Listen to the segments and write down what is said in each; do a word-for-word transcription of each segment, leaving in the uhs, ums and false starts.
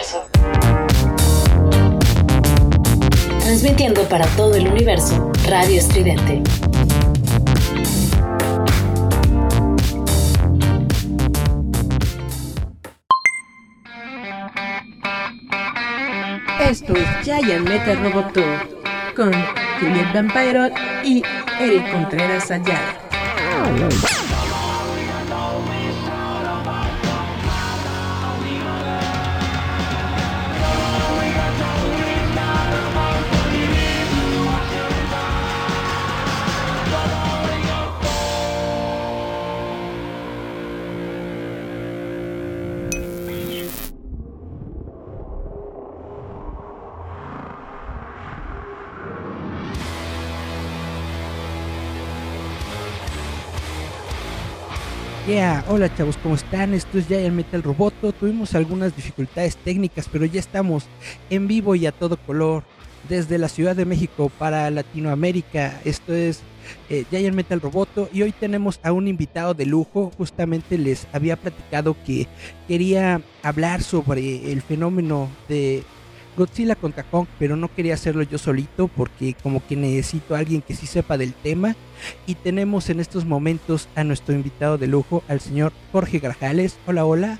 universo. Transmitiendo para todo el universo, Radio Estridente. Esto es Giant Metal Robot Tour con Juliet Vampiro y Eric Contreras Ayala. Yeah, hola chavos, ¿cómo están? Esto es Giant Metal Roboto. Tuvimos algunas dificultades técnicas, pero ya estamos en vivo y a todo color desde la Ciudad de México para Latinoamérica. Esto es eh, Giant Metal Roboto y hoy tenemos a un invitado de lujo. Justamente les había platicado que quería hablar sobre el fenómeno de Godzilla contra Kong, pero no quería hacerlo yo solito porque como que necesito a alguien que sí sepa del tema. Y tenemos en estos momentos a nuestro invitado de lujo, al señor Jorge Grajales. Hola, hola.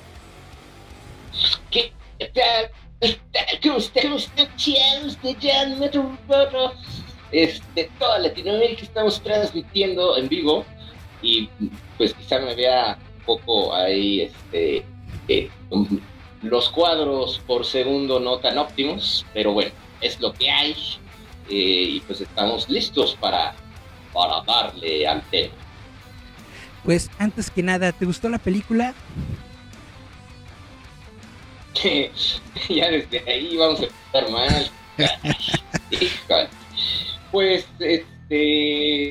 ¿Qué tal? ¿Cómo están ustedes, chavos de Giant Metal Roboto? Este, toda Latinoamérica estamos transmitiendo en vivo y pues quizá me vea un poco ahí, este, eh, um, los cuadros por segundo no tan óptimos, pero bueno, es lo que hay eh, y pues estamos listos para para darle al tema. Pues antes que nada, ¿te gustó la película? Ya desde ahí vamos a empezar mal. Pues, este...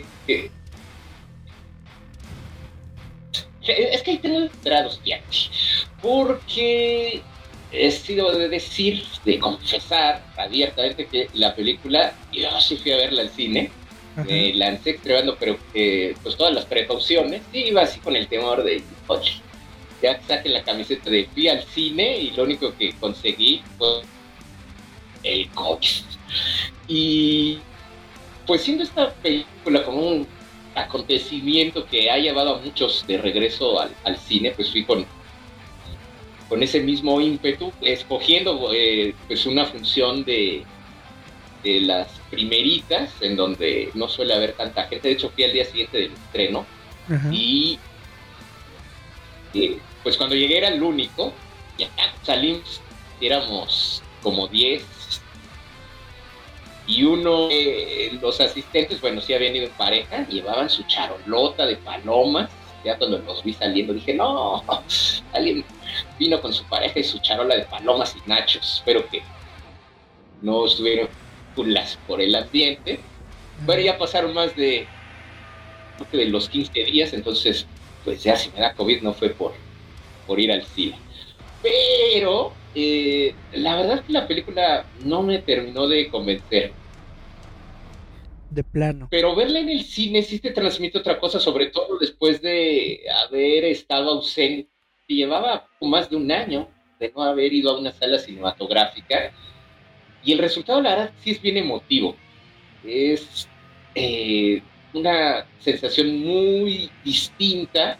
Es que hay tengo grados ya, porque he sido de decir, de confesar abiertamente que la película, yo sí fui a verla al cine. Me lancé extremando, pero eh, pues todas las precauciones, y iba así con el temor de, oye, ya saqué la camiseta de fui al cine y lo único que conseguí fue el coche. Y pues siendo esta película como un acontecimiento que ha llevado a muchos de regreso al, al cine, pues fui con, con ese mismo ímpetu, escogiendo eh, pues una función de de las primeritas, en donde no suele haber tanta gente. De hecho, fui al día siguiente del estreno. Uh-huh. y eh, pues cuando llegué era el único, ya salimos, éramos como diez, y uno, eh, los asistentes, bueno, sí habían ido en pareja, llevaban su charolota de palomas. Ya cuando los vi saliendo dije, no, alguien vino con su pareja y su charola de palomas y nachos. Espero que no estuvieron por el ambiente. Bueno, ya pasaron más de, de los quince días, entonces pues ya si me da COVID no fue por, por ir al cine. Pero eh, la verdad es que la película no me terminó de convencer. De plano. Pero verla en el cine sí te transmite otra cosa, sobre todo después de haber estado ausente. Llevaba más de un año de no haber ido a una sala cinematográfica. Y el resultado, la verdad, sí es bien emotivo. Es eh, una sensación muy distinta,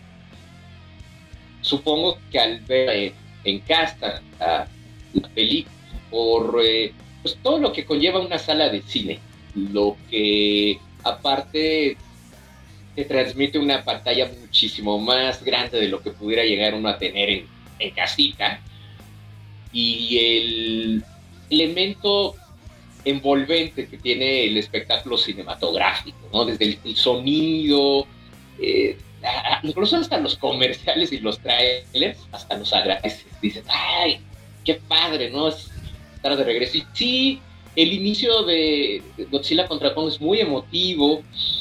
supongo, que al ver eh, en casa la, la película, por eh, pues, todo lo que conlleva una sala de cine. Lo que, aparte, te transmite una pantalla muchísimo más grande de lo que pudiera llegar uno a tener en, en casita. Y el elemento envolvente que tiene el espectáculo cinematográfico, ¿no? Desde el, el sonido, eh, incluso hasta los comerciales y los trailers, hasta los agradeces. Dices, ¡ay, qué padre!, ¿no? Es estar de regreso. Y sí, el inicio de Godzilla contra Kong es muy emotivo,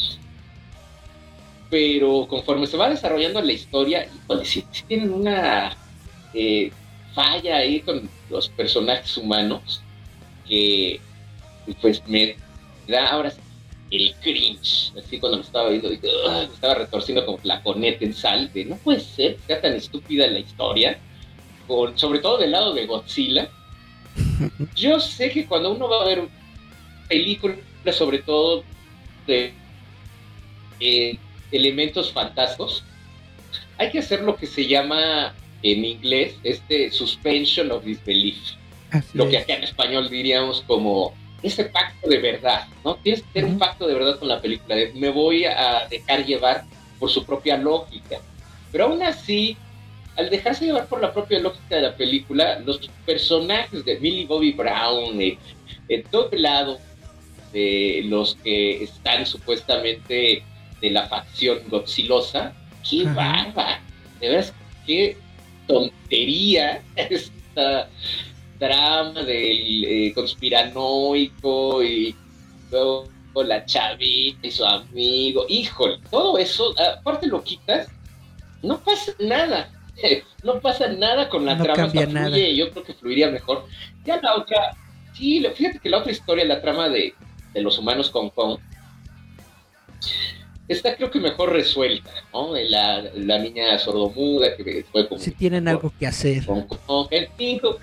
pero conforme se va desarrollando la historia, híjole, sí, sí tienen una eh, falla ahí con los personajes humanos que pues me da ahora el cringe, así cuando lo estaba viendo, dije, me estaba retorciendo como la coneta en sal, de no puede ser que sea tan estúpida la historia, con, sobre todo del lado de Godzilla. Yo sé que cuando uno va a ver películas, sobre todo de eh, elementos fantásticos, hay que hacer lo que se llama en inglés este suspension of disbelief, Así lo que es. acá en español diríamos como ese pacto de verdad, ¿no? Tienes que tener Ujú. un pacto de verdad con la película, de me voy a dejar llevar por su propia lógica, pero aún así, al dejarse llevar por la propia lógica de la película, los personajes de Millie Bobby Brown, eh, en todo el lado de los que están supuestamente de la facción godzilosa, qué Ajá. barba, de veras, qué tontería esta drama del eh, conspiranoico y luego la chavita y su amigo, híjole, todo eso, aparte lo quitas, no pasa nada, no pasa nada con la No trama, hasta cambia nada. fluye, yo creo que fluiría mejor. Ya la otra, sí, lo- fíjate que la otra historia, la trama de, de los humanos con Kong, está creo que mejor resuelta, ¿no? De La, la niña sordomuda que fue como Si tienen algo que hacer. con Kong, en fin, como-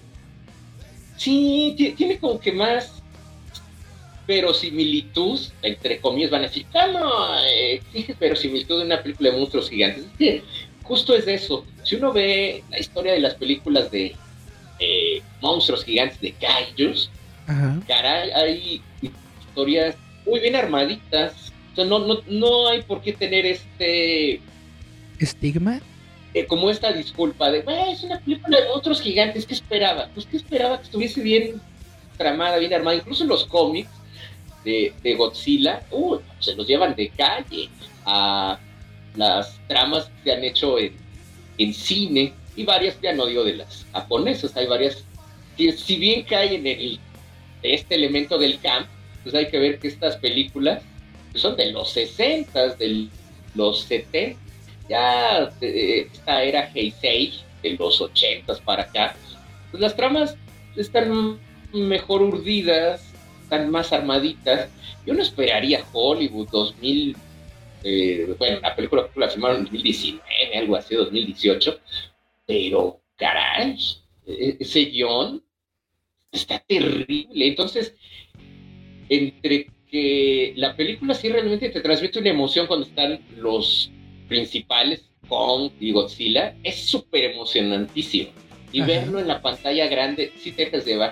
sí, ti- tiene como que más verosimilitud, entre comillas, van a decir, ¿cómo eh, exige verosimilitud de una película de monstruos gigantes? Es que justo es eso. Si uno ve la historia de las películas de eh, monstruos gigantes, de kaijus, Ajá. caray, hay historias muy bien armaditas. O sea, no, no, no hay por qué tener este, ¿Estigma? eh, como esta disculpa de, "Güey, es una película de monstruos gigantes, ¿qué esperaba?". Pues, ¿qué esperaba? Que estuviese bien tramada, bien armada. Incluso en los cómics de, de Godzilla, uh, se los llevan de calle a las tramas que se han hecho en, en cine, y varias, ya no digo de las japonesas, hay varias que si bien caen en el, este elemento del camp, pues hay que ver que estas películas pues son de los sesenta, de los setenta, ya eh, esta era Heisei, de los ochenta para acá, pues las tramas están mejor urdidas, están más armaditas. Yo no esperaría Hollywood dos mil, eh, bueno, la película la filmaron en dos mil diecinueve, algo así, dos mil dieciocho, pero caray, ese guión está terrible. Entonces, entre que la película sí realmente te transmite una emoción cuando están los principales, Kong y Godzilla, es súper emocionantísimo. Y Ajá. verlo en la pantalla grande, sí te dejas llevar.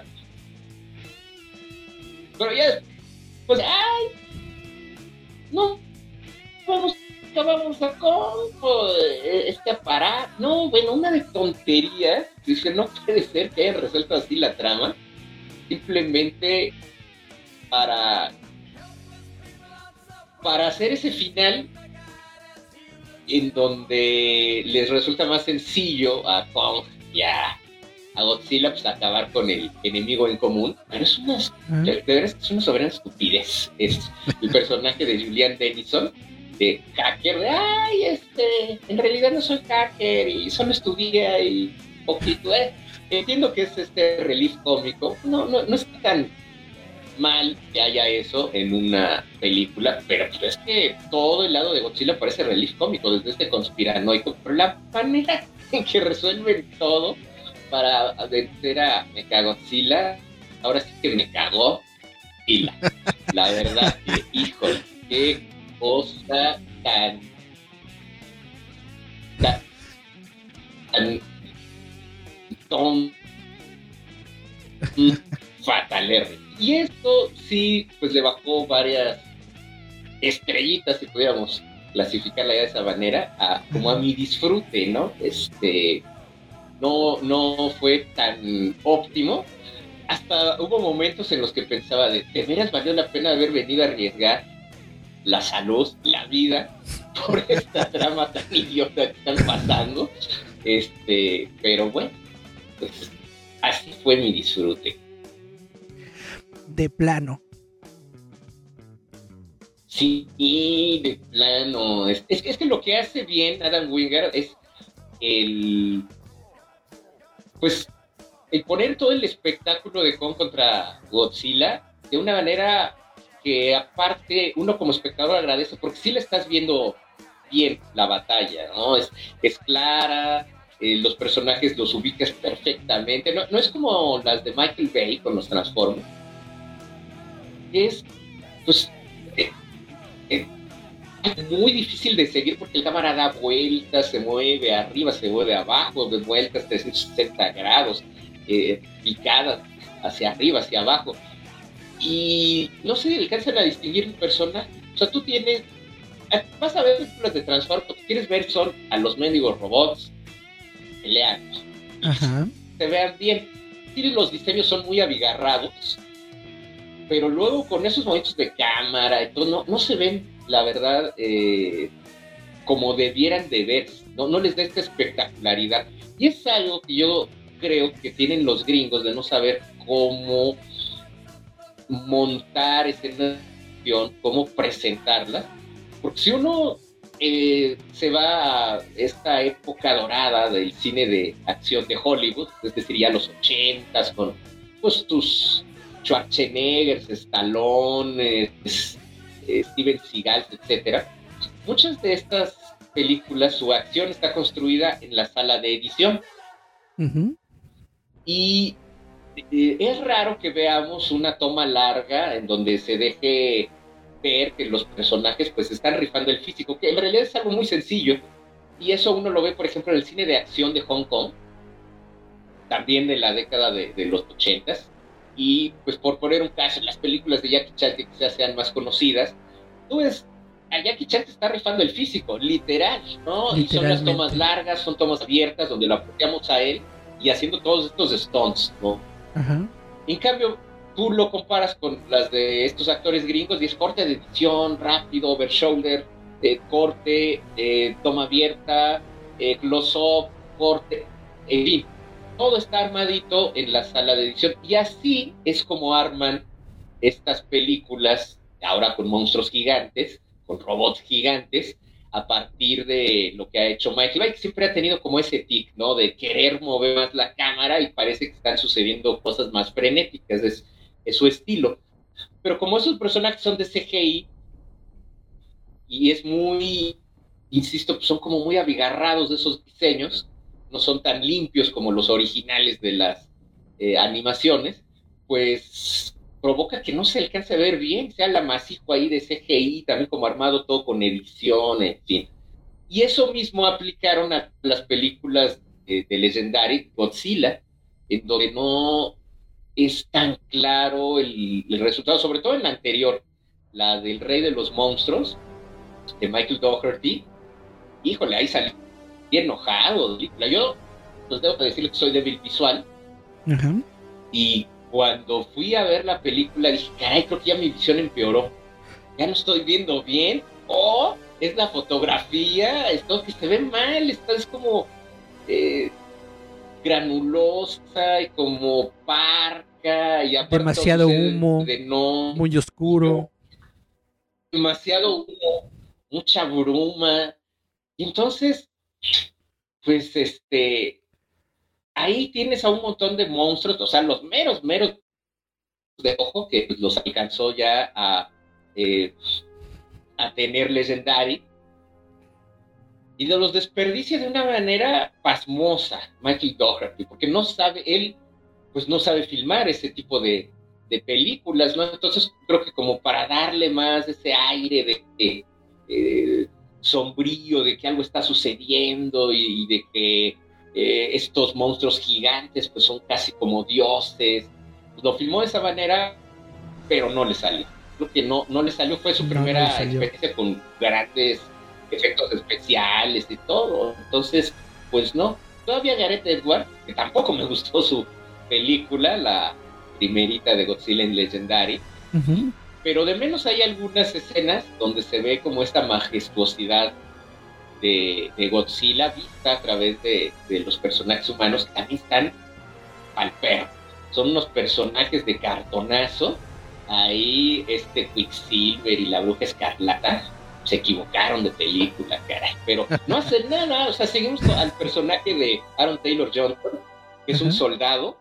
Pero ya, pues, ay, no, vamos, vamos a Kong, este aparato. No, bueno, una de tonterías. Dice, no puede ser que hayan resuelto así la trama, simplemente para, para hacer ese final en donde les resulta más sencillo a Kong y a, a Godzilla pues acabar con el enemigo en común. Pero es una, Ah. de, de veras es una soberana estupidez. Es el personaje de Julian Dennison, de hacker, de ay, este, en realidad no soy hacker y solo estudié y poquito, eh. Entiendo que es este relief cómico, no, no, no está tan mal que haya eso en una película, pero pues es que todo el lado de Godzilla parece relief cómico, desde este conspiranoico, pero la manera en que resuelven todo para vencer a Mechagodzilla, ahora sí que me cagó, y la, la verdad que, híjole, qué cosa tan, tan, tan, tan fatal. Y esto sí, pues le bajó varias estrellitas, si pudiéramos clasificarla ya de esa manera, a, como a mi disfrute, ¿no? Este, no, no fue tan óptimo. Hasta hubo momentos en los que pensaba de, ¿de veras valió la pena haber venido a arriesgar la salud, la vida, por esta trama tan idiota que están pasando? Este, pero bueno, pues así fue mi disfrute. De plano. Sí, de plano. Es, es, es que lo que hace bien Adam Wingard es el, pues, el poner todo el espectáculo de Kong contra Godzilla de una manera que aparte uno como espectador agradece, porque sí le estás viendo bien la batalla, ¿no? Es, es clara, eh, los personajes los ubicas perfectamente. No, no es como las de Michael Bay con los Transformers. Es, pues, eh, eh, muy difícil de seguir porque la cámara da vueltas, se mueve arriba, se mueve abajo, de vueltas trescientos sesenta grados, eh, picadas hacia arriba, hacia abajo. Y no se alcanzan a distinguir un personaje. O sea, tú tienes, vas a ver películas de Transformers, lo que quieres ver son a los mendigos robots peleando. Ajá. Se vean bien. Sí, los diseños son muy abigarrados, pero luego con esos movimientos de cámara y todo, no, no se ven, la verdad, eh, como debieran de ver, no, no les da esta espectacularidad. Y es algo que yo creo que tienen los gringos de no saber cómo montar escenas, cómo presentarla, porque si uno eh, se va a esta época dorada del cine de acción de Hollywood, es decir, ya los ochentas, con pues tus Schwarzenegger, Stallone, eh, Steven Seagal, etcétera. Muchas de estas películas, su acción está construida en la sala de edición. Uh-huh. Y eh, es raro que veamos una toma larga en donde se deje ver que los personajes pues están rifando el físico, que en realidad es algo muy sencillo. Y eso uno lo ve, por ejemplo, en el cine de acción de Hong Kong, también de la década de, de los ochentas. Y pues por poner un caso, en las películas de Jackie Chan que quizás sean más conocidas, tú ves, a Jackie Chan te está rifando el físico, literal, ¿no? Y son las tomas largas, son tomas abiertas, donde lo apoyamos a él y haciendo todos estos stunts, ¿no? Ajá. En cambio, tú lo comparas con las de estos actores gringos y es corte de edición, rápido, over shoulder, eh, corte, eh, toma abierta, eh, close-up, corte, en fin. Todo está armadito en la sala de edición y así es como arman estas películas, ahora con monstruos gigantes, con robots gigantes, a partir de lo que ha hecho Michael Bay, que siempre ha tenido como ese tic, ¿no? De querer mover más la cámara y parece que están sucediendo cosas más frenéticas, es, es su estilo. Pero como esos personajes son de C G I y es muy, insisto, pues son como muy abigarrados de esos diseños, no son tan limpios como los originales de las eh, animaciones, pues provoca que no se alcance a ver bien, sea el amasijo ahí de C G I, también como armado todo con edición, en fin. Y eso mismo aplicaron a las películas eh, de Legendary, Godzilla, en donde no es tan claro el, el resultado, sobre todo en la anterior, la del Rey de los Monstruos, de Michael Dougherty. Híjole, ahí salió bien enojado. Yo, pues debo decirle que soy débil visual. Uh-huh. Y cuando fui a ver la película dije, caray, creo que ya mi visión empeoró. Ya no estoy viendo bien. O oh, es la fotografía, esto que se ve mal, esto es como eh, granulosa y como parca. Y demasiado humo, de no, muy oscuro. No, demasiado humo, mucha bruma. Y entonces, pues este, ahí tienes a un montón de monstruos, o sea, los meros, meros de ojo que pues, los alcanzó ya a, eh, a tener Legendary. Y los desperdicia de una manera pasmosa Michael Dougherty, porque no sabe, él pues no sabe filmar ese tipo de, de películas, ¿no? Entonces creo que como para darle más ese aire de que eh, sombrío, de que algo está sucediendo y, y de que eh, estos monstruos gigantes pues son casi como dioses, pues, lo filmó de esa manera, pero no le salió. Creo que no, no le salió, fue su no, primera no experiencia con grandes efectos especiales y todo, entonces pues no. Todavía Gareth Edwards, que tampoco me gustó su película, la primerita de Godzilla en Legendary, uh-huh. Pero de menos hay algunas escenas donde se ve como esta majestuosidad de, de Godzilla vista a través de, de los personajes humanos que también están al perro. Son unos personajes de cartonazo. Ahí este Quicksilver y la Bruja Escarlata se equivocaron de película, caray, pero no hacen nada. O sea, seguimos al personaje de Aaron Taylor Johnson, que es uh-huh. un soldado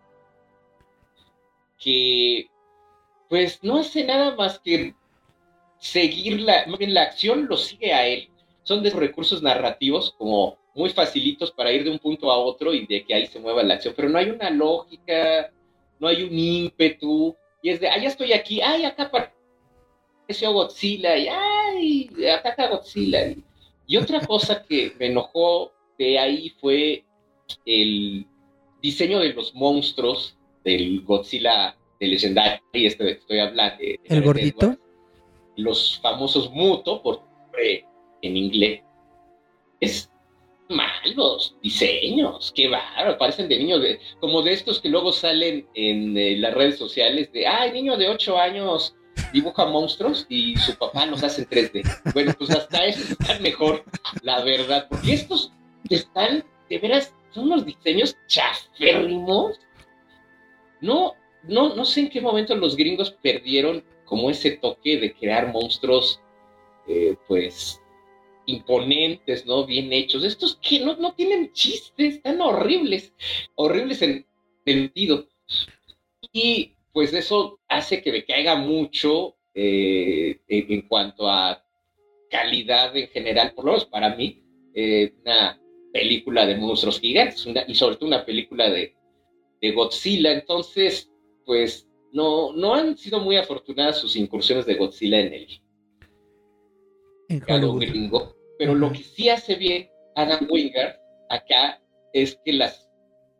que pues no hace nada más que seguir la, más bien la acción lo sigue a él. Son de esos recursos narrativos como muy facilitos para ir de un punto a otro y de que ahí se mueva la acción, pero no hay una lógica, no hay un ímpetu, y es de, ah, ya estoy aquí, ay, acá apareció Godzilla, y ay, ataca a Godzilla. Y, y otra cosa que me enojó de ahí fue el diseño de los monstruos del Godzilla de Legendary, este estoy hablando de, de ¿El gordito? Edwards, los famosos Muto, por eh, en inglés, es malos diseños, qué bárbaro, parecen de niños, de, como de estos que luego salen en eh, las redes sociales de, ay, niño de ocho años dibuja monstruos y su papá los hace en tres D. Bueno, pues hasta eso está mejor, la verdad, porque estos están, de veras, son unos diseños chaférrimos. No, no, no sé en qué momento los gringos perdieron como ese toque de crear monstruos, eh, pues, imponentes, ¿no? Bien hechos. Estos que no, no tienen chistes, están horribles, horribles en el sentido. Y pues eso hace que me caiga mucho eh, en, en cuanto a calidad en general, por lo menos para mí, eh, una película de monstruos gigantes, una, y sobre todo una película de, de Godzilla. Entonces, pues no, no han sido muy afortunadas sus incursiones de Godzilla en el mercado gringo, pero uh-huh. Lo que sí hace bien Adam Wingard acá es que las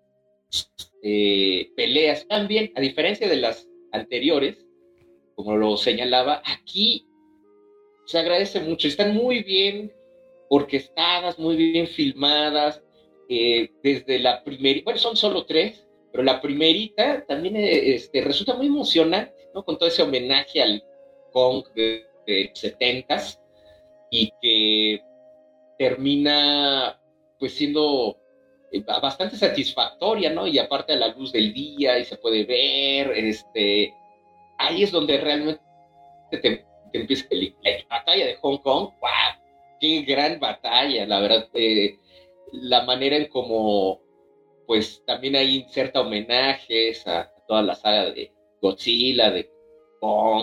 eh, peleas también, a diferencia de las anteriores, como lo señalaba, aquí se agradece mucho, están muy bien orquestadas, muy bien filmadas, eh, desde la primera, bueno, son solo tres, pero la primerita también este, resulta muy emocionante, ¿no? Con todo ese homenaje al Kong de, de setentas, y que termina pues siendo eh, bastante satisfactoria, ¿no? Y aparte a la luz del día y se puede ver, este, ahí es donde realmente te, te empieza la, la batalla de Hong Kong. ¡Wow! ¡Qué gran batalla! La verdad, eh, la manera en cómo pues también ahí inserta homenajes a, a toda la saga de Godzilla, de Kong.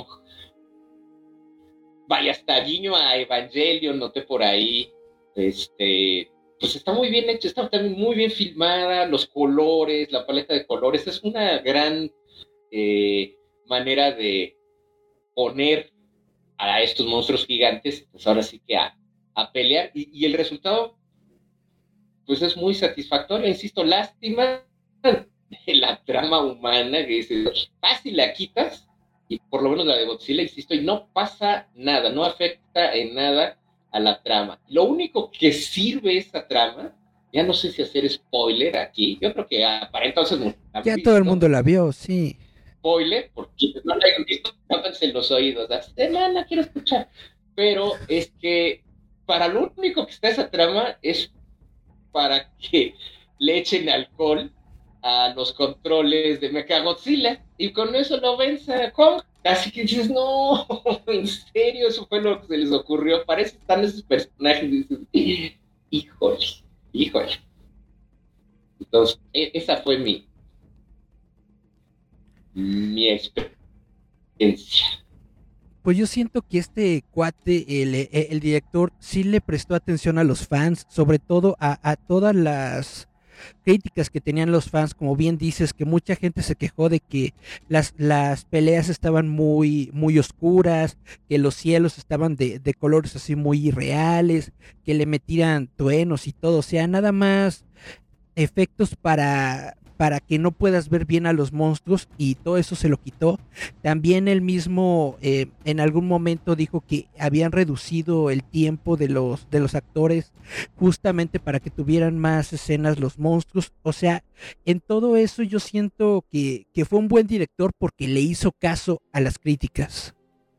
Vaya, hasta guiño a Evangelion, noté por ahí. Este, pues está muy bien hecho, está también muy bien filmada, los colores, la paleta de colores, es una gran eh, manera de poner a estos monstruos gigantes, pues ahora sí que a, a pelear, y, y el resultado, pues es muy satisfactorio, insisto, lástima de la trama humana, que dices, fácil la quitas, y por lo menos la de Godzilla, insisto, y no pasa nada, no afecta en nada a la trama. Lo único que sirve esa trama, ya no sé si hacer spoiler aquí, yo creo que para entonces ya visto, todo el mundo la vio, sí. Spoiler, porque no la hayan visto, tápense los oídos, de no, no quiero escuchar. Pero es que para lo único que está esa trama es para que le echen alcohol a los controles de Mechagodzilla, y con eso lo vence a Kong. Así que dices, no, en serio, eso fue lo que se les ocurrió. Parecen tan esos personajes, y dices, híjole, híjole. Entonces, esa fue mi, mi experiencia. Pues yo siento que este cuate, el, el director, sí le prestó atención a los fans, sobre todo a, a todas las críticas que tenían los fans, como bien dices, que mucha gente se quejó de que las, las peleas estaban muy, muy oscuras, que los cielos estaban de, de colores así muy irreales, que le metieran truenos y todo, o sea, nada más efectos para, para que no puedas ver bien a los monstruos, y todo eso se lo quitó. También él mismo eh, en algún momento dijo que habían reducido el tiempo de los, de los actores justamente para que tuvieran más escenas los monstruos. O sea, en todo eso yo siento que, que fue un buen director porque le hizo caso a las críticas.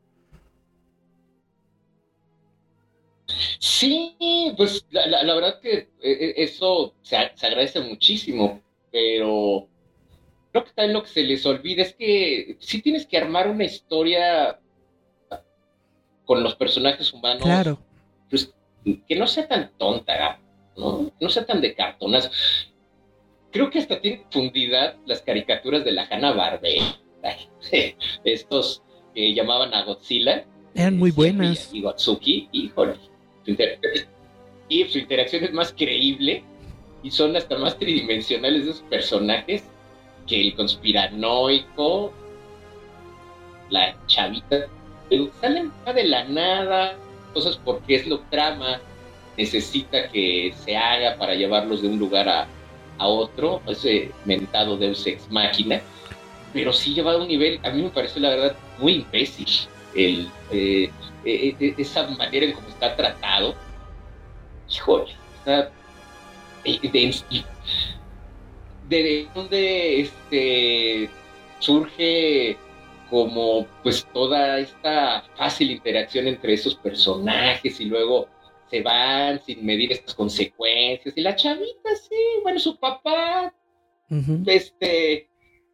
Sí, pues la, la, la verdad que eh, eso se, se agradece muchísimo, pero creo que también lo que se les olvida es que sí tienes que armar una historia con los personajes humanos, claro, pues, que no sea tan tonta, ¿no? No sea tan de cartonazo. Creo que hasta tienen profundidad las caricaturas de la Hanna-Barbera, estos que llamaban a Godzilla, eran muy buenas, y Gotsuki, híjole, y su interacción es más creíble y son hasta más tridimensionales de esos personajes que el conspiranoico, la chavita, pero salen de la nada, cosas porque es lo trama necesita que se haga para llevarlos de un lugar a, a otro, ese mentado Deus Ex Machina, pero sí llevado a un nivel, a mí me pareció la verdad muy imbécil, el, eh, eh, eh, esa manera en cómo está tratado, híjole, está... Eh, de, de donde este, surge como pues toda esta fácil interacción entre esos personajes y luego se van sin medir estas consecuencias y la chavita, sí, bueno, su papá uh-huh. este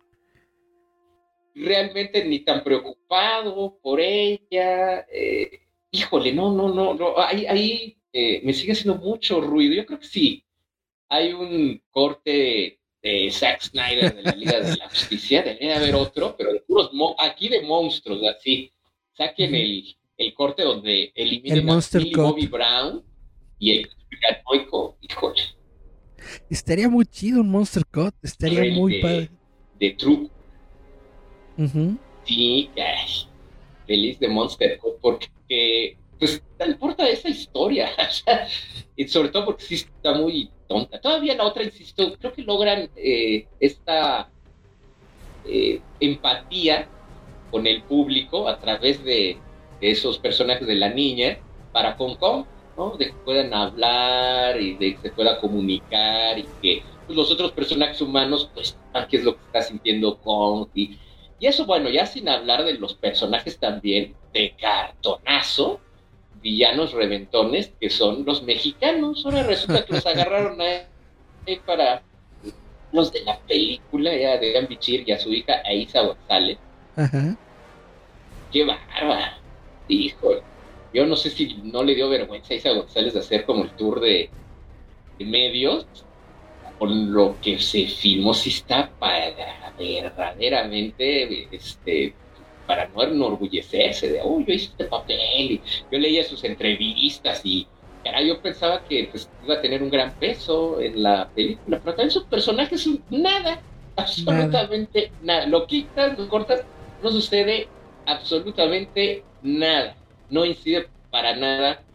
realmente ni tan preocupado por ella, eh, híjole, no, no, no, no ahí, ahí eh, me sigue haciendo mucho ruido. Yo creo que sí hay un corte de Zack Snyder de la Liga de la Justicia, debería haber otro, pero de puros mo- aquí de monstruos, así. Saquen uh-huh. el, el corte donde eliminen a Millie Bobby Brown y el conspiranoico, híjole. Estaría muy chido un Monster Cut, estaría el muy de, padre. De truco. Uh-huh. Sí, ay, feliz de Monster Cut, porque pues no importa esa historia, o sea, y sobre todo porque sí está muy tonta. Todavía la otra, insisto, creo que logran eh, esta eh, empatía con el público a través de, de esos personajes de la niña para con Kong, ¿no? De que puedan hablar y de que se pueda comunicar y que pues, los otros personajes humanos pues sepan qué es lo que está sintiendo Kong y, y eso, bueno, ya sin hablar de los personajes también de cartonazo, villanos reventones que son los mexicanos. Ahora resulta que los agarraron ahí para los de la película ya de Dan Bichir y a su hija Aiza González. Ajá. Qué bárbara, híjole. Yo no sé si no le dio vergüenza a Aiza González de hacer como el tour de, de medios con lo que se filmó. Si está para verdaderamente este para no enorgullecerse de, oh, yo hice este papel, y yo leía sus entrevistas y, caray, yo pensaba que pues, iba a tener un gran peso en la película, pero también sus personajes son nada, absolutamente nada. nada. Lo quitas, lo cortas, no sucede absolutamente nada. No incide para nada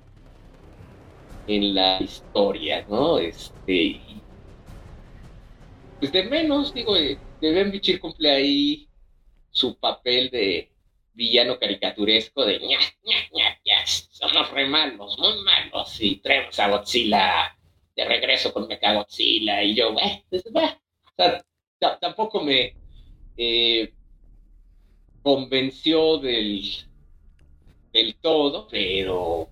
en la historia, ¿no? Este, pues de menos, digo, de Ben Bichir cumple ahí su papel de villano caricaturesco de ña, ña, ña, ña, somos re malos, muy malos, y traemos a Godzilla de regreso con Mechagodzilla, y yo, eh, pues, bah. O sea, t- tampoco me eh, convenció del, del todo, pero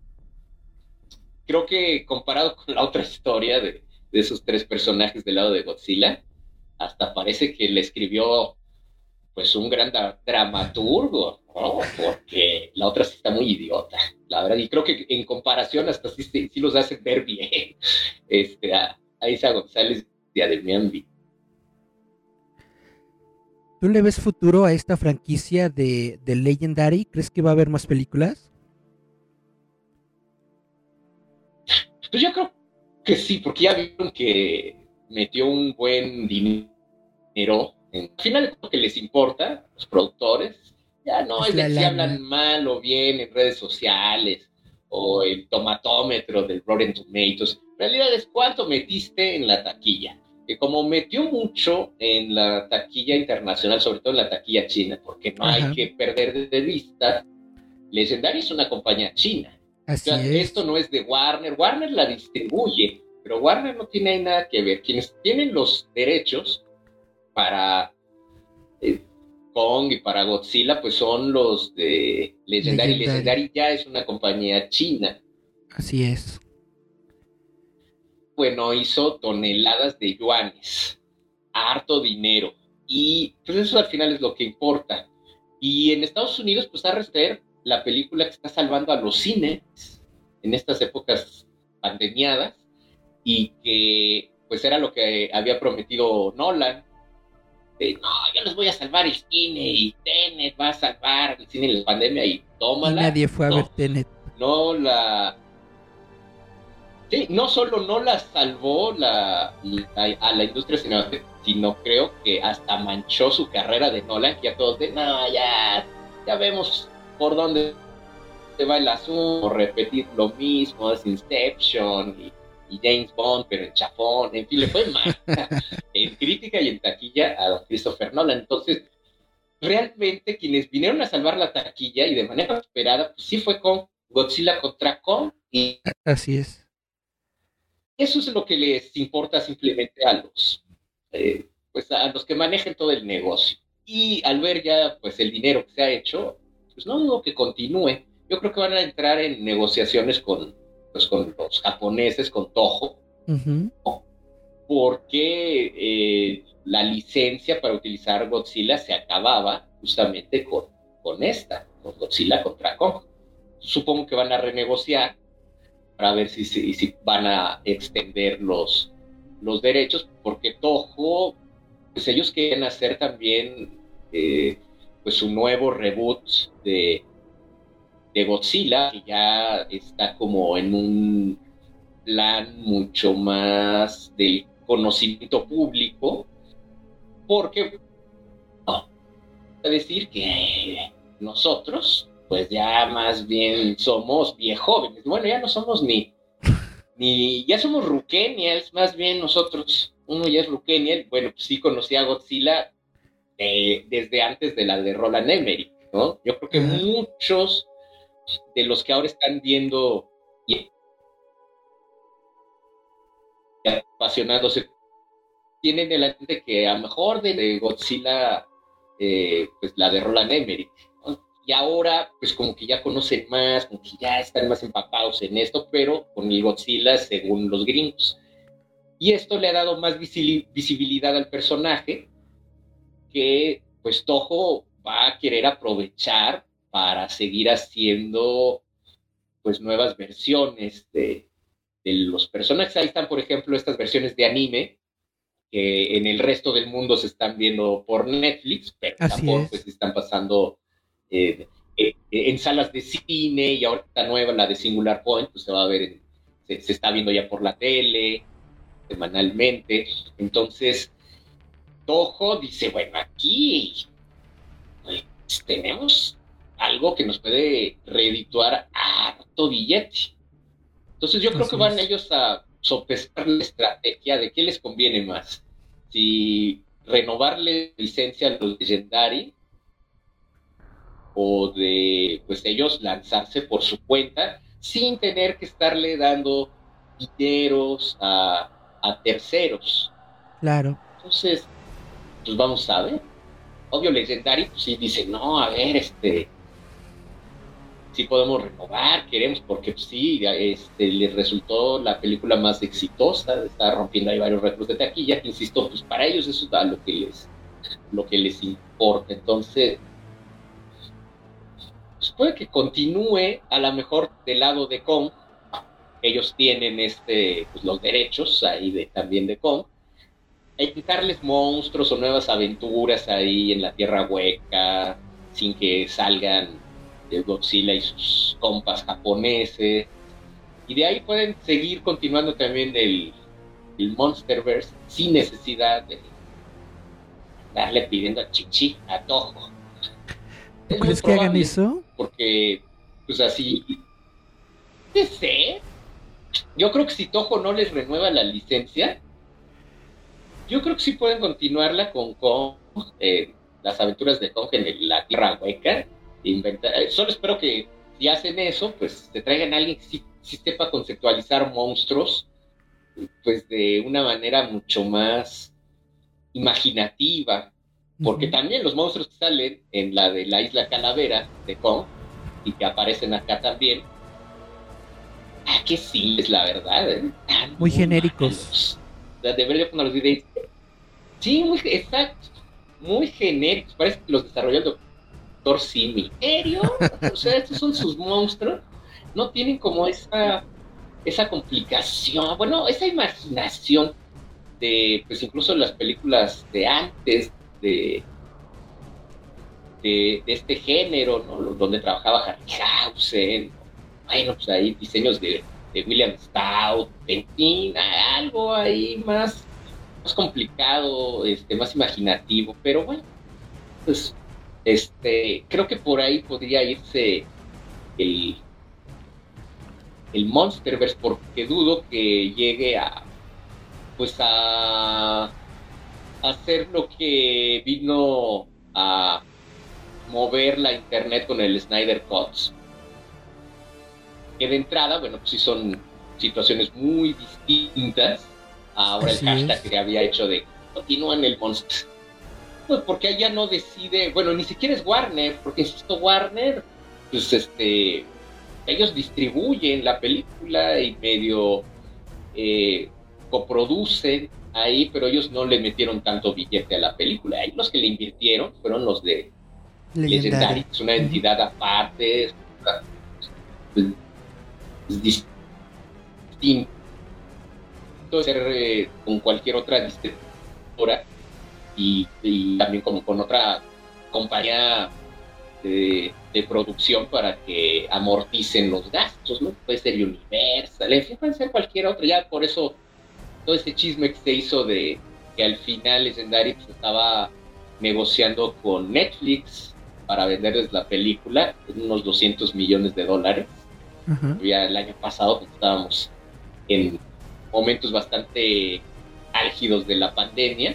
creo que comparado con la otra historia de, de esos tres personajes del lado de Godzilla, hasta parece que le escribió pues un gran da- dramaturgo, ¿no? Porque la otra sí está muy idiota, la verdad, y creo que en comparación hasta sí, sí, sí los hacen ver bien este, a, a Isa González y a Demian Bichir. ¿Tú le ves futuro a esta franquicia de, de Legendary? ¿Crees que va a haber más películas? Pues yo creo que sí, porque ya vieron que metió un buen dinero. Al final lo que les importa, los productores, ya no es, es de si hablan mal o bien en redes sociales o el tomatómetro del Rotten Tomatoes. En realidad es cuánto metiste en la taquilla. Que como metió mucho en la taquilla internacional, sobre todo en la taquilla china, porque no Ajá. hay que perder de vista, Legendary es una compañía china. Así o sea, es. Esto no es de Warner. Warner la distribuye, pero Warner no tiene ahí nada que ver. Quienes tienen los derechos para eh, Kong y para Godzilla, pues son los de Legendary. Legendary. Legendary ya es una compañía china. Así es. Bueno, hizo toneladas de yuanes, harto dinero, y pues eso al final es lo que importa. Y en Estados Unidos, pues Harry Styles, la película que está salvando a los cines en estas épocas pandemiadas, y que pues era lo que había prometido Nolan, de no, yo les voy a salvar el cine, y Tenet va a salvar el cine en la pandemia, y tómala. Y nadie fue a no, ver Tenet. No la... Sí, no solo no la salvó la, la- a la industria cinematográfica, sino creo que hasta manchó su carrera de Nolan, que ya todos de, no, ya, ya vemos por dónde se va el asunto, repetir lo mismo, es Inception y, y James Bond, pero en chafón, en fin, le fue mal en crítica y en taquilla a don Christopher Nolan. Entonces, realmente quienes vinieron a salvar la taquilla y de manera esperada, pues sí fue con Godzilla contra Kong, y Así es. eso es lo que les importa simplemente a los, eh, pues a los que manejan todo el negocio. Y al ver ya pues el dinero que se ha hecho, pues no dudo que continúe. Yo creo que van a entrar en negociaciones con, pues, con los japoneses, con Toho, Ujú. porque eh, la licencia para utilizar Godzilla se acababa justamente con, con esta, con Godzilla contra Kong. Supongo que van a renegociar para ver si, si, si van a extender los, los derechos, porque Toho, pues ellos quieren hacer también eh, pues un nuevo reboot de, de Godzilla, que ya está como en un plan mucho más del conocimiento público, porque no, decir que nosotros, pues ya más bien somos viejóvenes. Bueno, ya no somos ni, ni ya somos Rukenials, más bien nosotros. Uno ya es Rukenial. Bueno, pues sí conocí a Godzilla de, desde antes de la de Roland Emmerich, ¿no? Yo creo que Ajá. muchos de los que ahora están viendo y apasionándose tienen el ante que a lo mejor de, de Godzilla, eh, pues la de Roland Emmerich, ¿no? Y ahora, pues como que ya conocen más, como que ya están más empapados en esto, pero con el Godzilla según los gringos. Y esto le ha dado más visibilidad al personaje, que pues Toho va a querer aprovechar para seguir haciendo pues nuevas versiones de, de los personajes. Ahí están, por ejemplo, estas versiones de anime, que en el resto del mundo se están viendo por Netflix, pero en Así Japón pues es. están pasando eh, eh, en salas de cine, y ahora esta nueva, la de Singular Point, pues se va a ver, en, se, se está viendo ya por la tele, semanalmente. Entonces, Toho dice, bueno, aquí pues, tenemos algo que nos puede reedituar a harto billete. Entonces yo creo que Así van es. ellos a sopesar la estrategia de qué les conviene más. Si renovarle licencia a los Legendary, o de pues ellos lanzarse por su cuenta sin tener que estarle dando dineros a, a terceros. Claro. Entonces, pues vamos a ver. Obvio, Legendary pues sí dice, no, a ver, este, sí podemos renovar, queremos, porque pues, sí, este, les resultó la película más exitosa, está rompiendo ahí varios récords de taquilla, que insisto, pues para ellos eso es lo que les, lo que les importa. Entonces, pues puede que continúe a lo mejor del lado de Kong. Ellos tienen este, pues, los derechos ahí de, también de Kong, a intentarles monstruos o nuevas aventuras ahí en la Tierra Hueca, sin que salgan de Godzilla y sus compas japoneses. Y de ahí pueden seguir continuando también el, el Monsterverse sin necesidad de darle pidiendo a Chichi, a Toho. ¿Tú Es muy crees que hagan probable, eso? porque pues así, no sé, yo creo que si Toho no les renueva la licencia, yo creo que sí pueden continuarla con Kong, eh, las aventuras de Kong en la Tierra Hueca. Inventar, eh, solo espero que si hacen eso, pues te traigan a alguien que sí, sí sepa conceptualizar monstruos, pues de una manera mucho más imaginativa, porque Ujú. también los monstruos que salen en la de la Isla Calavera de Kong y que aparecen acá también, ah, que sí, es la verdad, ¿eh? Están Muy muy genéricos. malos. O sea, debería ponerlos de... Sí, muy, exacto, muy genéricos, parece que los desarrolló el doctor Simi. ¿En serio? O sea, estos son sus monstruos, no tienen como esa, esa complicación, bueno, esa imaginación de, pues incluso las películas de antes, de, de, de este género, ¿no? Donde trabajaba Harryhausen, bueno, pues ahí diseños de de William Stout, en fin, algo ahí más, más complicado, este, más imaginativo, pero bueno, pues este, creo que por ahí podría irse el, el Monsterverse, porque dudo que llegue a, pues a hacer lo que vino a mover la internet con el Snyder Cut. Que de entrada, bueno, pues sí son situaciones muy distintas. Ahora Así el hashtag es. que había hecho de continúan el Monster. Pues porque ella no decide, bueno, ni siquiera es Warner, porque insisto, Warner, pues este, ellos distribuyen la película y medio eh, coproducen ahí, pero ellos no le metieron tanto billete a la película. Ahí los que le invirtieron fueron los de Legendary, Legendary. es una Ujú. entidad aparte, es, pues, es distinto de ser eh, con cualquier otra distribuidora y, y también como con otra compañía de, de producción para que amorticen los gastos, ¿no? Puede ser Universal, en fin, puede ser cualquier otro, ya por eso todo ese chisme que se hizo de que al final Legendary pues, estaba negociando con Netflix para venderles la película en unos doscientos millones de dólares. Ajá. Ya el año pasado pues, estábamos en momentos bastante álgidos de la pandemia,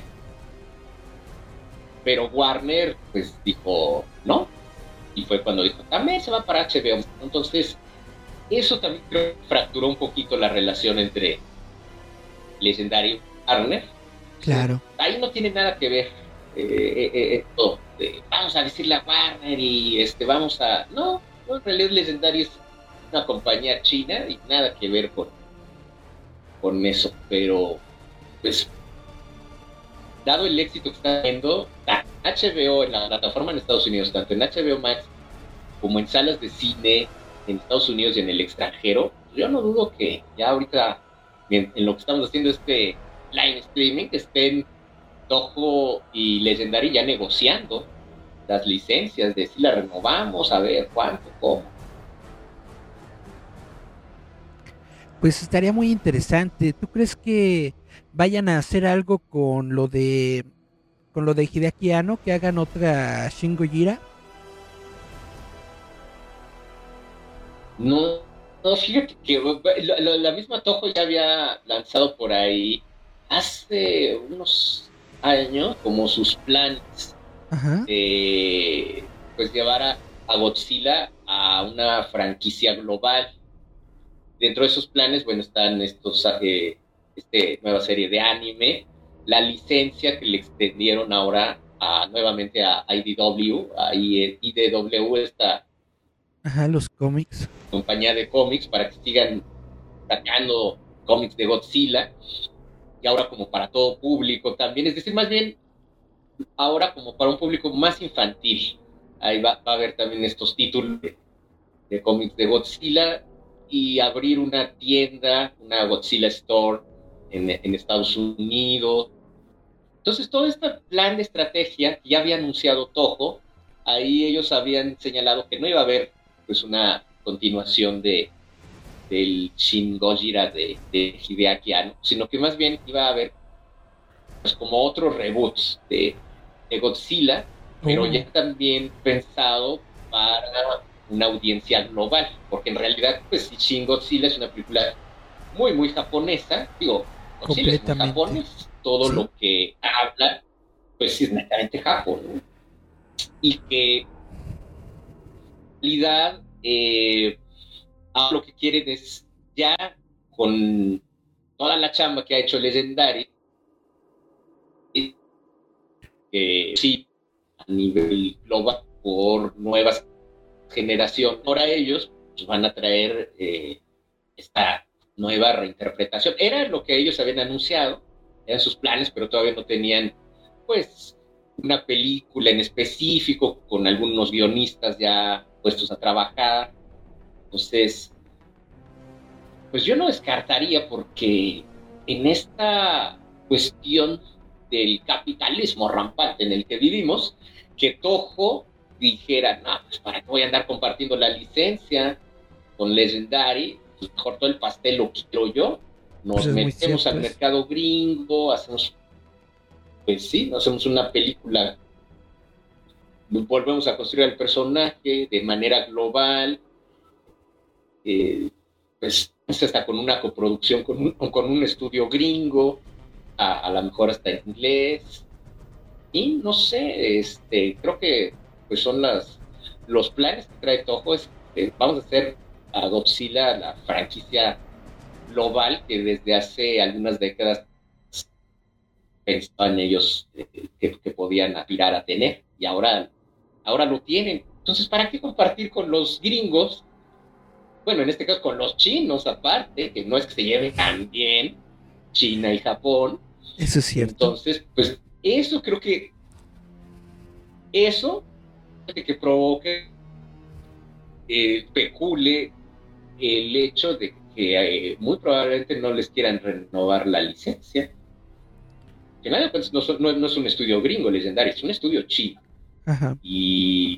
pero Warner pues dijo no, y fue cuando dijo también se va para H B O. Entonces eso también creo que fracturó un poquito la relación entre Legendary y Warner. Claro. Ahí no tiene nada que ver eh, eh, esto de, vamos a decirle a Warner y este vamos a no, no en realidad Legendary es una compañía china y nada que ver con con eso, pero pues dado el éxito que está teniendo H B O en la plataforma en Estados Unidos, tanto en H B O Max como en salas de cine en Estados Unidos y en el extranjero, yo no dudo que ya ahorita en, en lo que estamos haciendo este live streaming estén Toho y Legendary ya negociando las licencias de si las renovamos, a ver cuánto, cómo. Pues estaría muy interesante. ¿Tú crees que vayan a hacer algo con lo de con lo de Hideaki Anno, que hagan otra Shin Gojira? No, no, fíjate que la, la, la misma Toho ya había lanzado por ahí hace unos años como sus planes Ajá. de pues llevar a, a Godzilla a una franquicia global. Dentro de esos planes, bueno, están estos eh, este nueva serie de anime, la licencia que le extendieron ahora a, nuevamente a I D W, a I D W, esta Ajá, los cómics. compañía de cómics, para que sigan sacando cómics de Godzilla, y ahora como para todo público también, es decir, más bien ahora como para un público más infantil. Ahí va, va a haber también estos títulos de, de cómics de Godzilla y abrir una tienda, una Godzilla Store en, en Estados Unidos. Entonces todo este plan de estrategia que ya había anunciado Toho, ahí ellos habían señalado que no iba a haber pues una continuación de del Shin Gojira de, de Hideaki Anno, sino que más bien iba a haber pues, como otros reboots de, de Godzilla, pero Oh. ya también pensado para una audiencia global, porque en realidad pues Shin Godzilla es una película muy muy japonesa, digo, Godzilla es muy japonés, todo ¿Sí? lo que habla pues es netamente Japón, ¿no? Y que en realidad eh, ahora lo que quieren es ya con toda la chamba que ha hecho Legendary, que sí, a nivel global, por nuevas generaciones, ahora ellos pues, van a traer eh, esta nueva reinterpretación. Era lo que ellos habían anunciado, eran sus planes, pero todavía no tenían, pues, una película en específico, con algunos guionistas ya puestos a trabajar. Entonces, pues yo no descartaría, porque en esta cuestión del capitalismo rampante en el que vivimos, que Toho dijera, no, pues para qué voy a andar compartiendo la licencia con Legendary, mejor todo el pastel lo quiero yo, nos Pues metemos cierto, al es. mercado gringo, hacemos, pues sí, hacemos una película, volvemos a construir al personaje de manera global, eh, pues hasta con una coproducción con un, con un estudio gringo, a, a lo mejor hasta en inglés, y no sé, este, creo que pues son las, los planes que trae Toho, es, eh, vamos a hacer a Godzilla la franquicia global que desde hace algunas décadas pensaban ellos eh, que, que podían aspirar a tener, y ahora, ahora lo tienen. Entonces, ¿para qué compartir con los gringos? Bueno, en este caso con los chinos aparte, que no es que se lleven tan bien, China y Japón. Eso es cierto. Entonces, pues eso creo que eso que, que provoque, eh, especule el hecho de que eh, muy probablemente no les quieran renovar la licencia. Que nada, pues, no, no, no es un estudio gringo legendario, es un estudio chino. Ajá. Y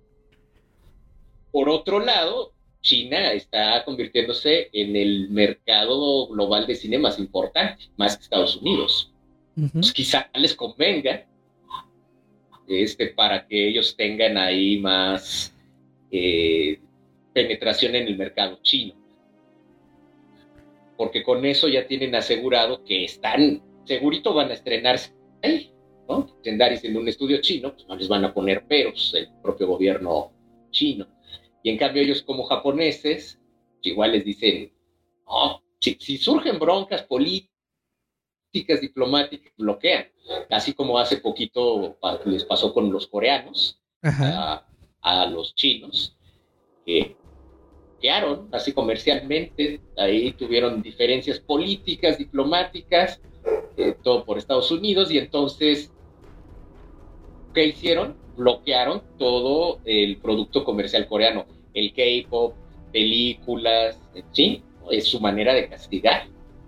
por otro lado, China está convirtiéndose en el mercado global de cine más importante, más que Estados Unidos. Uh-huh. Pues quizá les convenga este, para que ellos tengan ahí más eh, penetración en el mercado chino. Porque con eso ya tienen asegurado que están, segurito van a estrenarse ahí, ¿no? Legendaris en un estudio chino, pues no les van a poner peros el propio gobierno chino. Y en cambio ellos como japoneses, igual les dicen, no, si, si surgen broncas políticas, diplomáticas, bloquean. Así como hace poquito les pasó con los coreanos, a, a los chinos, que bloquearon así comercialmente, ahí tuvieron diferencias políticas, diplomáticas, eh, todo por Estados Unidos, y entonces, ¿qué hicieron? Bloquearon todo el producto comercial coreano, el K-pop, películas, ¿sí? Es su manera de castigar.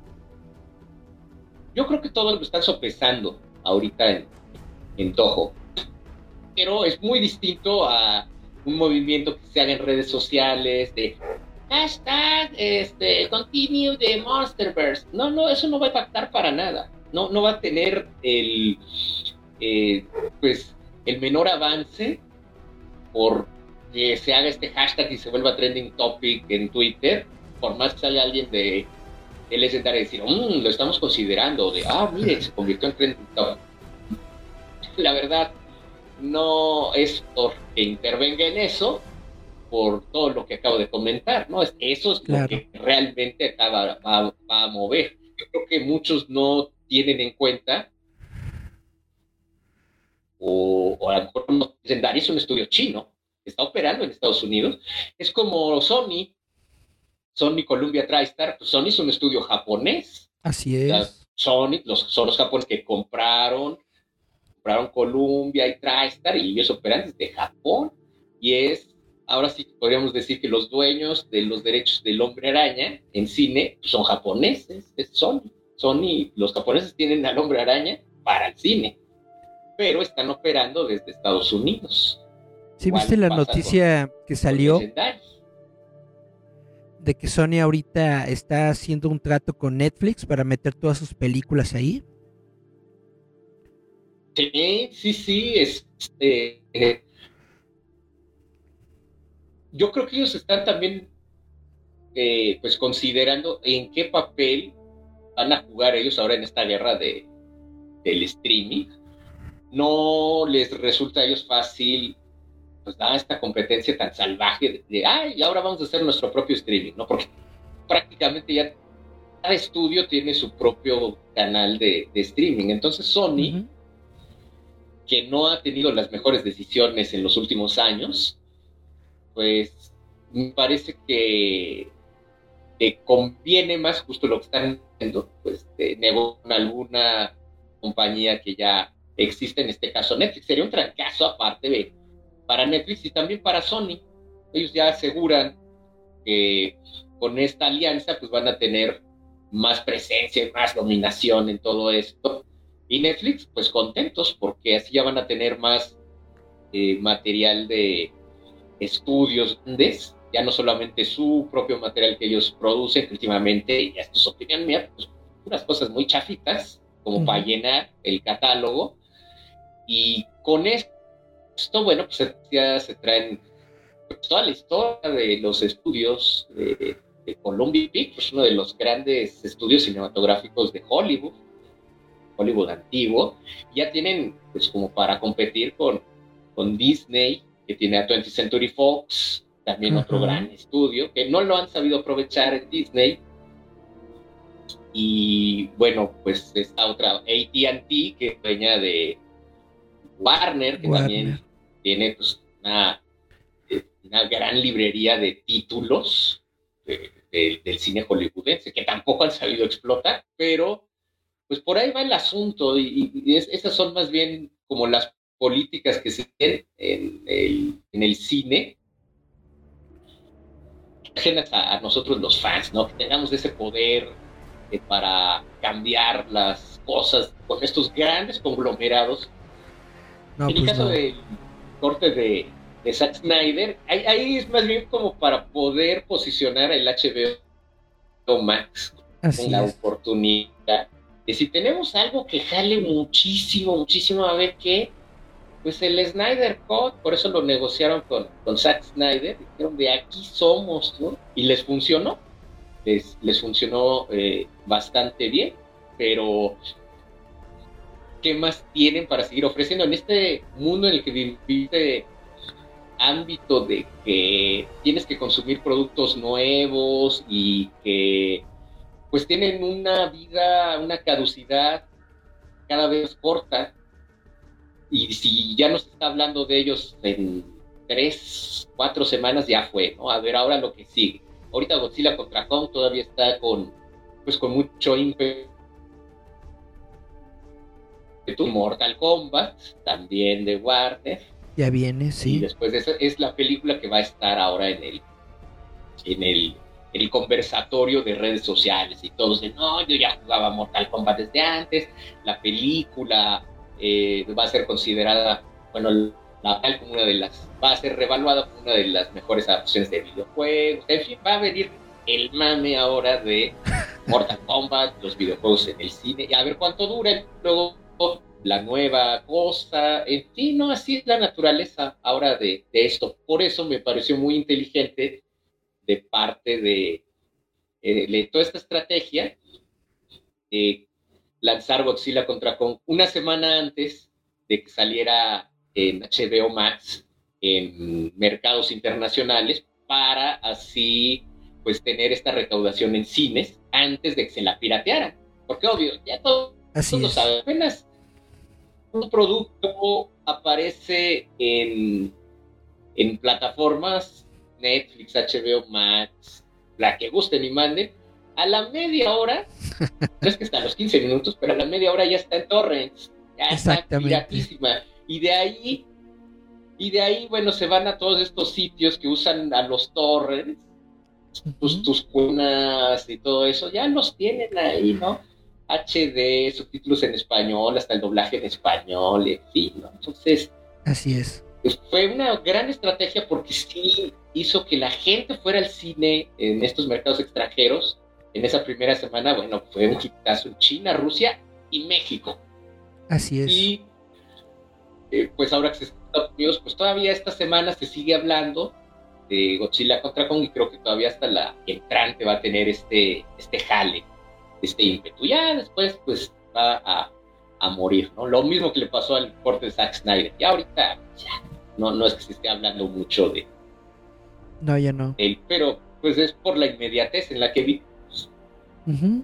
Yo creo que todos lo están sopesando ahorita en, en Toho, pero es muy distinto a un movimiento que se haga en redes sociales de hashtag, este, continue the Monsterverse. No, no, eso no va a impactar para nada. No, no va a tener el, eh, pues, el menor avance por que se haga este hashtag y se vuelva trending topic en Twitter, por más que salga alguien de, de Legendary y decir, mmm, lo estamos considerando, de, ah, mire, se convirtió en trending topic. La verdad, no es porque intervenga en eso, por todo lo que acabo de comentar, ¿no? Eso es claro. Lo que realmente acaba, va, va a mover. Yo creo que muchos no tienen en cuenta, o, o a lo mejor no, Legendary es un estudio chino, está operando en Estados Unidos, es como Sony, Sony Columbia TriStar, pues Sony es un estudio japonés. Así es. O sea, Sony, los, son los japoneses que compraron, compraron Columbia y TriStar, y ellos operan desde Japón, y es, ahora sí podríamos decir que los dueños de los derechos del Hombre Araña en cine pues son japoneses, es Sony. Sony, los japoneses tienen al Hombre Araña para el cine, pero están operando desde Estados Unidos. ¿Sí viste la noticia con, que salió de que Sony ahorita está haciendo un trato con Netflix para meter todas sus películas ahí? Sí, sí, sí, este, eh, yo creo que ellos están también eh, pues considerando en qué papel van a jugar ellos ahora en esta guerra de, del streaming. No les resulta a ellos fácil pues da esta competencia tan salvaje de, de ay, ahora vamos a hacer nuestro propio streaming, ¿no? Porque prácticamente ya cada estudio tiene su propio canal de, de streaming. Entonces Sony, uh-huh. que no ha tenido las mejores decisiones en los últimos años, pues me parece que, que conviene más justo lo que están haciendo, pues de negociar con alguna compañía que ya existe, en este caso Netflix. Sería un trancazo aparte de para Netflix y también para Sony. Ellos ya aseguran que con esta alianza pues van a tener más presencia y más dominación en todo esto. Y Netflix pues contentos porque así ya van a tener más eh, material de estudios grandes ya no solamente su propio material que ellos producen, que últimamente, y esto es opinión mía, pues unas cosas muy chafitas, como uh-huh. para llenar el catálogo, y con esto, bueno, pues ya se traen pues, toda la historia de los estudios de, de Columbia Pictures, uno de los grandes estudios cinematográficos de Hollywood, Hollywood antiguo, ya tienen, pues como para competir con, con Disney, que tiene a twentieth Century Fox, también uh-huh. otro gran estudio, que no lo han sabido aprovechar en Disney. Y bueno, pues esta otra, A T and T, que es dueña de Warner, que Warner. también tiene pues una, una gran librería de títulos de, de, del cine hollywoodense, que tampoco han sabido explotar, pero pues por ahí va el asunto, y, y es, esas son más bien como las políticas que se tienen en el, en el cine, ajenas a, a nosotros los fans, ¿no? Que tengamos ese poder eh, para cambiar las cosas con estos grandes conglomerados. No, en pues el caso no. del corte de, de Zack Snyder, ahí, ahí es más bien como para poder posicionar el H B O Max en la oportunidad. Y si tenemos algo que jale muchísimo, muchísimo, a ver qué, pues el Snyder Cut, por eso lo negociaron con, con Zack Snyder, dijeron de aquí somos, ¿no? Y les funcionó, les, les funcionó eh, bastante bien, pero ¿qué más tienen para seguir ofreciendo en este mundo en el que vive ámbito de que tienes que consumir productos nuevos y que pues tienen una vida, una caducidad cada vez corta, y si ya no se está hablando de ellos en tres, cuatro semanas, ya fue, ¿no? A ver ahora lo que sigue. Ahorita Godzilla contra Kong todavía está con, pues con mucho ímpetu. Mortal Kombat, también de Warner. Ya viene, sí. Y después de eso es la película que va a estar ahora en el, en el el conversatorio de redes sociales, y todos de no, yo ya jugaba Mortal Kombat desde antes, la película eh, va a ser considerada, bueno, la, como una de las, va a ser revaluada como una de las mejores adaptaciones de videojuegos, en fin, va a venir el mame ahora de Mortal Kombat, los videojuegos en el cine, y a ver cuánto dura, luego la nueva cosa, en fin, no, así es la naturaleza ahora de, de esto. Por eso me pareció muy inteligente de parte de, eh, de toda esta estrategia, eh, lanzar Godzilla contra Kong una semana antes de que saliera en H B O Max en mercados internacionales, para así pues tener esta recaudación en cines antes de que se la piratearan, porque obvio, ya todo, todos saben, apenas un producto aparece en, en plataformas Netflix, H B O Max, la que gusten y manden, a la media hora, no es que está a los quince minutos, pero a la media hora ya está en torrents, ya está piratísima, y de ahí, y de ahí, bueno, se van a todos estos sitios que usan a los torrents, uh-huh. tus, tus cunas y todo eso, ya los tienen ahí, ¿no? H D, subtítulos en español, hasta el doblaje en español, en fin, ¿no? Entonces, así es. Fue una gran estrategia porque sí hizo que la gente fuera al cine en estos mercados extranjeros. En esa primera semana, bueno, fue un hitazo en China, Rusia y México. Así es. Y eh, pues ahora que se está en Estados Unidos, pues todavía esta semana se sigue hablando de Godzilla contra Kong, y creo que todavía hasta la entrante va a tener este, este jale, este ímpetu. Ya después, pues va a, a morir, ¿no? Lo mismo que le pasó al corte de Zack Snyder. Ya ahorita, ya, no, no es que se esté hablando mucho de... No, ya no. Él, pero pues es por la inmediatez en la que vivimos. Uh-huh.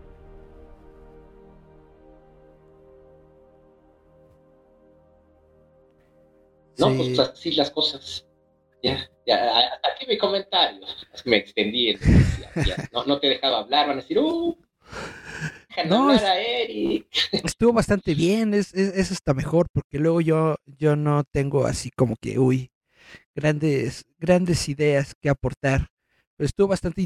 No, sí. Pues así las cosas. Ya, ya, hasta aquí mi comentario. Me extendí, ya, ya. No, no te dejaba hablar, van a decir, ¡uh! No, hablar a Eric. Estuvo bastante bien, es, es, es hasta mejor, porque luego yo, yo no tengo así como que, uy, grandes, grandes ideas que aportar. Pero estuvo bastante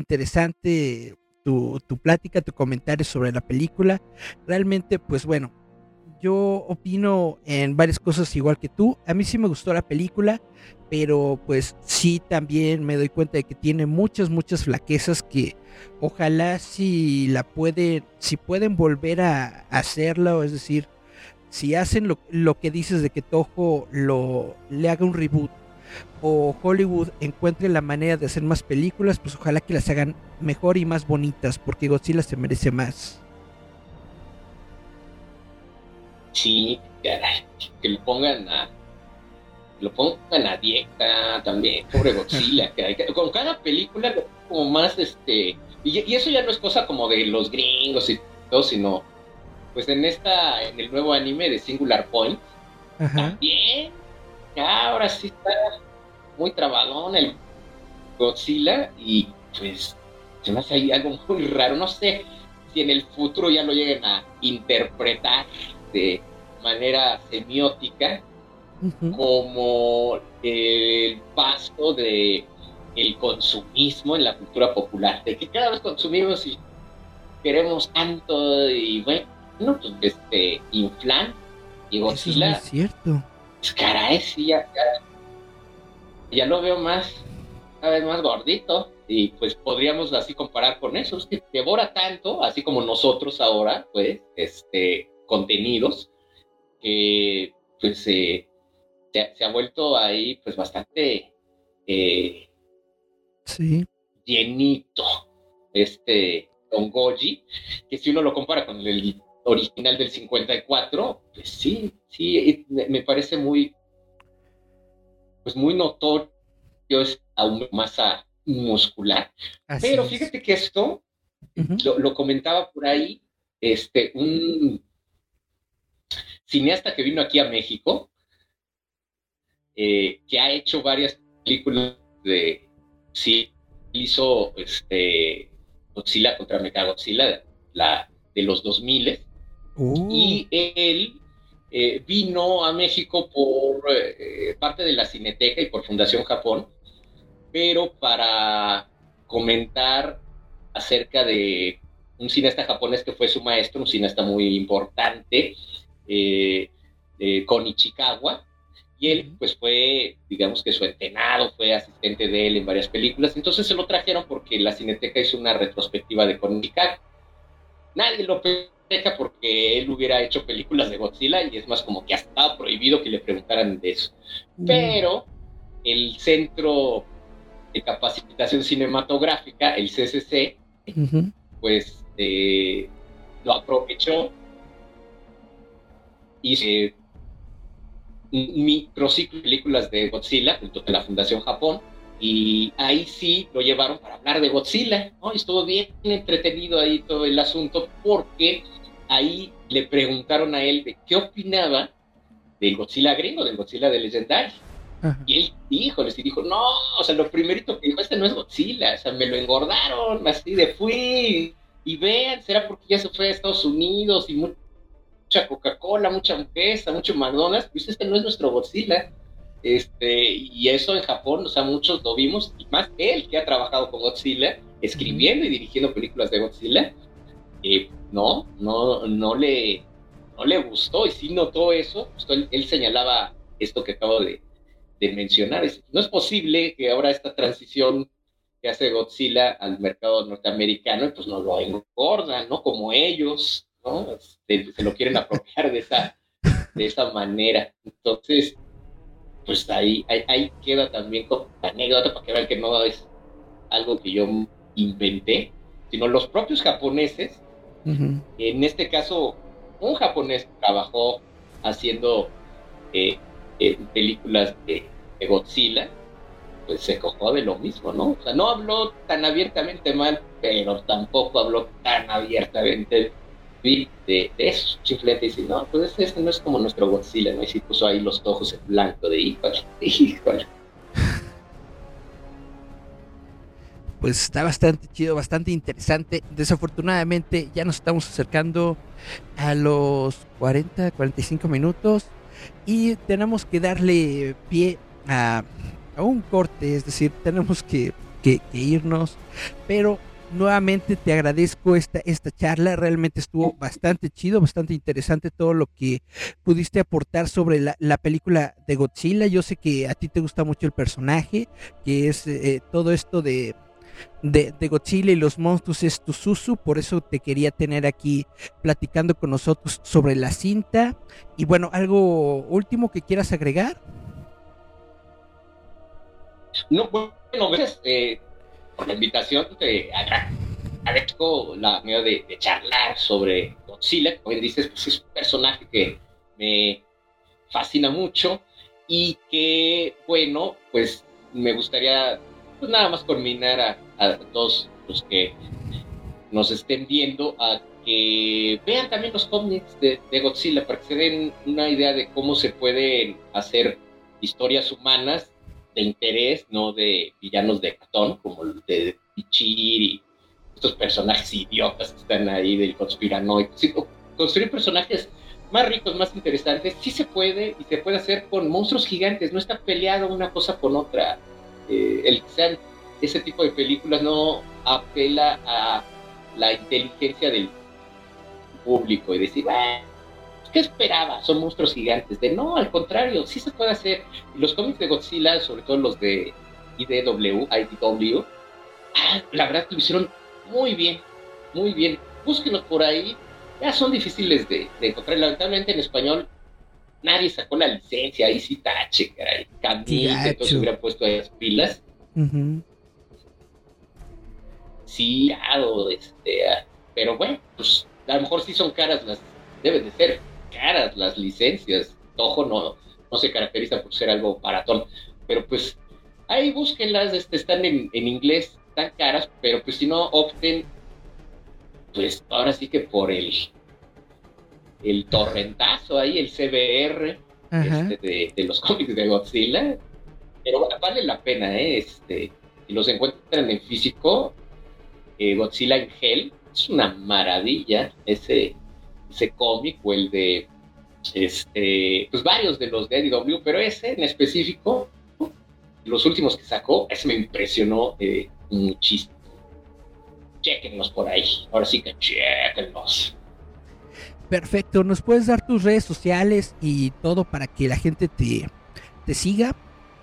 interesante tu, tu plática, tu comentario sobre la película. Realmente, pues bueno, yo opino en varias cosas igual que tú. A mí sí me gustó la película, pero pues sí también me doy cuenta de que tiene muchas, muchas flaquezas que ojalá si la pueden, si pueden volver a hacerla, o es decir, si hacen lo, lo que dices de que Toho lo, le haga un reboot o Hollywood encuentre la manera de hacer más películas, pues ojalá que las hagan mejor y más bonitas, porque Godzilla se merece más. Sí, caray, que lo pongan a lo pongan a dieta también, pobre Godzilla, que hay que, con cada película como más este y, y eso ya no es cosa como de los gringos y todo, sino pues en esta en el nuevo anime de Singular Point. Ajá. También ya ahora sí está muy trabadón el Godzilla y pues se me hace ahí algo muy raro, no sé si en el futuro ya lo lleguen a interpretar de manera semiótica, uh-huh, como el paso de el consumismo en la cultura popular, de que cada vez consumimos y queremos tanto y bueno, pues este inflan y Godzilla. Eso es muy cierto. Pues caray, sí, ya, ya, ya lo veo más, cada vez más gordito. Y pues podríamos así comparar con eso, es que devora tanto, así como nosotros ahora, pues, este, contenidos, que pues eh, se, se ha vuelto ahí pues bastante eh, sí, llenito este Don Goji, que si uno lo compara con el original del cincuenta y cuatro, pues sí, sí, me parece muy, pues muy notorio, es aún más a muscular. Así pero fíjate es. Que esto, uh-huh, lo, lo comentaba por ahí, este, un cineasta que vino aquí a México, eh, que ha hecho varias películas de, sí, hizo, este, Godzilla contra Mechagodzilla, la de los dos mil, uh. y él eh, vino a México por eh, parte de la Cineteca y por Fundación Japón, pero para comentar acerca de un cineasta japonés que fue su maestro, un cineasta muy importante, eh, eh, Kon Ichikawa, y él pues fue, digamos que su entrenado, fue asistente de él en varias películas, entonces se lo trajeron porque la Cineteca hizo una retrospectiva de Kon Ichikawa. Nadie lo deja porque él hubiera hecho películas de Godzilla y es más como que hasta estaba prohibido que le preguntaran de eso. Mm. Pero el Centro de Capacitación Cinematográfica, el C C C, uh-huh, pues eh, lo aprovechó y se un microciclo de películas de Godzilla junto con la Fundación Japón, y ahí sí lo llevaron para hablar de Godzilla, ¿no? Y estuvo bien entretenido ahí todo el asunto, porque ahí le preguntaron a él de qué opinaba del Godzilla gringo, del Godzilla de Legendary. Ajá. Y él dijo, les dijo, no, o sea, lo primerito que dijo, este no es Godzilla, o sea, me lo engordaron, así de fui, y vean, será porque ya se fue a Estados Unidos, y mucha Coca-Cola, mucha hamburguesa, mucho McDonald's, pues este no es nuestro Godzilla, este, y eso en Japón, o sea, muchos lo vimos, y más él, que ha trabajado con Godzilla, escribiendo uh-huh. y dirigiendo películas de Godzilla, eh, no, no, no le, no le gustó, y sí notó eso, justo él, él señalaba esto que acabo de de mencionar. Es, no es posible que ahora esta transición que hace Godzilla al mercado norteamericano, pues no lo engordan, ¿no? Como ellos, ¿no? Se, se lo quieren apropiar de esa, de esa manera. Entonces, pues ahí, ahí, ahí queda también como anécdota para que vean que no es algo que yo inventé, sino los propios japoneses. Uh-huh. En este caso, un japonés trabajó haciendo eh, eh, películas de de Godzilla, pues se cojó de lo mismo, ¿no? O sea, no habló tan abiertamente mal, pero tampoco habló tan abiertamente de, de eso. Simplemente dice, no, pues ese no es como nuestro Godzilla, ¿no? Y sí puso ahí los ojos en blanco de híjole, híjole. Pues está bastante chido, bastante interesante. Desafortunadamente ya nos estamos acercando a los cuarenta, cuarenta y cinco minutos y tenemos que darle pie a, a un corte, es decir, tenemos que, que, que irnos, pero nuevamente te agradezco esta, esta charla, realmente estuvo bastante chido, bastante interesante todo lo que pudiste aportar sobre la, la película de Godzilla. Yo sé que a ti te gusta mucho el personaje, que es eh, todo esto de, de, de Godzilla y los monstruos es tu Susu, por eso te quería tener aquí platicando con nosotros sobre la cinta. Y bueno, ¿algo último que quieras agregar? No, bueno, gracias eh, por la invitación. Te agradezco la manera de, de charlar sobre Godzilla. Como dices, pues es un personaje que me fascina mucho y que, bueno, pues me gustaría pues nada más culminar a, a todos los que nos estén viendo a que vean también los cómics de, de Godzilla para que se den una idea de cómo se pueden hacer historias humanas de interés, no de villanos de cartón, como el de Pichir y estos personajes idiotas que están ahí del conspiranoide. Sí, construir personajes más ricos, más interesantes, sí se puede, y se puede hacer con monstruos gigantes, no está peleado una cosa con otra. Eh, el que sean ese tipo de películas no apela a la inteligencia del público y decir, bueno, ¿qué esperaba? Son monstruos gigantes. De no, al contrario, sí se puede hacer. Los cómics de Godzilla, sobre todo los de I D W, I D W, ah, la verdad que lo hicieron muy bien, muy bien. Búsquenlos por ahí. Ya son difíciles de, de encontrar. Lamentablemente en español nadie sacó la licencia. Ahí sí tache, caray. Camille, entonces hubiera puesto ahí las pilas. Uh-huh. Sí, claro, este, pero bueno, pues a lo mejor sí son caras las, deben de ser caras las licencias. Toho no, no se caracteriza por ser algo baratón, pero pues ahí búsquenlas, este, están en, en inglés, están caras, pero pues si no opten, pues ahora sí que por el el torrentazo ahí, el C B R este, de, de los cómics de Godzilla, pero vale la pena, ¿eh? Este, si los encuentran en físico, eh, Godzilla in Hell, es una maravilla ese ese cómic, o el de este, pues varios de los de I D W, pero ese en específico, los últimos que sacó, ese me impresionó eh, muchísimo. Chéquenlos por ahí, ahora sí que chéquenlos. Perfecto, ¿nos puedes dar tus redes sociales y todo para que la gente te, te siga?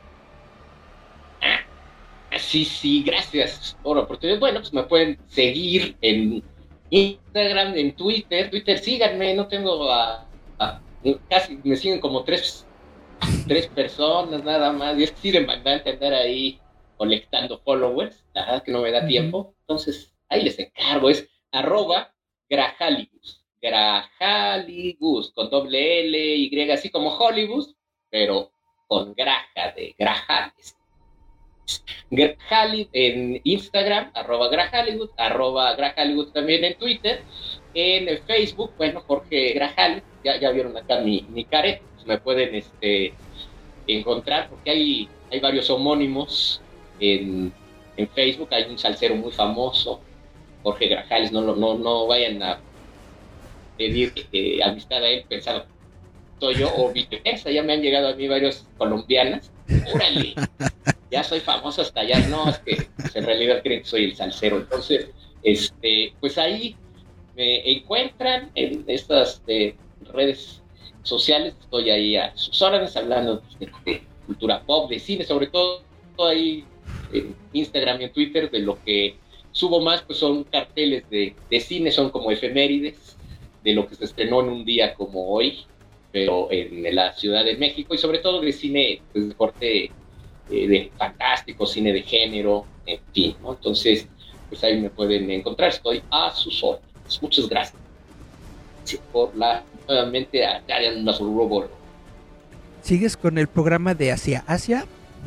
Ah, sí, sí, gracias por la oportunidad. Bueno, pues me pueden seguir en Instagram, en Twitter. Twitter, síganme, no tengo a, a casi me siguen como tres, tres personas nada más. Y es que sí demandante andar ahí colectando followers, la verdad que no me da uh-huh. tiempo. Entonces, ahí les encargo, es arroba Grajaligus. Grajaligus, con doble L, Y, así como Hollywood, pero con graja de Grajales. Grajali en Instagram, arroba Grajaligus, arroba Grajaligus también en Twitter, en Facebook, bueno, Jorge Grajal, ya, ya vieron acá mi, mi caret, pues me pueden este, encontrar, porque hay, hay varios homónimos en, en Facebook, hay un salsero muy famoso, Jorge Grajales, no, no, no vayan a pedir eh, amistad a él pensando soy yo o viceversa, ya me han llegado a mí varios colombianas, órale, ya soy famoso hasta allá, no, es que pues, en realidad creen que soy el salsero, entonces, este, pues ahí me encuentran en estas eh, redes sociales, estoy ahí a sus órdenes hablando de, de cultura pop, de cine, sobre todo ahí en Instagram y en Twitter, de lo que subo más, pues son carteles de, de cine, son como efemérides de lo que se estrenó en un día como hoy, pero en la Ciudad de México, y sobre todo de cine pues, de corte eh, de fantástico, cine de género, en fin, ¿no? Entonces, pues ahí me pueden encontrar, estoy a sus órdenes. Muchas gracias por la, nuevamente, a Darian Nazarubolo. ¿Sigues con el programa de Hacia Asia?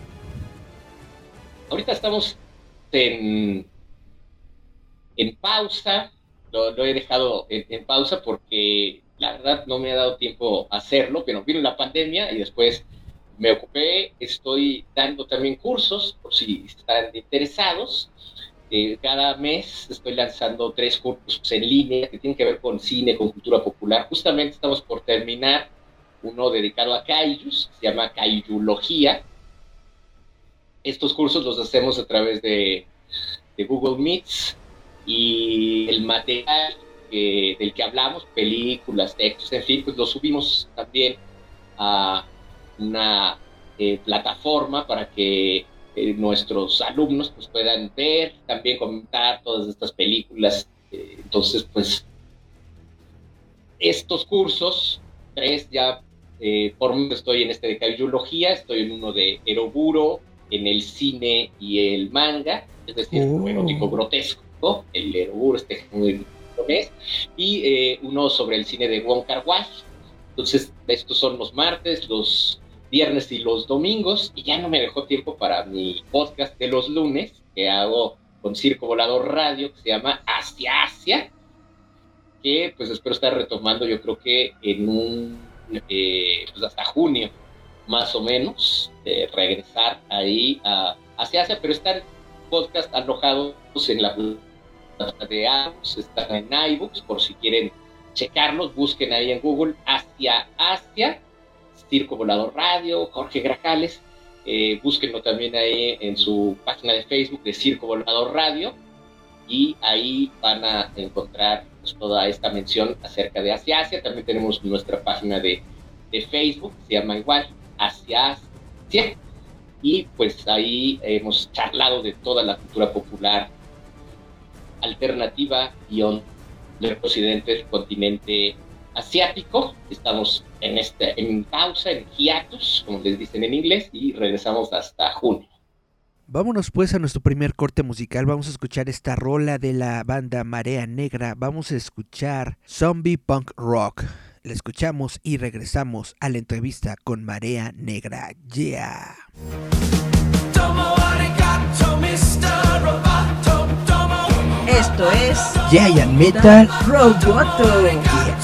Ahorita estamos en, en pausa, lo, lo he dejado en, en pausa porque la verdad no me ha dado tiempo a hacerlo, pero vino la pandemia y después me ocupé, estoy dando también cursos, por si están interesados. Eh, cada mes estoy lanzando tres cursos en línea que tienen que ver con cine, con cultura popular. Justamente estamos por terminar uno dedicado a Kaijus, se llama Kaijulogía. Estos cursos los hacemos a través de, de Google Meets y el material que, del que hablamos, películas, textos, en fin, pues lo subimos también a una eh, plataforma para que eh, nuestros alumnos pues, puedan ver, también comentar todas estas películas. Eh, entonces, pues, estos cursos, tres ya, eh, por mí estoy en este de Kaijulogía, estoy en uno de Eroguro, en el cine y el manga, es decir, Oh. lo erótico grotesco, ¿no? El Eroguro, este muy japonés, y eh, uno sobre el cine de Wong Kar-wai. Entonces, estos son los martes, los viernes y los domingos, y ya no me dejó tiempo para mi podcast de los lunes, que hago con Circo Volador Radio, que se llama Hacia Asia, que pues espero estar retomando, yo creo que en un, eh, pues hasta junio, más o menos, de regresar ahí a Hacia Asia, pero están podcast alojados en la plataforma de iBooks, están en iBooks, por si quieren checarlos, busquen ahí en Google Hacia Asia, Circo Volador Radio, Jorge Grajales, eh, búsquenlo también ahí en su página de Facebook de Circo Volador Radio, y ahí van a encontrar pues, toda esta mención acerca de Hacia Asia. También tenemos nuestra página de, de Facebook, se llama igual, Hacia Asia, y pues ahí hemos charlado de toda la cultura popular alternativa guión del occidente, del continente asiático. Estamos en, este, en pausa, en hiatus, como les dicen en inglés, y regresamos hasta junio. Vámonos pues a nuestro primer corte musical. Vamos a escuchar esta rola de la banda Marea Negra. Vamos a escuchar Zombie Punk Rock. La escuchamos y regresamos a la entrevista con Marea Negra. Yeah. Esto es Giant Metal Roboto. Yeah.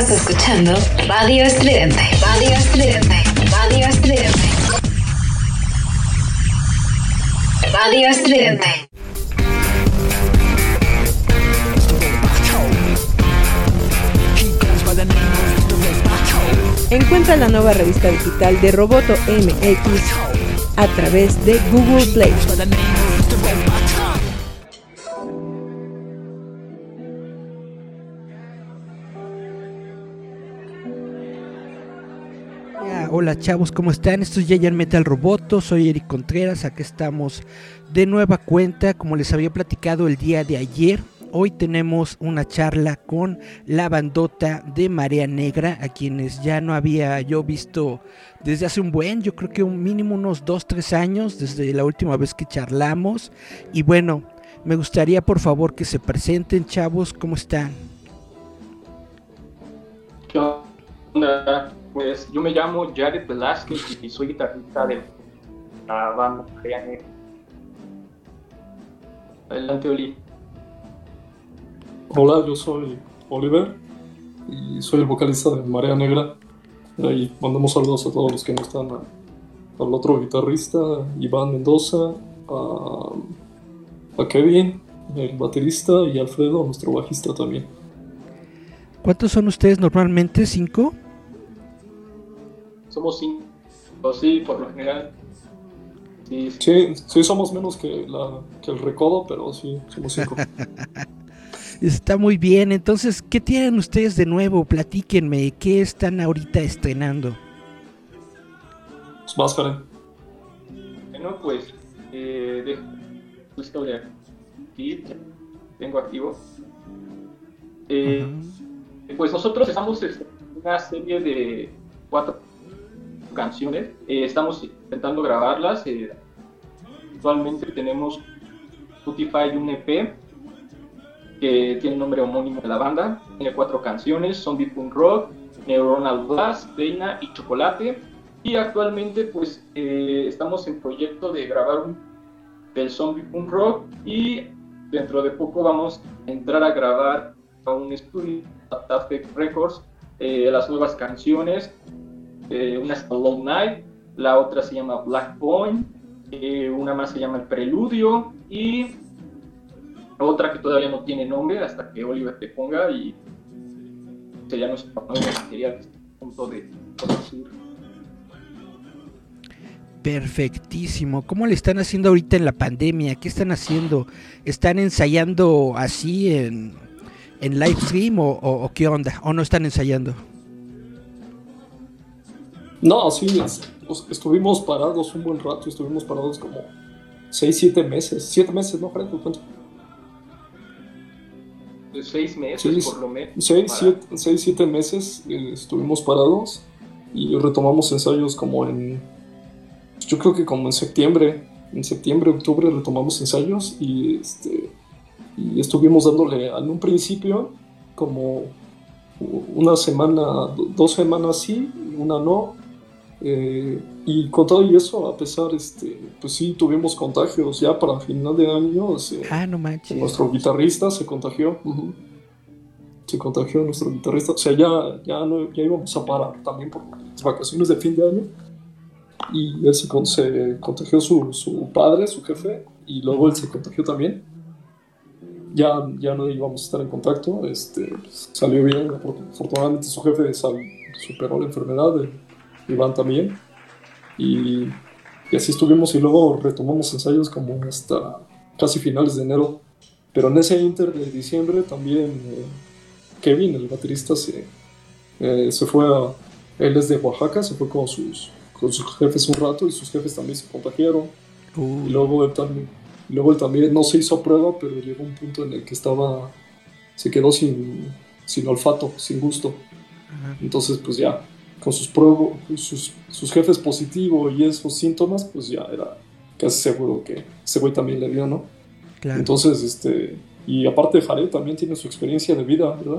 Estás escuchando Radio Estridente. Radio Estridente. Radio Estridente. Radio Estridente. Encuentra la nueva revista digital de Roboto M X a través de Google Play. Hola chavos, ¿cómo están? Esto es Giant Metal Roboto, soy Eric Contreras, aquí estamos de nueva cuenta, como les había platicado el día de ayer. Hoy tenemos una charla con la bandota de Marea Negra, a quienes ya no había yo visto desde hace un buen, yo creo que un mínimo unos dos, tres años, desde la última vez que charlamos. Y bueno, me gustaría por favor que se presenten, chavos, ¿cómo están? ¿Qué onda? Pues yo me llamo Jared Velázquez y soy guitarrista de la banda Marea Negra. Adelante, Oli. Hola, yo soy Oliver y soy el vocalista de Marea Negra. Y mandamos saludos a todos los que no están, a, al otro guitarrista, Iván Mendoza, a, a Kevin, el baterista, y Alfredo, nuestro bajista también. ¿Cuántos son ustedes normalmente? ¿Cinco? Somos cinco, sí, por lo general. Sí, sí. Sí, sí somos menos que, la, que el Recodo, pero sí, somos cinco. Está muy bien, entonces, ¿qué tienen ustedes de nuevo? Platíquenme, ¿qué están ahorita estrenando? Pues más, Karen. Bueno, pues, eh, de tu historia, sí, tengo activo. Eh, uh-huh. Pues nosotros estamos en una serie de cuatro canciones, eh, estamos intentando grabarlas. Eh, actualmente tenemos Spotify un E P que tiene el nombre homónimo de la banda, tiene cuatro canciones: Zombie Punk Rock, Neuronal Blast, Reina y Chocolate. Y actualmente pues eh, estamos en proyecto de grabar un, del Zombie Punk Rock, y dentro de poco vamos a entrar a grabar a un estudio, Tafek Records, eh, las nuevas canciones. Eh, una es Long Night, la otra se llama Black Point, eh, una más se llama El Preludio, y otra que todavía no tiene nombre hasta que Oliver te ponga, y sería nuestro nuevo material que está a punto de producir. Perfectísimo. ¿Cómo le están haciendo ahorita en la pandemia? ¿Qué están haciendo? ¿Están ensayando así en, en live stream o, o, o qué onda? ¿O no están ensayando? No, sí, estuvimos parados un buen rato, estuvimos parados como seis, siete meses. Siete meses, ¿no, Fred? ¿Cuánto? De seis meses, sí, por lo menos. Seis, siete, seis, siete meses eh, estuvimos parados y retomamos ensayos como en, yo creo que como en septiembre, en septiembre, octubre retomamos ensayos, y este y estuvimos dándole en un principio como una semana, dos semanas sí, una no, eh, y con todo y eso, a pesar, este, pues sí tuvimos contagios ya para final de año. Eh, ah, no manches. Nuestro guitarrista se contagió, uh-huh. se contagió nuestro guitarrista, o sea, ya, ya, no, ya íbamos a parar también por las vacaciones de fin de año, y él se, con, se contagió su, su padre, su jefe, y luego él se contagió también. Ya, ya no íbamos a estar en contacto, este, pues, salió bien, afortunadamente su jefe sal, superó la enfermedad, de Iván también, y, y así estuvimos, y luego retomamos ensayos como hasta casi finales de enero. Pero en ese inter de diciembre también eh, Kevin, el baterista, se, eh, se fue a, él es de Oaxaca, se fue con sus, con sus jefes un rato, y sus jefes también se contagiaron. Uh. Y luego él también, luego él también no se hizo prueba, pero llegó un punto en el que estaba, se quedó sin, sin olfato, sin gusto. Uh-huh. Entonces pues ya, con sus, pruebas, sus, sus jefes positivos y esos síntomas, pues ya era casi seguro que ese güey también le dio, ¿no? Claro. Entonces, este, y aparte Jared también tiene su experiencia de vida, ¿verdad?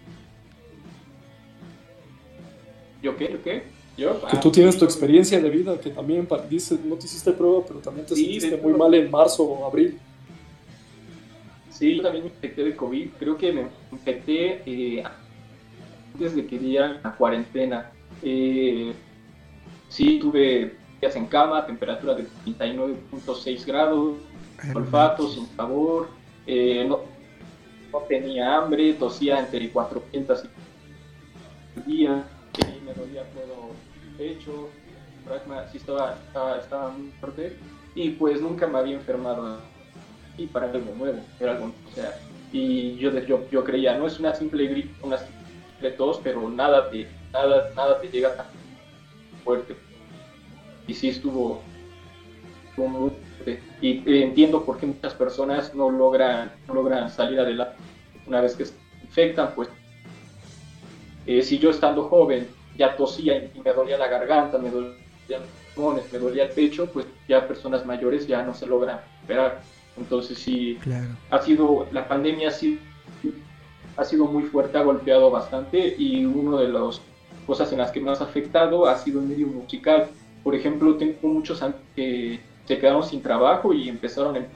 ¿Yo qué? ¿Yo qué? ¿Yo? Que ah, tú tienes tu experiencia de vida, que también dices, no te hiciste prueba, pero también te sí, sentiste muy mal en marzo o abril. Sí, yo también me infecté de COVID, creo que me infecté eh, antes de que diera la cuarentena. Eh, sí, tuve días en cama, temperatura de treinta y nueve punto seis grados, olfato sin sabor, eh, no, no tenía hambre, tosía entre cuatrocientas al día, eh, me dolía todo el pecho, sí estaba, estaba, estaba muy fuerte, y pues nunca me había enfermado, y para algo nuevo, era algo, o sea, y yo, yo, yo creía, no es una simple gripe, una simple tos, pero nada te, nada, nada te llega tan fuerte. Y sí estuvo, estuvo muy fuerte. Y eh, entiendo por qué muchas personas no logran, no logran salir adelante una vez que se infectan, pues eh, si yo estando joven ya tosía y me dolía la garganta, me dolían los pulmones, me dolía el pecho, pues ya personas mayores ya no se logran recuperar. Entonces sí, claro. ha sido, la pandemia ha sido, ha sido muy fuerte, ha golpeado bastante, y una de las cosas en las que más ha afectado ha sido el medio musical. Por ejemplo, tengo muchos amigos que se quedaron sin trabajo y empezaron en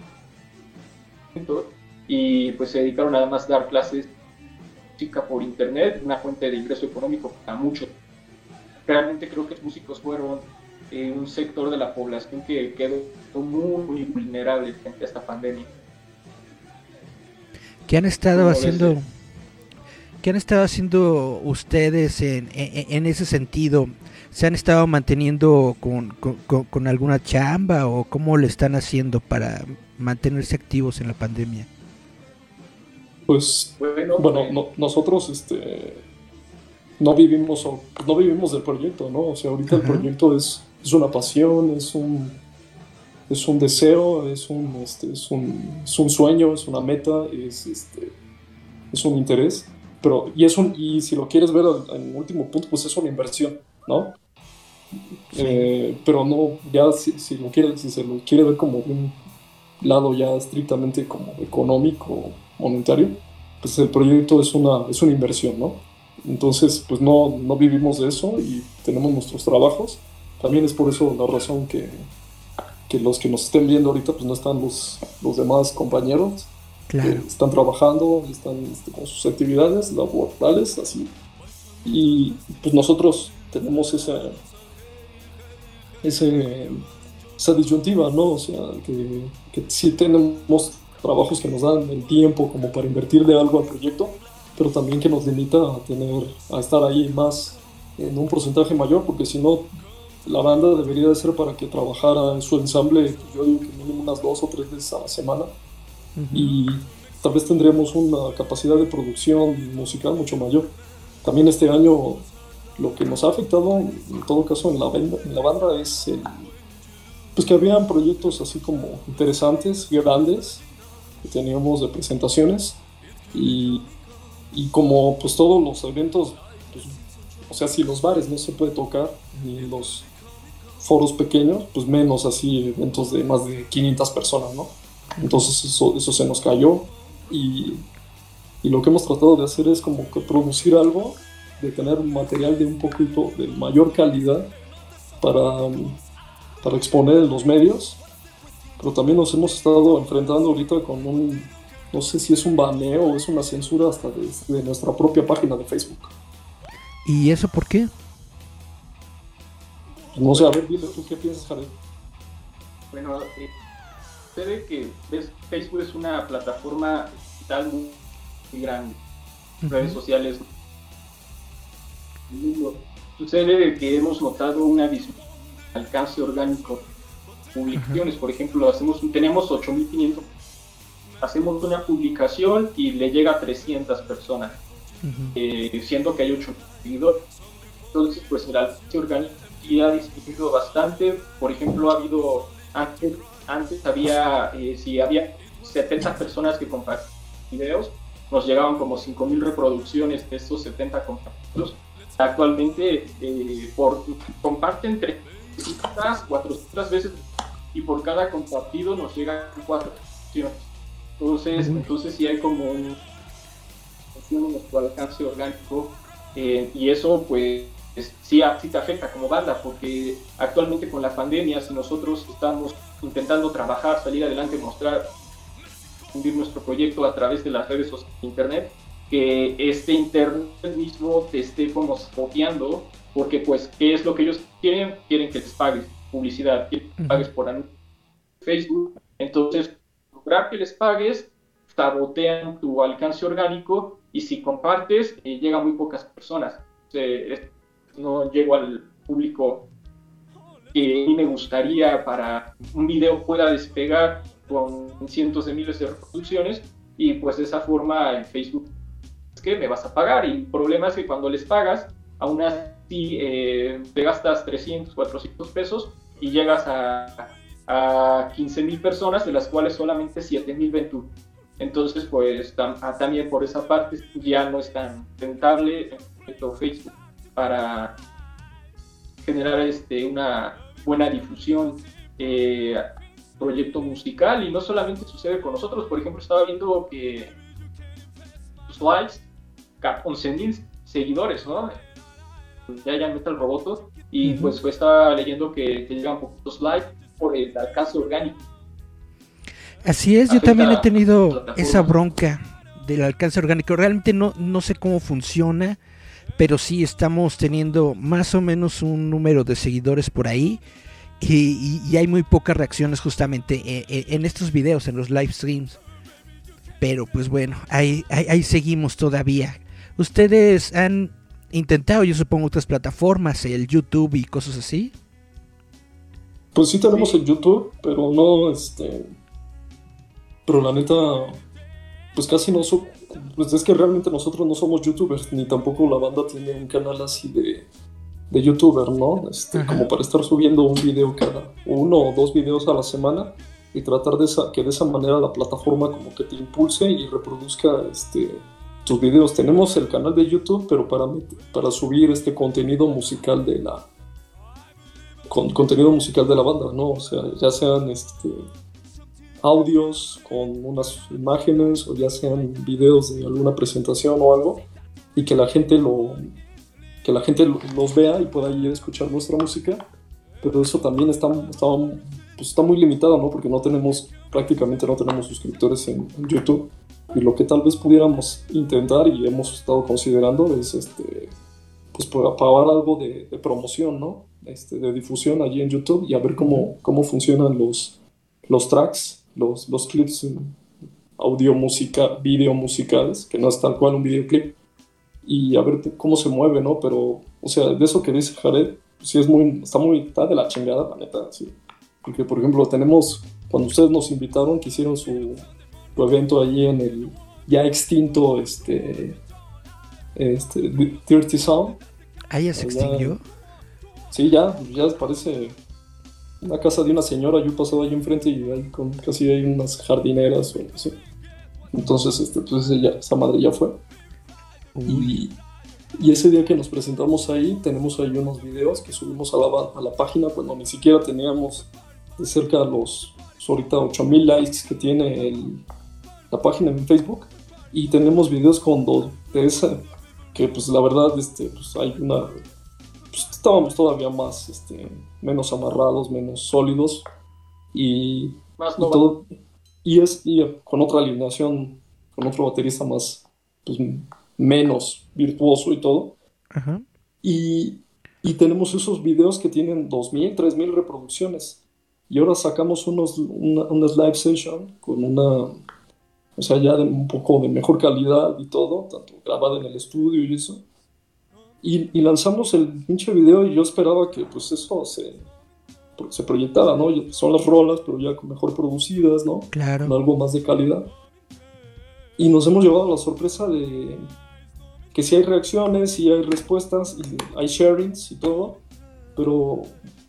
y pues se dedicaron nada más a dar clases de música por internet, una fuente de ingreso económico para muchos. Realmente creo que los músicos fueron eh, un sector de la población que quedó muy, muy vulnerable frente a esta pandemia. ¿Qué han estado haciendo? ¿Qué han estado haciendo ustedes en, en, en ese sentido? ¿Se han estado manteniendo con, con, con alguna chamba o cómo le están haciendo para mantenerse activos en la pandemia? Pues bueno, bueno no, nosotros este no vivimos no vivimos del proyecto, ¿no? O sea, ahorita Ajá. el proyecto es, es una pasión, es un es un deseo, es un este es un es un sueño, es una meta, es este es un interés, pero y es un y si lo quieres ver en último punto, pues es una inversión, ¿no? Sí. Eh, pero no, ya si, si lo quiere, si se lo quiere ver como de un lado ya estrictamente como económico, monetario, pues el proyecto es una, es una inversión, ¿no? Entonces, pues no, no vivimos de eso y tenemos nuestros trabajos. También es por eso la razón que, que los que nos estén viendo ahorita, pues no están los, los demás compañeros, claro. que están trabajando, están este, con sus actividades laborales, así. Y pues nosotros tenemos esa, ese, esa disyuntiva, ¿no? O sea, que, que sí tenemos trabajos que nos dan el tiempo como para invertirle algo al proyecto, pero también que nos limita a tener, a estar ahí más en un porcentaje mayor, porque si no, la banda debería de ser para que trabajara en su ensamble, yo digo que mínimo unas dos o tres veces a la semana, uh-huh. y tal vez tendríamos una capacidad de producción musical mucho mayor. También este año lo que nos ha afectado, en todo caso en la banda, en la banda es el, pues que habían proyectos así como interesantes, grandes, que teníamos de presentaciones, y, y como pues todos los eventos, pues, o sea, si los bares no se puede tocar, ni los foros pequeños, pues menos así eventos de más de quinientas personas, ¿no? Entonces eso, eso se nos cayó, y, y lo que hemos tratado de hacer es como que producir algo, de tener un material de un poquito de mayor calidad para, para exponer en los medios, pero también nos hemos estado enfrentando ahorita con un, no sé si es un baneo o es una censura hasta de, de nuestra propia página de Facebook. ¿Y eso por qué? No sé, a ver, dile tú qué piensas, Jared. Bueno, eh, se ve que ves, Facebook es una plataforma digital muy, muy grande, uh-huh. redes sociales. Sucede que hemos notado una disminución de alcance orgánico. Publicaciones, uh-huh. por ejemplo, hacemos, tenemos ocho mil quinientos, hacemos una publicación y le llega a trescientas personas, uh-huh. eh, siendo que hay ocho mil seguidores. Entonces, pues el alcance orgánico ya ha disminuido bastante. Por ejemplo, ha habido, antes, antes había, eh, si había setenta personas que compartían videos, nos llegaban como cinco mil reproducciones de estos setenta compartidos. Actualmente, eh, por, comparten trescientas, cuatrocientas veces, y por cada compartido nos llegan cuatro. Entonces, uh-huh. entonces sí hay como un, un nuestro alcance orgánico, eh, y eso pues sí, sí te afecta como banda, porque actualmente con la pandemia, si nosotros estamos intentando trabajar, salir adelante, mostrar, difundir nuestro proyecto a través de las redes sociales de internet, que este internet mismo te esté como saboteando, porque pues, ¿qué es lo que ellos quieren? Quieren que les pagues publicidad, quieren que les pagues por anuncios en Facebook. Entonces, lograr que les pagues, sabotean tu alcance orgánico, y si compartes, eh, llega a muy pocas personas. Eh, no llego al público que a mí me gustaría para un video pueda despegar con cientos de miles de reproducciones, y pues de esa forma en Facebook es que me vas a pagar, y el problema es que cuando les pagas, aún así eh, te gastas trescientos, cuatrocientos pesos y llegas a, a quince mil personas, de las cuales solamente siete mil ven tu. Entonces pues tam, también por esa parte ya no es tan rentable Facebook para generar este, una buena difusión, eh, proyecto musical. Y no solamente sucede con nosotros. Por ejemplo, estaba viendo que los likes, once mil seguidores, ¿no? Ya ya Metal Roboto, y uh-huh. pues, pues estaba leyendo que, que llegan poquitos likes por el alcance orgánico. Así es, yo también he tenido esa bronca del alcance orgánico. Realmente no, no sé cómo funciona, pero sí estamos teniendo más o menos un número de seguidores por ahí, y, y, y hay muy pocas reacciones justamente en, en estos videos, en los live streams. Pero pues bueno, ahí, ahí, ahí seguimos todavía. Ustedes han intentado, yo supongo, otras plataformas, el YouTube y cosas así. Pues sí tenemos sí. el YouTube, pero no, este... Pero la neta, pues casi no so, pues es que realmente nosotros no somos youtubers, ni tampoco la banda tiene un canal así de, de youtuber, ¿no? Este, como para estar subiendo un video cada, uno o dos videos a la semana, y tratar de esa, que de esa manera la plataforma como que te impulse y reproduzca este, tus videos. Tenemos el canal de YouTube, pero para, para subir este contenido musical de la, con, contenido musical de la banda, ¿no? O sea, ya sean este... audios con unas imágenes, o ya sean videos de alguna presentación o algo, y que la gente lo que la gente los vea y pueda ir a escuchar nuestra música. Pero eso también está, está, pues está muy limitado, ¿no? Porque no tenemos, prácticamente no tenemos suscriptores en, en YouTube, y lo que tal vez pudiéramos intentar y hemos estado considerando es este, pues pagar algo de, de promoción, ¿no? Este, de difusión allí en YouTube, y a ver cómo, cómo funcionan los, los tracks, Los, los clips audio, música, video musicales, que no es tal cual un videoclip, y a ver cómo se mueve, ¿no? Pero, o sea, de eso que dice Jared, sí es muy, está muy, está de la chingada, la neta, sí. Porque, por ejemplo, tenemos, cuando ustedes nos invitaron, que hicieron su, su evento allí en el ya extinto, este, este, Dirty Sound. ¿Ah, ya se extinguió? Sí, ya, ya parece... una casa de una señora. Yo pasaba ahí enfrente y hay con, casi hay unas jardineras o algo así. Entonces, este, pues ella, esa madre ya fue. Y, y ese día que nos presentamos ahí, tenemos ahí unos videos que subimos a la, a la página, cuando ni siquiera teníamos de cerca los, pues ahorita ocho mil likes que tiene el, la página en Facebook. Y tenemos videos con dos de esa, que pues la verdad, este, pues hay una... Pues estábamos todavía más, este, menos amarrados, menos sólidos, y, más y todo, y es y con otra alineación, con otro baterista más, pues menos virtuoso y todo. Uh-huh. y, y tenemos esos videos que tienen dos mil, tres mil reproducciones, y ahora sacamos unos una, unas live session con una, o sea, ya de un poco de mejor calidad y todo, tanto grabada en el estudio y eso. Y, y lanzamos el pinche video, y yo esperaba que pues eso se, se proyectara, ¿no? Son las rolas, pero ya mejor producidas, ¿no? Claro. Con algo más de calidad. Y nos hemos llevado la sorpresa de que sí hay reacciones, sí hay respuestas, y hay sharings y todo, pero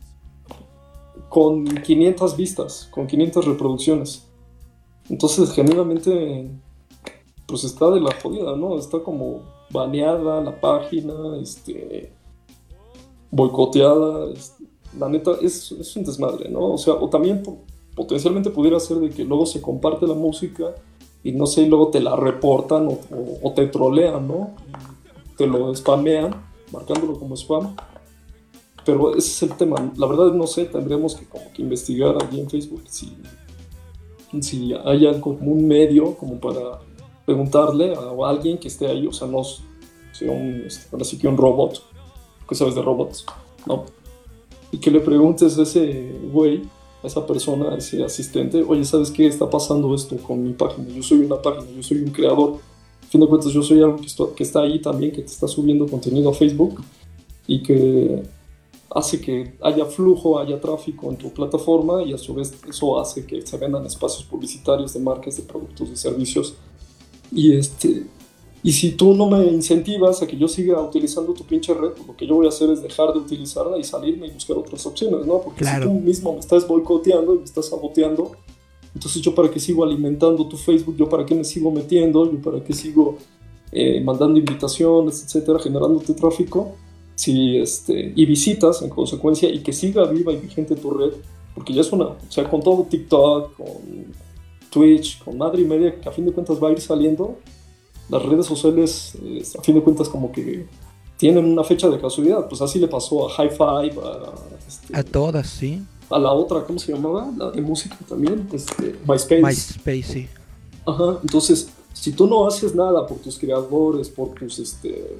con quinientas vistas, con quinientas reproducciones. Entonces, genuinamente, pues está de la jodida, ¿no? Está como baneada la página, este, boicoteada, este, la neta es, es un desmadre, ¿no? O sea, o también po- potencialmente pudiera ser de que luego se comparte la música y no sé, y luego te la reportan o, o, o te trolean, ¿no? Te lo spamean, marcándolo como spam. Pero ese es el tema. La verdad no sé, tendremos que como que investigar allí en Facebook si, si hay algo como un medio como para preguntarle a, a alguien que esté ahí, o sea, no sea un, ahora sí que un robot, ¿qué sabes de robots? ¿No? Y que le preguntes a ese güey, a esa persona, a ese asistente, oye, ¿sabes qué está pasando esto con mi página? Yo soy una página, yo soy un creador. A fin de cuentas, yo soy algo que, esto, que está ahí también, que te está subiendo contenido a Facebook y que hace que haya flujo, haya tráfico en tu plataforma y a su vez eso hace que se vendan espacios publicitarios de marcas, de productos, de servicios. Y este... Y si tú no me incentivas a que yo siga utilizando tu pinche red, pues lo que yo voy a hacer es dejar de utilizarla y salirme y buscar otras opciones, ¿no? Porque claro, si tú mismo me estás boicoteando y me estás saboteando, entonces yo para qué sigo alimentando tu Facebook, yo para qué me sigo metiendo, yo para qué sigo eh, mandando invitaciones, etcétera, generándote tráfico, si, este, y visitas en consecuencia, y que siga viva y vigente tu red, porque ya es una, o sea, con todo TikTok, con Twitch, con madre y media, que a fin de cuentas va a ir saliendo. Las redes sociales, eh, a fin de cuentas, como que tienen una fecha de casualidad. Pues así le pasó a High Five, a, este, a todas, sí. A la otra, ¿cómo se llamaba? La de música también, este, MySpace. MySpace, sí. Ajá, entonces, si tú no haces nada por tus creadores, por tus, este,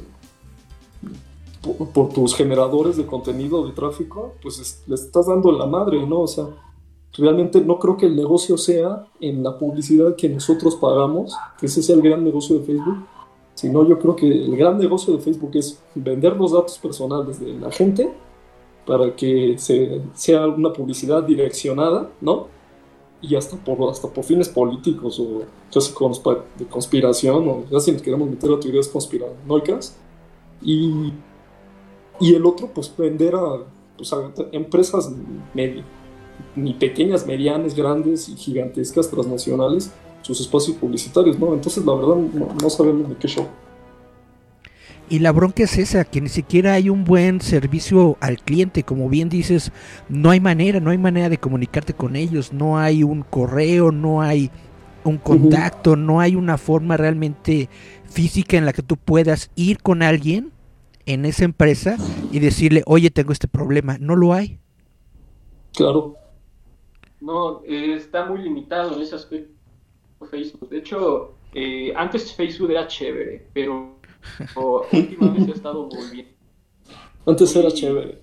por, por tus generadores de contenido, de tráfico, pues es, le estás dando la madre, ¿no? O sea, realmente no creo que el negocio sea en la publicidad que nosotros pagamos, que ese sea el gran negocio de Facebook, sino yo creo que el gran negocio de Facebook es vender los datos personales de la gente para que se, sea una publicidad direccionada, ¿no? Y hasta por, hasta por fines políticos o ya sea consp- de conspiración, o ya si nos queremos meter a teorías conspiranoicas. Y, y el otro, pues vender a, pues, a empresas medio, ni pequeñas, medianas, grandes y gigantescas, transnacionales, sus espacios publicitarios, ¿no? Entonces, la verdad, no, no sabemos de qué show. Y la bronca es esa, que ni siquiera hay un buen servicio al cliente, como bien dices, no hay manera, no hay manera de comunicarte con ellos, no hay un correo, no hay un contacto, uh-huh. no hay una forma realmente física en la que tú puedas ir con alguien en esa empresa y decirle, oye, tengo este problema, no lo hay. Claro. No, eh, está muy limitado en ese aspecto Facebook. De hecho, eh, antes Facebook era chévere, pero últimamente ha estado volviendo. Antes muy, era chévere.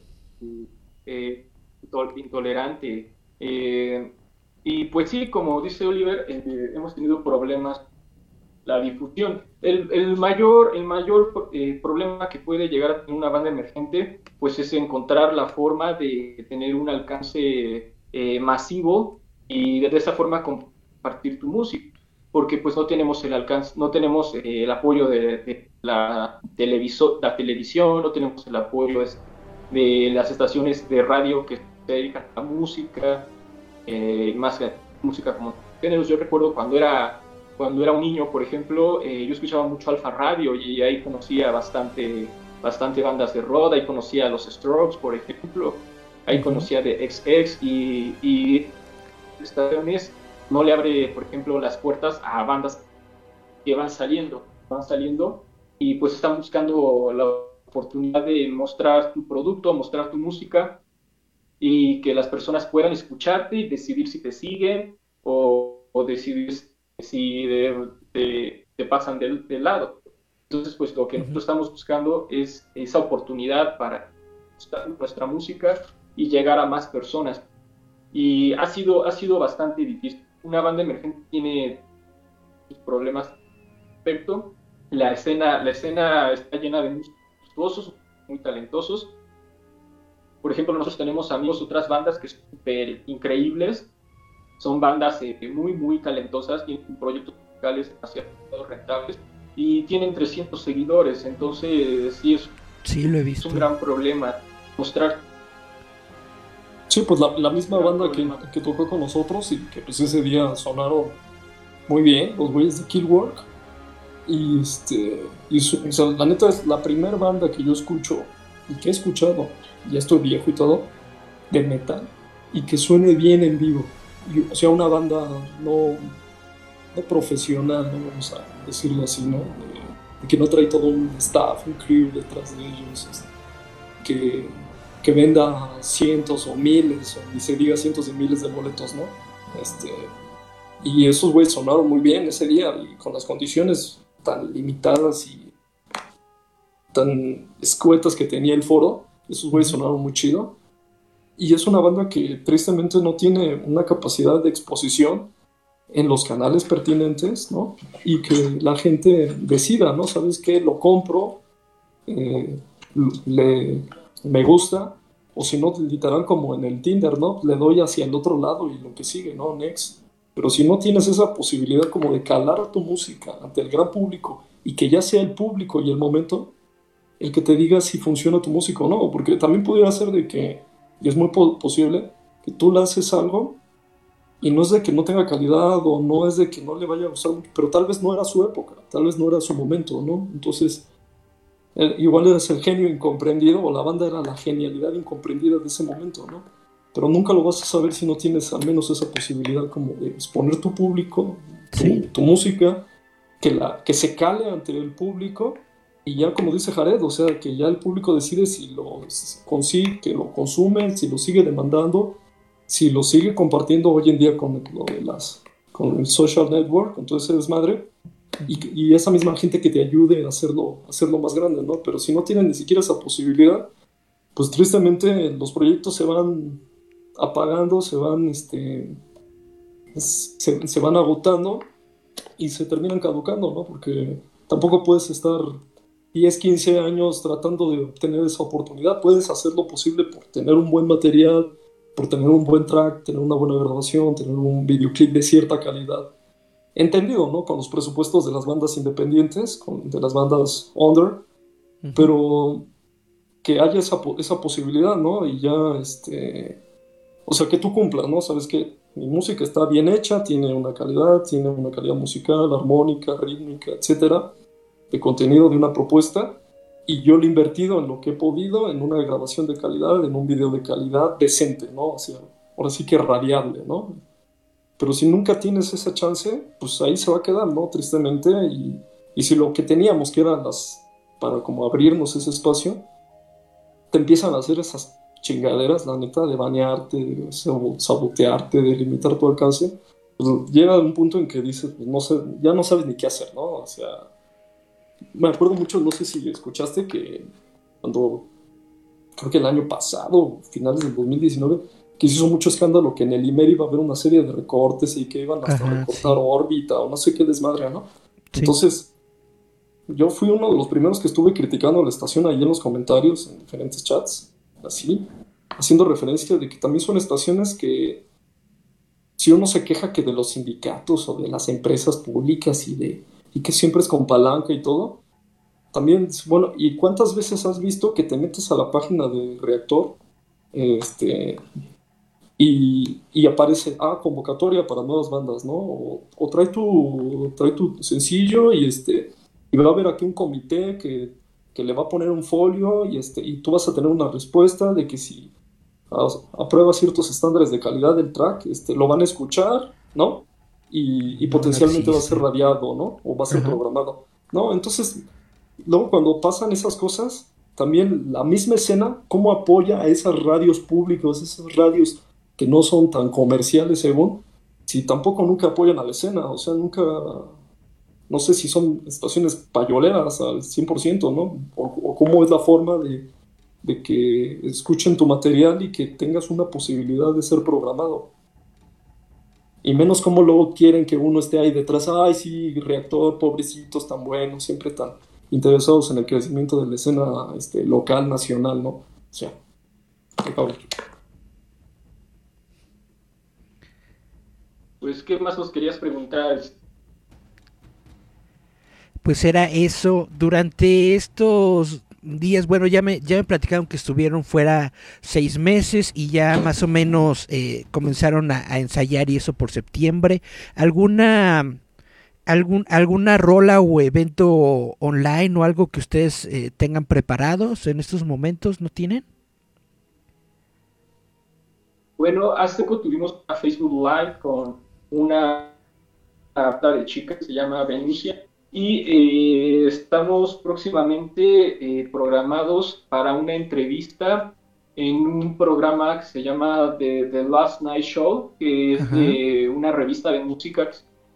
Eh, intolerante. Eh, y pues sí, como dice Oliver, eh, hemos tenido problemas. La difusión. El, el mayor, el mayor eh, problema que puede llegar a tener una banda emergente, pues es encontrar la forma de tener un alcance eh, masivo y de, de esa forma compartir tu música, porque pues no tenemos el alcance, no tenemos eh, el apoyo de, de la, televiso, la televisión, no tenemos el apoyo de, de las estaciones de radio que se dedican a música, eh, más que música como géneros. Yo recuerdo cuando era Cuando era un niño, por ejemplo, eh, yo escuchaba mucho Alfa Radio y ahí conocía bastante, bastante bandas de rock, ahí conocía a los Strokes, por ejemplo, ahí uh-huh. conocía de X X y, y estaciones no le abre, por ejemplo, las puertas a bandas que van saliendo, van saliendo y pues están buscando la oportunidad de mostrar tu producto, mostrar tu música y que las personas puedan escucharte y decidir si te siguen o, o decidir si de, de, te pasan del, del lado. Entonces, pues lo que uh-huh. nosotros estamos buscando es esa oportunidad para mostrar nuestra música y llegar a más personas. Y ha sido, ha sido bastante difícil. Una banda emergente tiene problemas respecto. La escena, la escena está llena de músicos muy talentosos. Por ejemplo, nosotros tenemos amigos, otras bandas que son súper increíbles. Son bandas eh, muy, muy talentosas, tienen proyectos musicales demasiado rentables y tienen trescientos seguidores, entonces sí es, sí, lo he visto. Es un gran problema mostrar. Sí, pues la, la misma banda que, que tocó con nosotros y que pues ese día sonaron muy bien, los güeyes de Killwork. Y, este, y su, o sea, la neta es la primera banda que yo escucho y que he escuchado, ya estoy viejo y todo, de metal, y que suene bien en vivo. O sea, una banda no, no profesional, ¿no? Vamos a decirlo así, ¿no? De, de que no trae todo un staff, un crew detrás de ellos, este, que, que venda cientos o miles, o ni se diga cientos de miles de boletos, ¿no? Este, Y esos güeyes sonaron muy bien ese día, y con las condiciones tan limitadas y tan escuetas que tenía el foro, esos güeyes sonaron muy chido. Y es una banda que tristemente no tiene una capacidad de exposición en los canales pertinentes, ¿no? Y que la gente decida, ¿no? ¿Sabes qué? Lo compro, eh, le, me gusta, o si no, literal como en el Tinder, ¿no? Le doy hacia el otro lado y lo que sigue, ¿no? Next. Pero si no tienes esa posibilidad como de calar a tu música ante el gran público y que ya sea el público y el momento el que te diga si funciona tu música o no, porque también pudiera ser de que, y es muy po- posible, que tú lances algo y no es de que no tenga calidad o no es de que no le vaya a gustar mucho, pero tal vez no era su época, tal vez no era su momento, ¿no? Entonces, eh, igual eres el genio incomprendido o la banda era la genialidad incomprendida de ese momento, ¿no? Pero nunca lo vas a saber si no tienes al menos esa posibilidad como de exponer tu público, tu, Sí. tu música, que, la, que se cale ante el público y ya como dice Jared, o sea, que ya el público decide si lo consigue, que lo consume, si lo sigue demandando, si lo sigue compartiendo hoy en día con, lo de las, con el social network, con todo ese desmadre, y, y esa misma gente que te ayude a hacerlo, a hacerlo más grande, ¿no? Pero si no tienen ni siquiera esa posibilidad, pues tristemente los proyectos se van apagando, se van, este, se, se van agotando y se terminan caducando, ¿no? Porque tampoco puedes estar diez, quince años tratando de obtener esa oportunidad. Puedes hacer lo posible por tener un buen material, por tener un buen track, tener una buena grabación, tener un videoclip de cierta calidad. Entendido, ¿no? Con los presupuestos de las bandas independientes, con, de las bandas under, uh-huh. Pero que haya esa, esa posibilidad, ¿no? Y ya, este... O sea, que tú cumplas, ¿no? Sabes que mi música está bien hecha, tiene una calidad, tiene una calidad musical, armónica, rítmica, etcétera, de contenido, de una propuesta, y yo lo he invertido en lo que he podido, en una grabación de calidad, en un video de calidad decente, ¿no? O sea, ahora sí que radiable, ¿no? Pero si nunca tienes esa chance, pues ahí se va a quedar, ¿no? Tristemente, y, y si lo que teníamos, que eran las, para como abrirnos ese espacio, te empiezan a hacer esas chingaderas, la neta, de banearte, de sabotearte, de limitar tu alcance, pues llega un punto en que dices, pues no sé, ya no sabes ni qué hacer, ¿no? O sea, me acuerdo mucho, no sé si escuchaste que cuando, creo que el año pasado, finales del dos mil diecinueve, que se hizo mucho escándalo que en el Imer iba a haber una serie de recortes y que iban hasta Ajá, recortar sí. órbita o no sé qué desmadre, ¿no? Sí. Entonces, yo fui uno de los primeros que estuve criticando a la estación ahí en los comentarios, en diferentes chats, así, haciendo referencia de que también son estaciones que, si uno se queja que de los sindicatos o de las empresas públicas y de y que siempre es con palanca y todo, también, bueno, ¿y cuántas veces has visto que te metes a la página de Reactor este, y, y aparece, ah, convocatoria para nuevas bandas, ¿no? O, o trae, tu, trae tu sencillo y, este, y va a haber aquí un comité que, que le va a poner un folio y, este, y tú vas a tener una respuesta de que si aprueba ciertos estándares de calidad del track, este, lo van a escuchar, ¿no? Y, y no, potencialmente no va a ser radiado, ¿no? O va a ser Ajá. programado, ¿no? Entonces, luego cuando pasan esas cosas, también la misma escena, cómo apoya a esas radios públicas, esas radios que no son tan comerciales según, si tampoco nunca apoyan a la escena, o sea, nunca, no sé si son estaciones payoleras al cien por ciento, ¿no? O, o cómo es la forma de, de que escuchen tu material y que tengas una posibilidad de ser programado. Y menos como luego quieren que uno esté ahí detrás, ay sí, Reactor, pobrecitos, tan buenos, siempre tan interesados en el crecimiento de la escena este, local, nacional, ¿no? O sea, qué cabrón. Pues, ¿qué más nos querías preguntar? Pues era eso, durante estos días, bueno, ya me, ya me platicaron que estuvieron fuera seis meses y ya más o menos eh, comenzaron a, a ensayar y eso por septiembre. ¿Alguna, algún, alguna rola o evento online o algo que ustedes eh, tengan preparados en estos momentos? ¿No tienen? Bueno, hace poco tuvimos a Facebook Live con una banda de chicas que se llama Benicia. Y eh, estamos próximamente eh, programados para una entrevista en un programa que se llama The, The Last Night Show, que es Ajá. de una revista de música.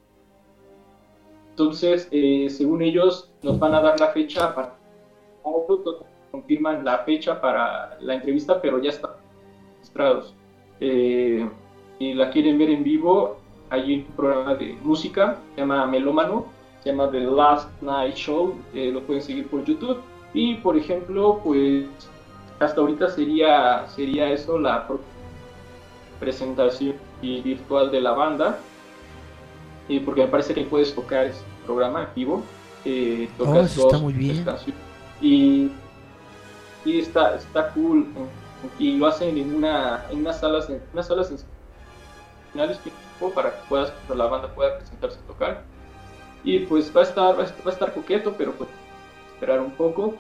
Entonces, eh, según ellos, nos van a dar la fecha para... confirman la fecha para la entrevista, pero ya están registrados. Eh, y la quieren ver en vivo, hay un programa de música, se llama Melómano, se llama The Last Night Show, eh, lo pueden seguir por YouTube. Y, por ejemplo, pues hasta ahorita sería, sería eso la presentación virtual de la banda, eh, porque me parece que puedes tocar ese programa en vivo, eh, tocas Oh, eso está dos, muy tres bien. canciones, y, y está, está cool, y lo hacen en una en unas salas en unas salas finales para que puedas, para la banda pueda presentarse a tocar, y pues va a estar va a estar, va a estar coqueto, pero pues esperar un poco.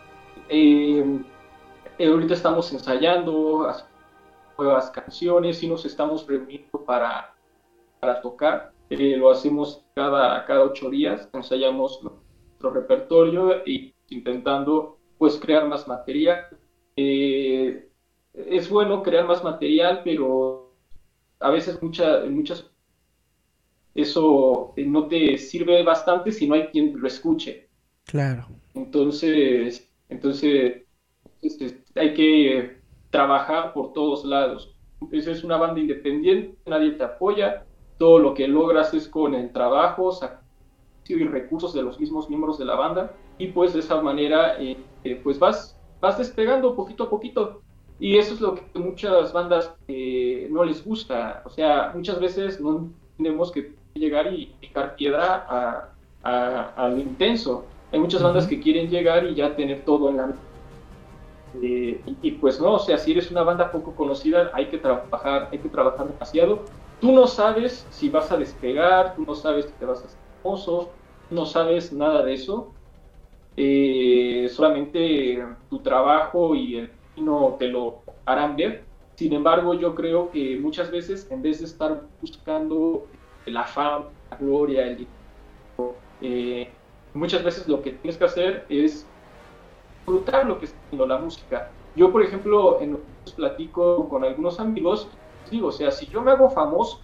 Eh, eh, ahorita estamos ensayando nuevas canciones y nos estamos reuniendo para, para tocar. Eh, lo hacemos cada, cada ocho días, ensayamos nuestro repertorio y intentando pues crear más material. Eh, es bueno crear más material, pero a veces mucha, muchas eso no te sirve bastante si no hay quien lo escuche. Claro. Entonces, entonces este, hay que trabajar por todos lados. Entonces es una banda independiente, nadie te apoya, todo lo que logras es con el trabajo y recursos de los mismos miembros de la banda, y pues de esa manera eh, eh, pues vas, vas despegando poquito a poquito, y eso es lo que a muchas bandas eh, no les gusta. O sea, muchas veces no tenemos que llegar y picar piedra a, a, a lo intenso. Hay muchas bandas uh-huh. que quieren llegar y ya tener todo en la Eh, y, y pues no, o sea, si eres una banda poco conocida, hay que trabajar, hay que trabajar demasiado. Tú no sabes si vas a despegar, tú no sabes si te vas a hacer famoso, no sabes nada de eso. Eh, solamente tu trabajo y el destino te lo harán ver. Sin embargo, yo creo que muchas veces, en vez de estar buscando la fama, la gloria, el dinero, eh, muchas veces lo que tienes que hacer es disfrutar lo que está haciendo la música. Yo, por ejemplo, en los platico con algunos amigos, digo, o sea, si yo me hago famoso,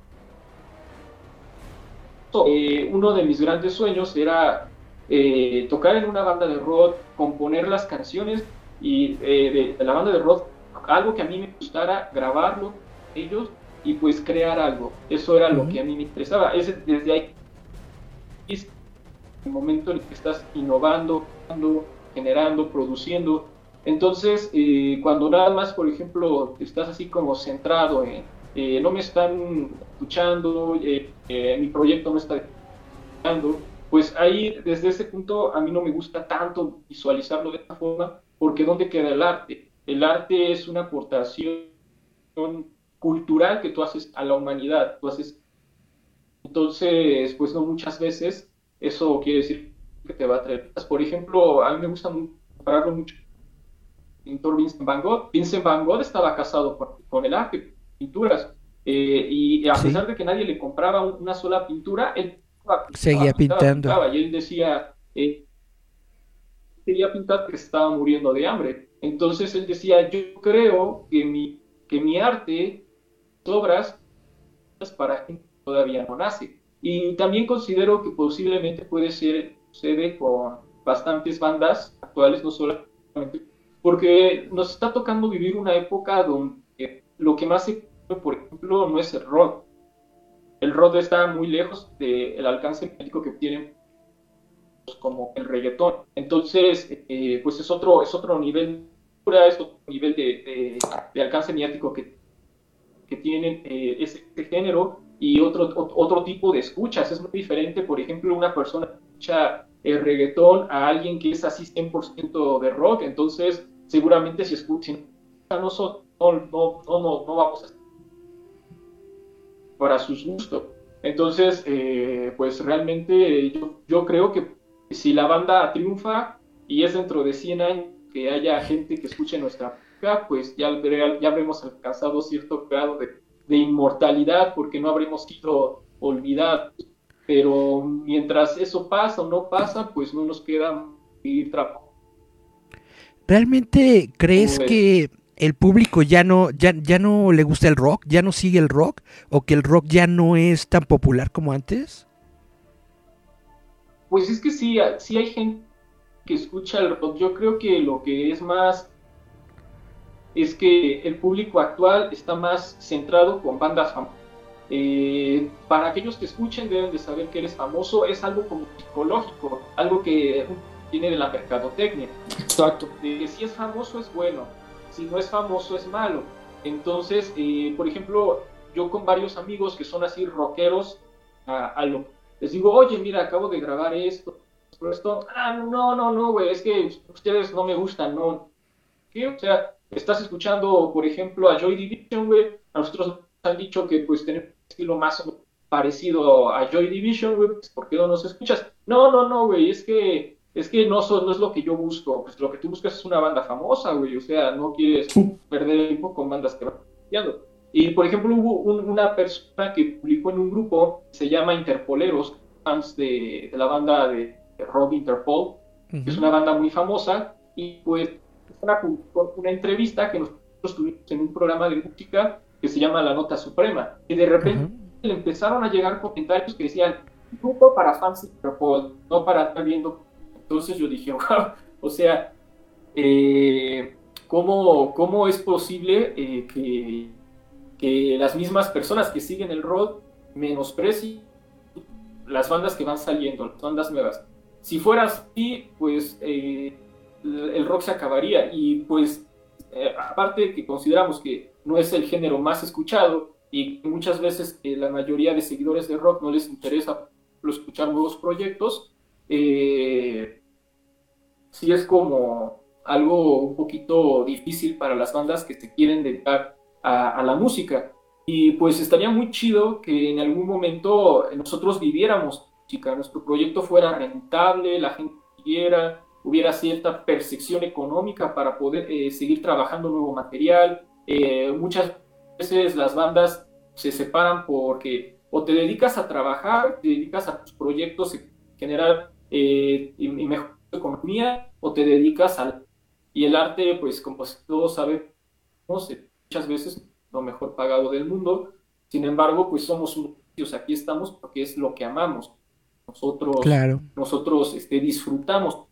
eh, uno de mis grandes sueños era eh, tocar en una banda de rock, componer las canciones y eh, de, de la banda de rock, algo que a mí me gustara, grabarlo ellos y pues crear algo. Eso era uh-huh. lo que a mí me interesaba. Ese, desde ahí es el momento en el que estás innovando, generando, produciendo. Entonces, eh, cuando nada más, por ejemplo, estás así como centrado en, eh, no me están escuchando, eh, eh, mi proyecto no está escuchando, pues ahí, desde ese punto, a mí no me gusta tanto visualizarlo de esta forma, porque ¿dónde queda el arte? El arte es una aportación cultural que tú haces a la humanidad, tú haces. Entonces, pues no muchas veces eso quiere decir que te va a traer. Por ejemplo, a mí me gusta compararlo mucho el pintor Vincent Van Gogh. Vincent Van Gogh estaba casado con, con el arte, pinturas, eh, y a pesar sí. de que nadie le compraba una sola pintura, él seguía pintaba, pintando. Pintaba, y él decía, eh, quería pintar porque estaba muriendo de hambre. Entonces él decía, yo creo que mi, que mi arte, obras, para gente que todavía no nace. Y también considero que posiblemente puede ser, sucede con bastantes bandas actuales, no solamente, porque nos está tocando vivir una época donde lo que más se, por ejemplo, no es el rock. El rock está muy lejos del alcance mediático que tienen como el reggaetón. Entonces, eh, pues es otro, es otro nivel, es otro nivel de, de, de alcance mediático que, que tienen eh, ese, ese género, y otro, otro tipo de escuchas. Es muy diferente, por ejemplo, una persona escucha el reggaetón a alguien que es así cien por ciento de rock. Entonces, seguramente si escuchan nosotros, no, no, no, no, no vamos a estar para sus gustos. Entonces, eh, pues realmente yo, yo creo que si la banda triunfa y es dentro de cien años que haya gente que escuche nuestra música, pues ya, ya habremos alcanzado cierto grado de, de inmortalidad, porque no habremos sido olvidados. Pero mientras eso pasa o no pasa, pues no nos queda vivir trabajo. ¿Realmente crees que el público ya no, ya, ya no le gusta el rock, ya no sigue el rock, o que el rock ya no es tan popular como antes? Pues es que sí, sí hay gente que escucha el rock. Yo creo que lo que es más es que el público actual está más centrado con bandas famosas. Eh, para aquellos que escuchen deben de saber que eres famoso es algo como psicológico, algo que viene de la mercadotecnia. Exacto. De que si es famoso es bueno, si no es famoso es malo. Entonces, eh, por ejemplo, yo con varios amigos que son así rockeros, a, a lo, les digo, oye, mira, acabo de grabar esto, esto, ah, no, no, no, güey, es que ustedes no me gustan, no. ¿Qué? O sea, estás escuchando, por ejemplo, a Joy Division, güey, a nosotros nos han dicho que pues tenemos un estilo más parecido a Joy Division, güey, pues, ¿por qué no nos escuchas? No, no, no, güey, es que es que no, so, no es lo que yo busco, pues lo que tú buscas es una banda famosa, güey, o sea, no quieres perder el tiempo con bandas que van cambiando. Y, por ejemplo, hubo un, una persona que publicó en un grupo, se llama Interpoleros, fans de, de la banda de, de rock Interpol, uh-huh. que es una banda muy famosa, y pues una, una entrevista que nosotros tuvimos en un programa de música que se llama La Nota Suprema, y de repente uh-huh. le empezaron a llegar comentarios que decían, grupo para fans de Interpol, no para estar viendo. Entonces yo dije, wow, o sea, eh, ¿cómo, ¿cómo es posible eh, que, que las mismas personas que siguen el rock menosprecien las bandas que van saliendo, las bandas nuevas? Si fuera así, pues eh, el rock se acabaría. Y pues, eh, aparte de que consideramos que no es el género más escuchado y muchas veces eh, la mayoría de seguidores de rock no les interesa escuchar nuevos proyectos, eh, sí es como algo un poquito difícil para las bandas que se quieren dedicar a, a la música. Y pues estaría muy chido que en algún momento nosotros viviéramos música, nuestro proyecto fuera rentable, la gente viera, hubiera cierta percepción económica para poder eh, seguir trabajando nuevo material. Eh, muchas veces las bandas se separan porque o te dedicas a trabajar, te dedicas a tus proyectos, generar eh, y, y mejor economía, o te dedicas al... Y el arte, pues como todos sabemos, muchas veces lo mejor pagado del mundo. Sin embargo, pues somos muchos, aquí estamos porque es lo que amamos. Nosotros, claro. nosotros este, disfrutamos.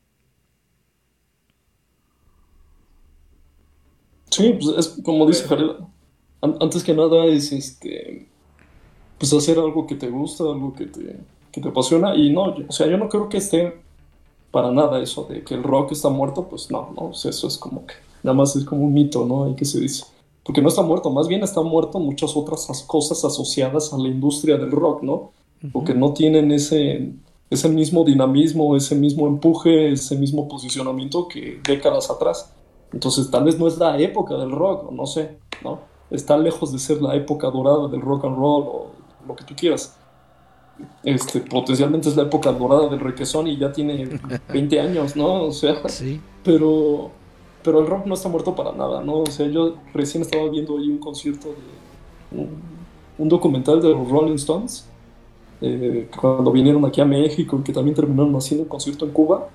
Sí, pues es como dice Jared, antes que nada es este pues hacer algo que te gusta, algo que te, que te apasiona. Y no, o sea, yo no creo que esté para nada eso de que el rock está muerto, pues no, no, o sea, eso es como que nada más es como un mito, ¿no? Ahí que se dice. Porque no está muerto, más bien están muerto muchas otras cosas asociadas a la industria del rock, ¿no? Uh-huh. Porque no tienen ese, ese mismo dinamismo, ese mismo empuje, ese mismo posicionamiento que décadas atrás. Entonces tal vez no es la época del rock, no sé, ¿no? Está lejos de ser la época dorada del rock and roll o lo que tú quieras. Este, potencialmente es la época dorada del requesón y ya tiene veinte años, ¿no? O sea, sí. pero, pero el rock no está muerto para nada, ¿no? O sea, yo recién estaba viendo ahí un concierto de un, un documental de los Rolling Stones, eh, cuando vinieron aquí a México, que también terminaron haciendo un concierto en Cuba,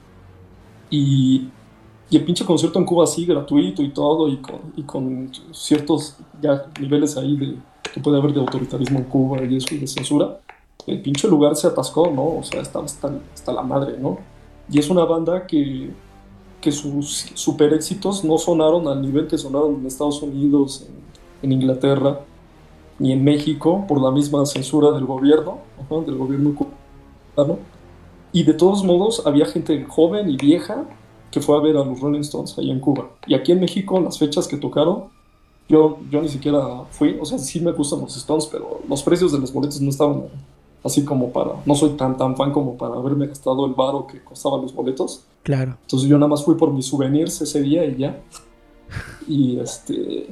y, y el pinche concierto en Cuba así, gratuito y todo, y con, y con ciertos ya niveles ahí de, que puede haber de autoritarismo en Cuba y eso, y de censura. El pinche lugar se atascó, ¿no? O sea, está hasta, hasta la madre, ¿no? Y es una banda que, que sus super éxitos no sonaron al nivel que sonaron en Estados Unidos, en, en Inglaterra, ni en México, por la misma censura del gobierno, ¿no? Del gobierno cubano. Y de todos modos, había gente joven y vieja que fue a ver a los Rolling Stones ahí en Cuba. Y aquí en México, las fechas que tocaron, yo, yo ni siquiera fui. O sea, sí me gustan los Stones, pero los precios de los boletos no estaban así como para... No soy tan tan fan como para haberme gastado el varo que costaban los boletos. Claro. Entonces yo nada más fui por mis souvenirs ese día y ya. Y este...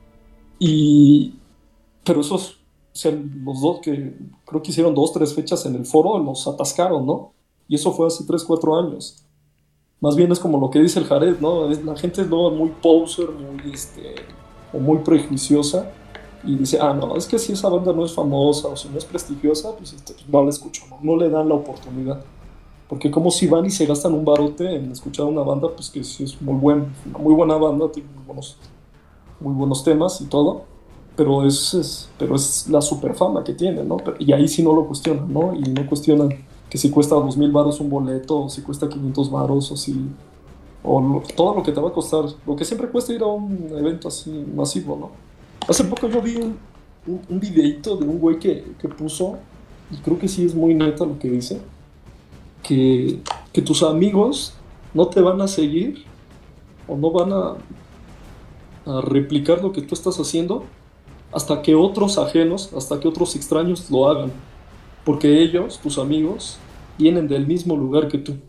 Y... Pero esos... O sea, los dos que... Creo que hicieron dos, tres fechas en el foro, los atascaron, ¿no? Y eso fue hace tres, cuatro años. Más bien es como lo que dice el Jared, ¿no? Es, la gente es no, muy poser, muy, este... o muy prejuiciosa. Y dice, ah, no, es que si esa banda no es famosa o si no es prestigiosa, pues, este, pues no la escucho, ¿no? No le dan la oportunidad. Porque como si van y se gastan un barote en escuchar una banda, pues que sí es muy, buen, una muy buena banda, tiene muy buenos muy buenos temas y todo, pero es, es, pero es la super fama que tiene, ¿no? Pero- y ahí sí no lo cuestionan, ¿no? Y no cuestionan que si cuesta dos mil varos un boleto, o si cuesta quinientos varos, o si... o lo- todo lo que te va a costar, lo que siempre cuesta ir a un evento así masivo, ¿no? Hace poco yo vi un, un, un videíto de un güey que, que puso, y creo que sí es muy neta lo que dice, que, que tus amigos no te van a seguir o no van a, a replicar lo que tú estás haciendo hasta que otros ajenos, hasta que otros extraños lo hagan, porque ellos, tus amigos, vienen del mismo lugar que tú.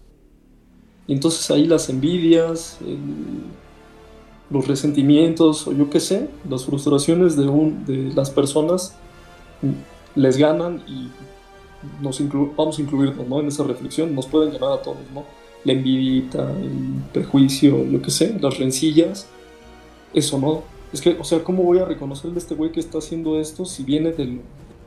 Y entonces ahí las envidias, el- los resentimientos, o yo qué sé, las frustraciones de, un, de las personas mm, les ganan y nos inclu- vamos a incluirnos, ¿no? En esa reflexión, nos pueden ganar a todos, ¿no? La envidia, el prejuicio, lo que sé, las rencillas, eso, ¿no? Es que, o sea, ¿cómo voy a reconocerle a este güey que está haciendo esto si viene del,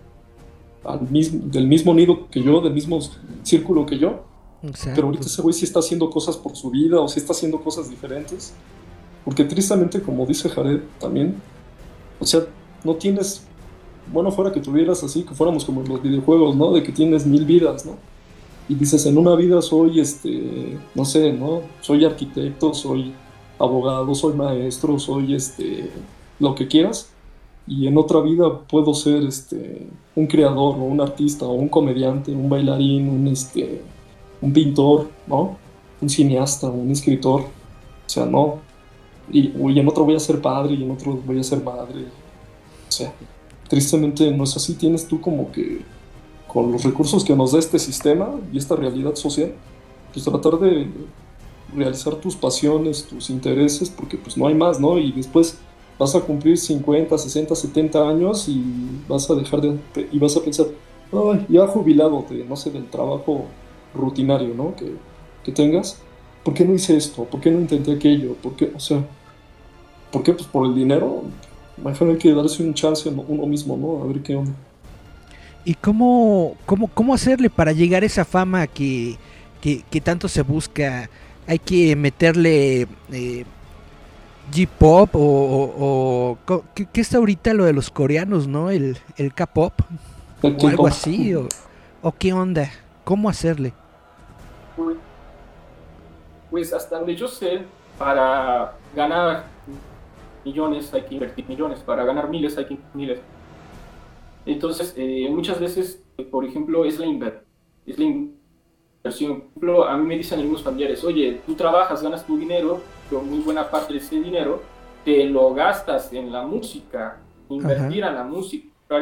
al mismo, del mismo nido que yo, del mismo círculo que yo? Pero ahorita Exacto. ese güey sí está haciendo cosas por su vida o sí está haciendo cosas diferentes. Porque tristemente, como dice Jared también, o sea, no tienes, bueno, fuera que tuvieras así, que fuéramos como en los videojuegos, ¿no? De que tienes mil vidas, ¿no? Y dices, en una vida soy, este, no sé, ¿no? Soy arquitecto, soy abogado, soy maestro, soy, este, lo que quieras. Y en otra vida puedo ser, este, un creador o un artista o un comediante, un bailarín, un, este, un pintor, ¿no? Un cineasta, un escritor. O sea, no. Y, y en otro voy a ser padre y en otro voy a ser madre. O sea, tristemente no es así. Tienes tú como que, con los recursos que nos da este sistema y esta realidad social, pues tratar de realizar tus pasiones, tus intereses, porque pues no hay más, ¿no? Y después vas a cumplir cincuenta sesenta setenta años y vas a dejar de... y vas a pensar, ay, ya jubilado de, no sé, del trabajo rutinario, ¿no? Que, que tengas. ¿Por qué no hice esto? ¿Por qué no intenté aquello? ¿Por qué? O sea, ¿por qué? Pues por el dinero. Mejor hay que darse un chance a uno mismo, ¿no? A ver qué onda. ¿Y cómo, cómo, cómo hacerle para llegar a esa fama que, que, que tanto se busca? Hay que meterle eh, J-pop o, o, o co- ¿qué, qué está ahorita lo de los coreanos, ¿no? El, el K-pop El o algo K-pop. así, o, o qué onda, cómo hacerle. Pues, pues hasta donde yo sé, para ganar millones hay que invertir millones, para ganar miles hay que invertir miles. Entonces, eh, muchas veces, por ejemplo, es la inversión. Es la inversión. Por ejemplo, a mí me dicen algunos familiares, oye, tú trabajas, ganas tu dinero, pero muy buena parte de ese dinero te lo gastas en la música, Ajá. invertir a la música, comprar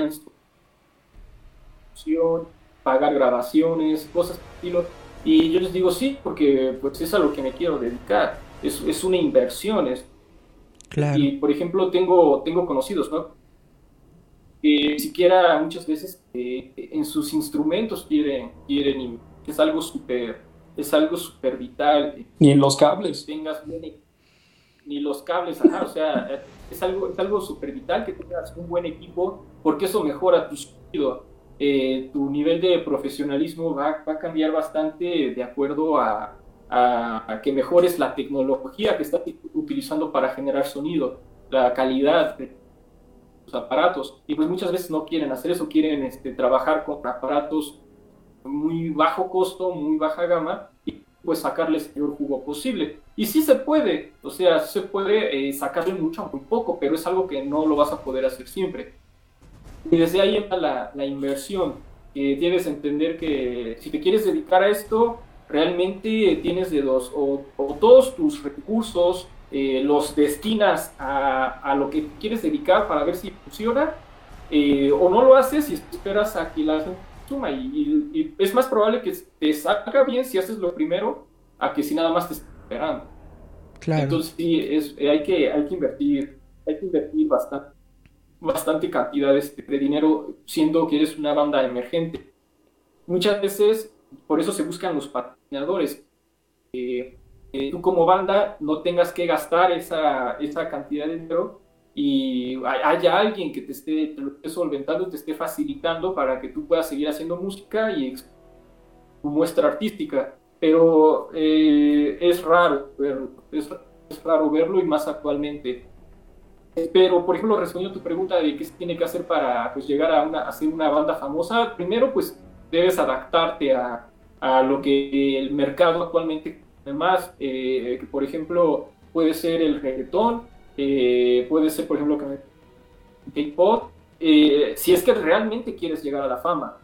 instrucción, pagar grabaciones, cosas por el estilo. Y yo les digo sí, porque pues es a lo que me quiero dedicar. Es, es una inversión. Es, Claro. y, por ejemplo, tengo, tengo conocidos, ¿no? Que ni siquiera muchas veces eh, en sus instrumentos quieren, quieren, es algo súper, es algo súper vital, eh, Ni en los que cables. tengas buen e- ni los cables, ajá, o sea, eh, es algo, es algo súper vital que tengas un buen equipo, porque eso mejora tu sonido. Eh, tu nivel de profesionalismo va, va a cambiar bastante de acuerdo a, a, a que mejores la tecnología que estás utilizando para generar sonido, la calidad de sus aparatos. Y pues muchas veces no quieren hacer eso, quieren este, trabajar con aparatos muy bajo costo, muy baja gama, y pues sacarles el mayor jugo posible. Y sí se puede, o sea, se puede eh, sacarle mucho a muy poco, pero es algo que no lo vas a poder hacer siempre. Y desde ahí entra la, la inversión. Eh, debes entender que si te quieres dedicar a esto, realmente tienes de dos, o, o todos tus recursos eh, los destinas a, a, lo que quieres dedicar para ver si funciona, eh, o no lo haces y esperas a que la gente suma. Y, y, y es más probable que te salga bien si haces lo primero a que si nada más te estás esperando. Claro. Entonces sí, es, hay, que, hay que invertir, hay que invertir bastante bastante cantidad de, de dinero, siendo que eres una banda emergente. Muchas veces, por eso se buscan los patrocinadores. Eh, eh, tú como banda no tengas que gastar esa, esa cantidad de dinero y haya alguien que te esté, te lo esté solventando, te esté facilitando para que tú puedas seguir haciendo música y tu muestra artística. Pero eh, es raro verlo, es, es raro verlo y más actualmente. Pero, por ejemplo, respondiendo a tu pregunta de qué se tiene que hacer para pues, llegar a, una, a ser una banda famosa, primero pues debes adaptarte a, a lo que el mercado actualmente además, eh, que por ejemplo puede ser el reggaetón, eh, puede ser por ejemplo K-pop, eh, si es que realmente quieres llegar a la fama.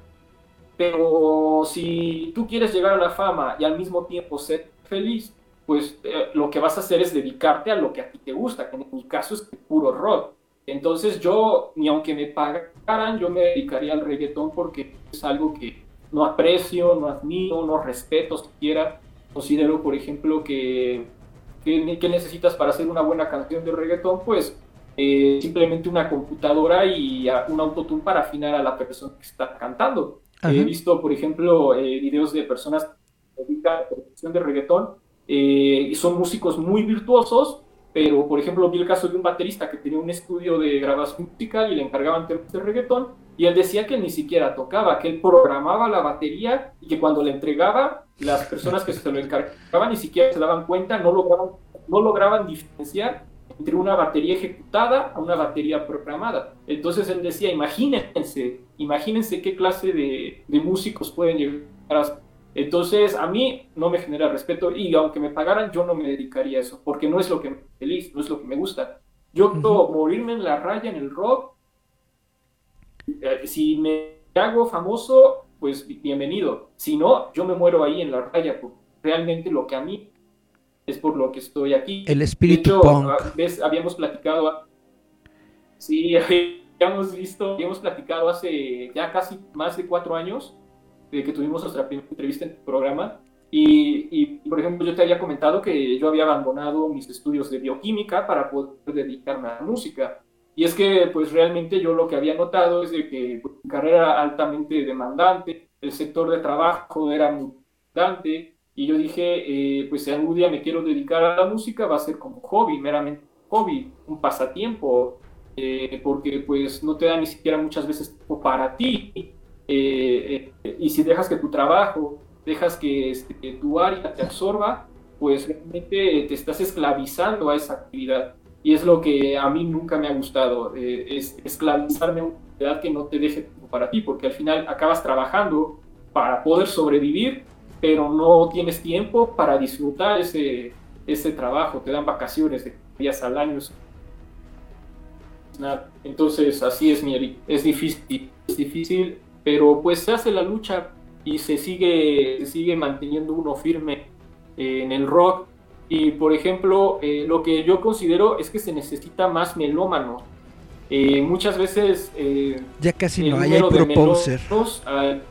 Pero si tú quieres llegar a la fama y al mismo tiempo ser feliz, pues eh, lo que vas a hacer es dedicarte a lo que a ti te gusta, que en mi caso es puro rock. Entonces yo, ni aunque me pagaran, yo me dedicaría al reggaetón porque es algo que no aprecio, no admiro, no respeto siquiera. Considero, por ejemplo, que, que, que necesitas para hacer una buena canción de reggaetón, pues eh, simplemente una computadora y uh, un autotune para afinar a la persona que está cantando. Ajá. He visto, por ejemplo, eh, videos de personas que se dedican a la producción de reggaetón eh, y son músicos muy virtuosos, pero, por ejemplo, vi el caso de un baterista que tenía un estudio de grabación musical y le encargaban temas de reggaetón, y él decía que él ni siquiera tocaba, que él programaba la batería y que cuando le entregaba, las personas que se lo encargaban ni siquiera se daban cuenta, no lograban, no lograban diferenciar entre una batería ejecutada a una batería programada. Entonces él decía, imagínense, imagínense qué clase de, de músicos pueden llegar a... Entonces a mí no me genera respeto y aunque me pagaran yo no me dedicaría a eso, porque no es lo que me hace feliz, no es lo que me gusta. Yo quiero uh-huh. morirme en la raya en el rock. Eh, si me hago famoso, pues bienvenido. Si no, yo me muero ahí en la raya, porque realmente lo que a mí es por lo que estoy aquí. El espíritu de hecho, punk. ¿ves? Habíamos platicado, sí, habíamos visto, habíamos platicado hace ya casi más de cuatro años de que tuvimos nuestra primera entrevista en tu programa y, y, por ejemplo, yo te había comentado que yo había abandonado mis estudios de bioquímica para poder dedicarme a la música. Y es que, pues, realmente yo lo que había notado es de que pues, mi carrera era altamente demandante, el sector de trabajo era muy demandante, y yo dije, eh, pues, si algún día me quiero dedicar a la música, va a ser como hobby, meramente hobby, un pasatiempo, eh, porque, pues, no te da ni siquiera muchas veces tiempo para ti. Eh, eh, y si dejas que tu trabajo, dejas que, este, que tu área te absorba, pues realmente te estás esclavizando a esa actividad. Y es lo que a mí nunca me ha gustado, eh, es esclavizarme a una actividad que no te deje tiempo para ti, porque al final acabas trabajando para poder sobrevivir, pero no tienes tiempo para disfrutar ese, ese trabajo, te dan vacaciones de días al año. Entonces así es, mi es difícil, es difícil, pero pues se hace la lucha y se sigue, se sigue manteniendo uno firme eh, en el rock. Y por ejemplo, eh, lo que yo considero es que se necesita más melómano. Eh, muchas veces eh, ya casi no hay, hay proposer. Hay,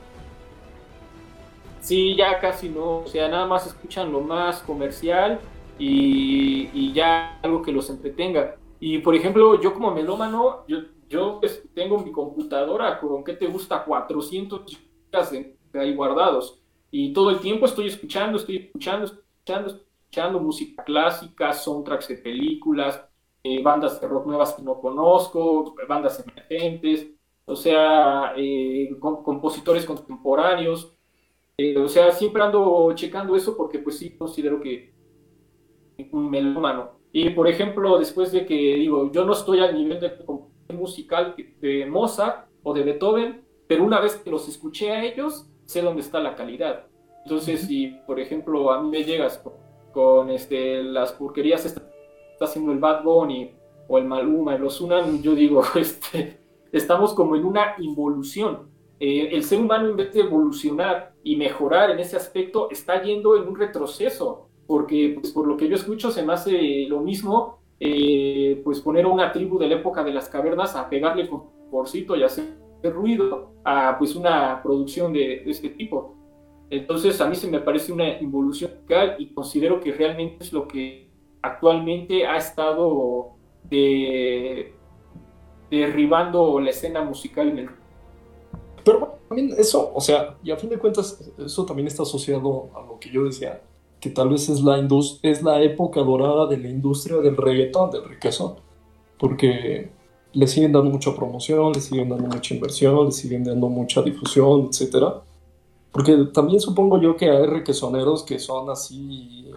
sí, ya casi no, o sea, nada más escuchan lo más comercial y, y ya algo que los entretenga. Y por ejemplo, yo como melómano, yo, yo pues, tengo mi computadora con, ¿qué te gusta? cuatrocientos gigas ahí guardados. Y todo el tiempo estoy escuchando, estoy escuchando, escuchando, escuchando música clásica, soundtracks de películas, eh, bandas de rock nuevas que no conozco, bandas emergentes, o sea, eh, con, compositores contemporáneos. Eh, o sea, siempre ando checando eso porque pues sí considero que un melómano. Y por ejemplo, después de que digo, yo no estoy al nivel de musical de Mozart o de Beethoven, pero una vez que los escuché a ellos, sé dónde está la calidad. Entonces, si por ejemplo a mí me llegas con, con este, las porquerías que está, está haciendo el Bad Bunny o el Maluma, el Ozuna, yo digo, este, estamos como en una involución. Eh, el ser humano, en vez de evolucionar y mejorar en ese aspecto, está yendo en un retroceso. Porque pues, por lo que yo escucho se me hace lo mismo eh, pues poner a una tribu de la época de las cavernas a pegarle con porcito y hacer ruido a pues una producción de, de este tipo. Entonces a mí se me parece una involución musical y considero que realmente es lo que actualmente ha estado de, derribando la escena musical en el... Pero bueno, también eso, o sea, y a fin de cuentas eso también está asociado a lo que yo decía, que tal vez es la, indust- es la época dorada de la industria del reggaetón, del requesón, porque le siguen dando mucha promoción, le siguen dando mucha inversión, le siguen dando mucha difusión, etcétera. Porque también supongo yo que hay requesoneros que son así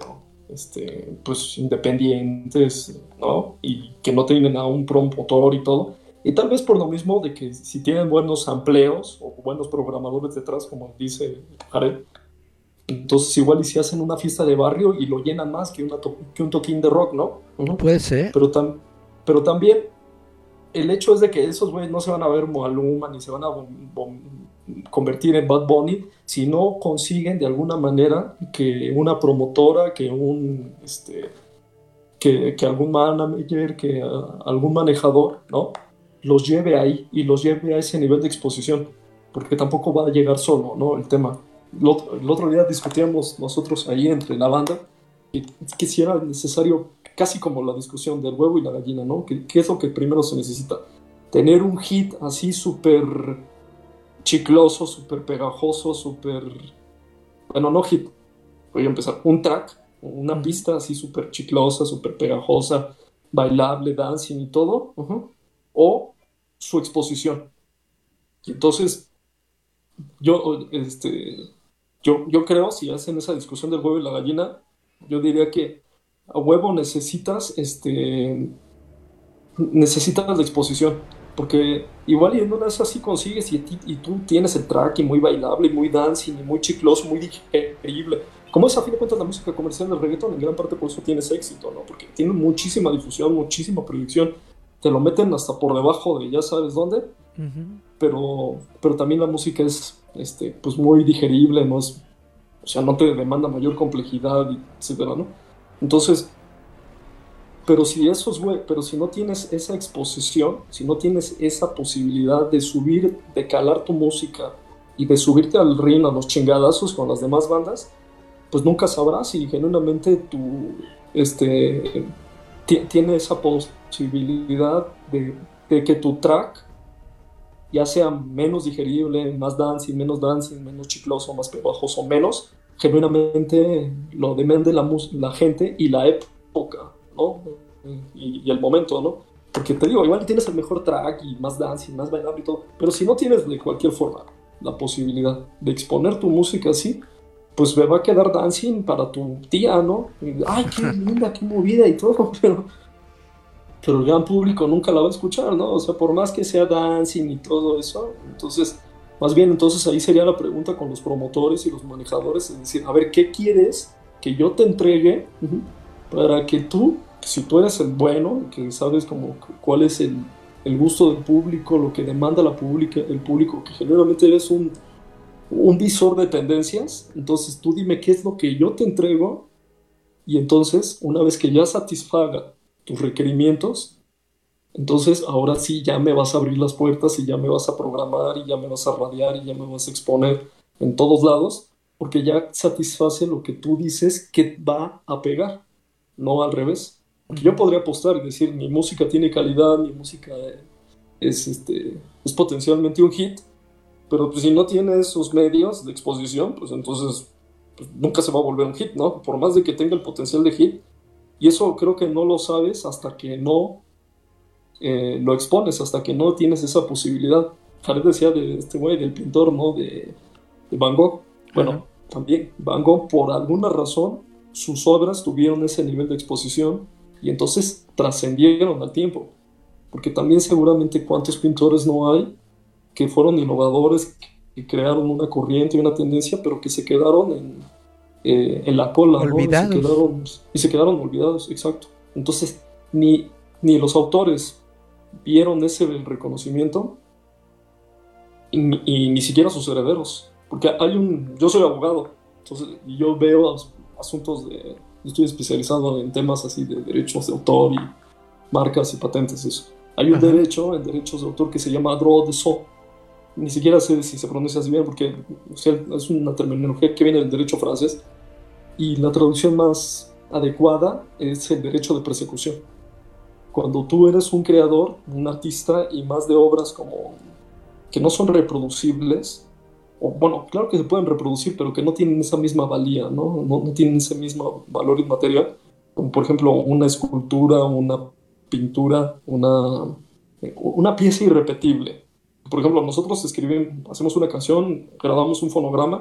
este, pues independientes, ¿no? Y que no tienen a un promotor y todo. Y tal vez por lo mismo de que si tienen buenos sampleos o buenos programadores detrás, como dice Jared, entonces igual y si hacen una fiesta de barrio y lo llenan más que, una to- que un toquín de rock, ¿no? Uh-huh. Puede ser. Pero, tam- pero también el hecho es de que esos güeyes no se van a ver Maluma ni se van a bom- bom- convertir en Bad Bunny si no consiguen de alguna manera que una promotora, que un este, que, que algún manager, que uh, algún manejador, ¿no? Los lleve ahí y los lleve a ese nivel de exposición, porque tampoco va a llegar solo, ¿no? El tema. El otro, el otro día discutíamos nosotros ahí entre la banda que, que si era necesario, casi como la discusión del huevo y la gallina, ¿no? ¿Qué, qué es lo que primero se necesita? Tener un hit así súper chicloso, súper pegajoso, súper... Bueno, no hit, voy a empezar. Un track, una pista así súper chiclosa, súper pegajosa, bailable, dancing y todo, uh-huh. O su exposición. Y entonces, yo, este, yo, yo creo, si hacen esa discusión del huevo y la gallina, yo diría que a huevo necesitas, este, necesitas la exposición, porque igual y en una de esas sí consigues y, ti- y tú tienes el track y muy bailable, y muy dancing, y muy chicloso, muy digerible. Como es a fin de cuentas la música comercial del reggaetón, en gran parte por eso tienes éxito, ¿no? Porque tiene muchísima difusión, muchísima proyección, te lo meten hasta por debajo de ya sabes dónde, Uh-huh. pero, pero también la música es este, pues muy digerible, no es, o sea, no te demanda mayor complejidad, etcétera, ¿no? Entonces, pero si esos, güey, pero si no tienes esa exposición, si no tienes esa posibilidad de subir, de calar tu música y de subirte al ring a los chingadazos con las demás bandas, pues nunca sabrás si genuinamente tu, este, ti- tiene esa posibilidad de, de que tu track ya sea menos digerible, más dancing, menos dancing, menos chicloso, más pegajoso, menos, genuinamente lo demande la, mus- la gente y la época, ¿no? Y, y el momento, ¿no? Porque te digo, igual tienes el mejor track y más dancing, más bailable y todo, pero si no tienes de cualquier forma la posibilidad de exponer tu música así, pues me va a quedar dancing para tu tía, ¿no? Y, ay, qué linda, qué movida y todo, pero pero el gran público nunca la va a escuchar, ¿no? O sea, por más que sea dancing y todo eso, entonces, más bien, entonces ahí sería la pregunta con los promotores y los manejadores, es decir, a ver, ¿qué quieres que yo te entregue uh-huh, para que tú, si tú eres el bueno, que sabes como cuál es el, el gusto del público, lo que demanda la pública, el público, que generalmente eres un, un visor de tendencias, entonces tú dime qué es lo que yo te entrego y entonces, una vez que ya satisfaga tus requerimientos, entonces ahora sí ya me vas a abrir las puertas y ya me vas a programar y ya me vas a radiar y ya me vas a exponer en todos lados, porque ya satisface lo que tú dices que va a pegar, no al revés. Porque yo podría apostar y decir, mi música tiene calidad, mi música es, este, es potencialmente un hit, pero pues, si no tiene esos medios de exposición, pues entonces pues, nunca se va a volver un hit, ¿no? Por más de que tenga el potencial de hit. Y eso creo que no lo sabes hasta que no eh, lo expones, hasta que no tienes esa posibilidad. Jared decía de este güey, del pintor, ¿no? De, de Van Gogh. Bueno, uh-huh. También Van Gogh, por alguna razón, sus obras tuvieron ese nivel de exposición y entonces trascendieron al tiempo. Porque también seguramente cuántos pintores no hay que fueron innovadores, que crearon una corriente y una tendencia, pero que se quedaron en... Eh, en la cola, olvidados. ¿no? Y se quedaron, y se quedaron olvidados, exacto. Entonces, ni, ni los autores vieron ese reconocimiento y, y ni siquiera sus herederos. Porque hay un... Yo soy abogado, entonces yo veo asuntos de... Yo estoy especializado en temas así de derechos de autor y marcas y patentes, eso. Hay un Ajá. derecho en derechos de autor que se llama droit de sceau. Ni siquiera sé si se pronuncia así bien porque o sea, es una terminología que viene del derecho francés y la traducción más adecuada es el derecho de persecución. Cuando tú eres un creador, un artista y más de obras como que no son reproducibles, o bueno, claro que se pueden reproducir, pero que no tienen esa misma valía, ¿no? No, no tienen ese mismo valor inmaterial, como por ejemplo una escultura, una pintura, una, una pieza irrepetible. Por ejemplo, nosotros escribimos, hacemos una canción, grabamos un fonograma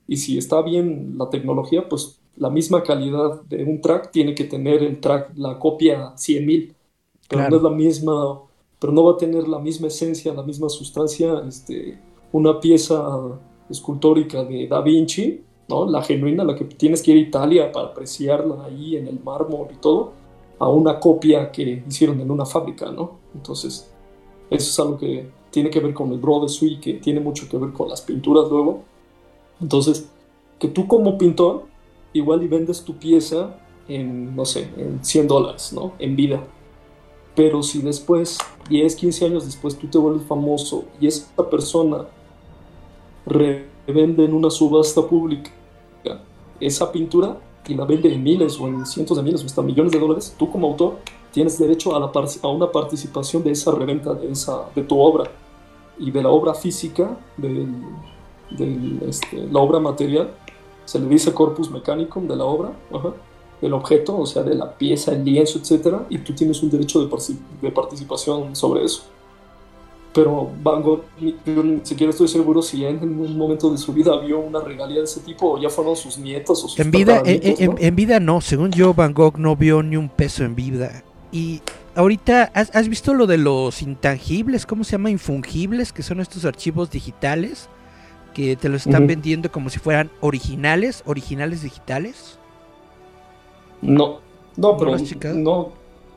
Y si está bien la tecnología, pues la misma calidad de un track tiene que tener el track, la copia cien mil, pero no Claro. es la misma, pero no va a tener la misma esencia, la misma sustancia, este, una pieza escultórica de Da Vinci, ¿no? La genuina, la que tienes que ir a Italia para apreciarla ahí en el mármol y todo, a una copia que hicieron en una fábrica, ¿no? Entonces, eso es algo que tiene que ver con el Broad Suite, que tiene mucho que ver con las pinturas luego. Entonces, que tú como pintor, igual y vendes tu pieza en, no sé, en cien dólares, ¿no? En vida. Pero si después, diez, quince años después, tú te vuelves famoso y esa persona revende en una subasta pública esa pintura y la vende en miles o en cientos de miles o hasta millones de dólares, tú como autor tienes derecho a, la par- a una participación de esa reventa, de, esa, de tu obra y de la obra física, de este, la obra material, se le dice corpus mechanicum de la obra, ajá, del objeto, o sea, de la pieza, el lienzo, etcétera, y tú tienes un derecho de, parci- de participación sobre eso. Pero Van Gogh, yo ni siquiera estoy seguro si en un momento de su vida vio una regalía de ese tipo o ya fueron sus nietos o sus En vida, eh, eh, tataranietos, ¿no? en, en vida no, según yo, Van Gogh no vio ni un peso en vida. Y ahorita, ¿has, has visto lo de los intangibles? ¿Cómo se llama? Infungibles, que son estos archivos digitales que te los están Ujú. vendiendo como si fueran originales, originales digitales. No, no, ¿No pero lo has checado? no,